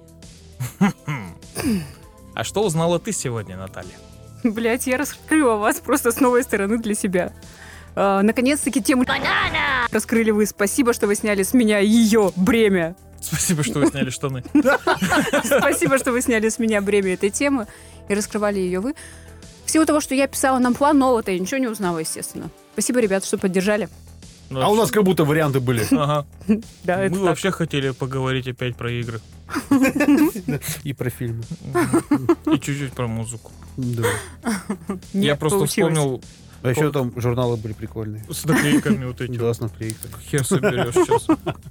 [SPEAKER 1] А что узнала ты сегодня, Наталья?
[SPEAKER 4] Блять, я раскрыла вас просто с новой стороны для себя. А, наконец-таки тему раскрыли вы. Спасибо, что вы сняли с меня ее бремя.
[SPEAKER 1] Спасибо, что вы сняли штаны.
[SPEAKER 4] Спасибо, что вы сняли с меня бремя этой темы и раскрывали ее вы. Всего того, что я писала нам план нового-то, я ничего не узнала, естественно. Спасибо, ребят, что поддержали.
[SPEAKER 1] Ну,
[SPEAKER 3] А у нас как будто варианты были.
[SPEAKER 1] Ага.
[SPEAKER 4] Да, это
[SPEAKER 1] Мы
[SPEAKER 4] так.
[SPEAKER 1] вообще хотели поговорить опять про игры.
[SPEAKER 3] И про фильмы.
[SPEAKER 1] И чуть-чуть про музыку.
[SPEAKER 3] Да.
[SPEAKER 4] Нет,
[SPEAKER 1] Я просто
[SPEAKER 4] получилось.
[SPEAKER 1] вспомнил
[SPEAKER 3] А еще там журналы были прикольные.
[SPEAKER 1] с наклейками вот эти.
[SPEAKER 3] Да, с наклейками.
[SPEAKER 1] Хер соберешь сейчас.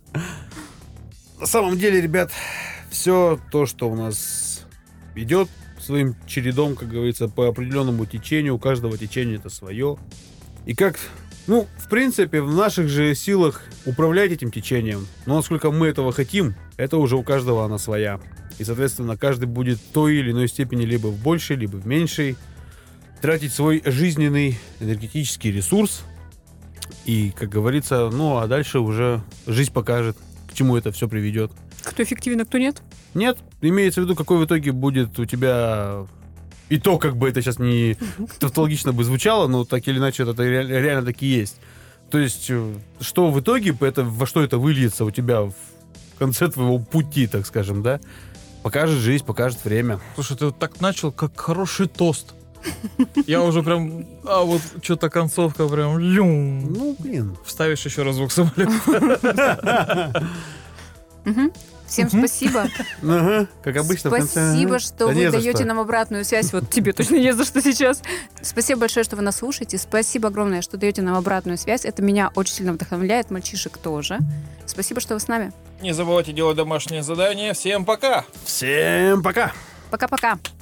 [SPEAKER 3] На самом деле, ребят, все то, что у нас идет своим чередом, как говорится, по определенному течению, у каждого течения это свое. И как, ну, в принципе, в наших же силах управлять этим течением. Но насколько мы этого хотим, это уже у каждого она своя. И, соответственно, каждый будет в той или иной степени либо в большей, либо в меньшей тратить свой жизненный энергетический ресурс. И, как говорится, ну, а дальше уже жизнь покажет, к чему это все приведет.
[SPEAKER 4] Кто эффективен, а кто нет?
[SPEAKER 3] Нет, имеется в виду, какой в итоге будет у тебя итог, как бы это сейчас не тавтологично бы звучало, но так или иначе это реально, реально таки есть. То есть, что в итоге, это, во что это выльется у тебя в конце твоего пути, так скажем, да? Покажет жизнь, покажет время.
[SPEAKER 1] Слушай, ты вот так начал, как хороший тост. Я уже прям, а вот что-то концовка прям люм.
[SPEAKER 3] Ну, блин.
[SPEAKER 1] Вставишь еще раз звук самолета.
[SPEAKER 4] Всем спасибо.
[SPEAKER 3] Ага, как обычно в конце.
[SPEAKER 4] Спасибо, что
[SPEAKER 3] Да не
[SPEAKER 4] вы
[SPEAKER 3] за
[SPEAKER 4] даете
[SPEAKER 3] что.
[SPEAKER 4] нам обратную связь. Вот тебе точно не за что сейчас. Спасибо большое, что вы нас слушаете. Спасибо огромное, что даете нам обратную связь. Это меня очень сильно вдохновляет, мальчишек тоже. Спасибо, что вы с нами.
[SPEAKER 1] Не забывайте делать домашнее задание. Всем пока!
[SPEAKER 3] Всем пока!
[SPEAKER 4] Пока-пока.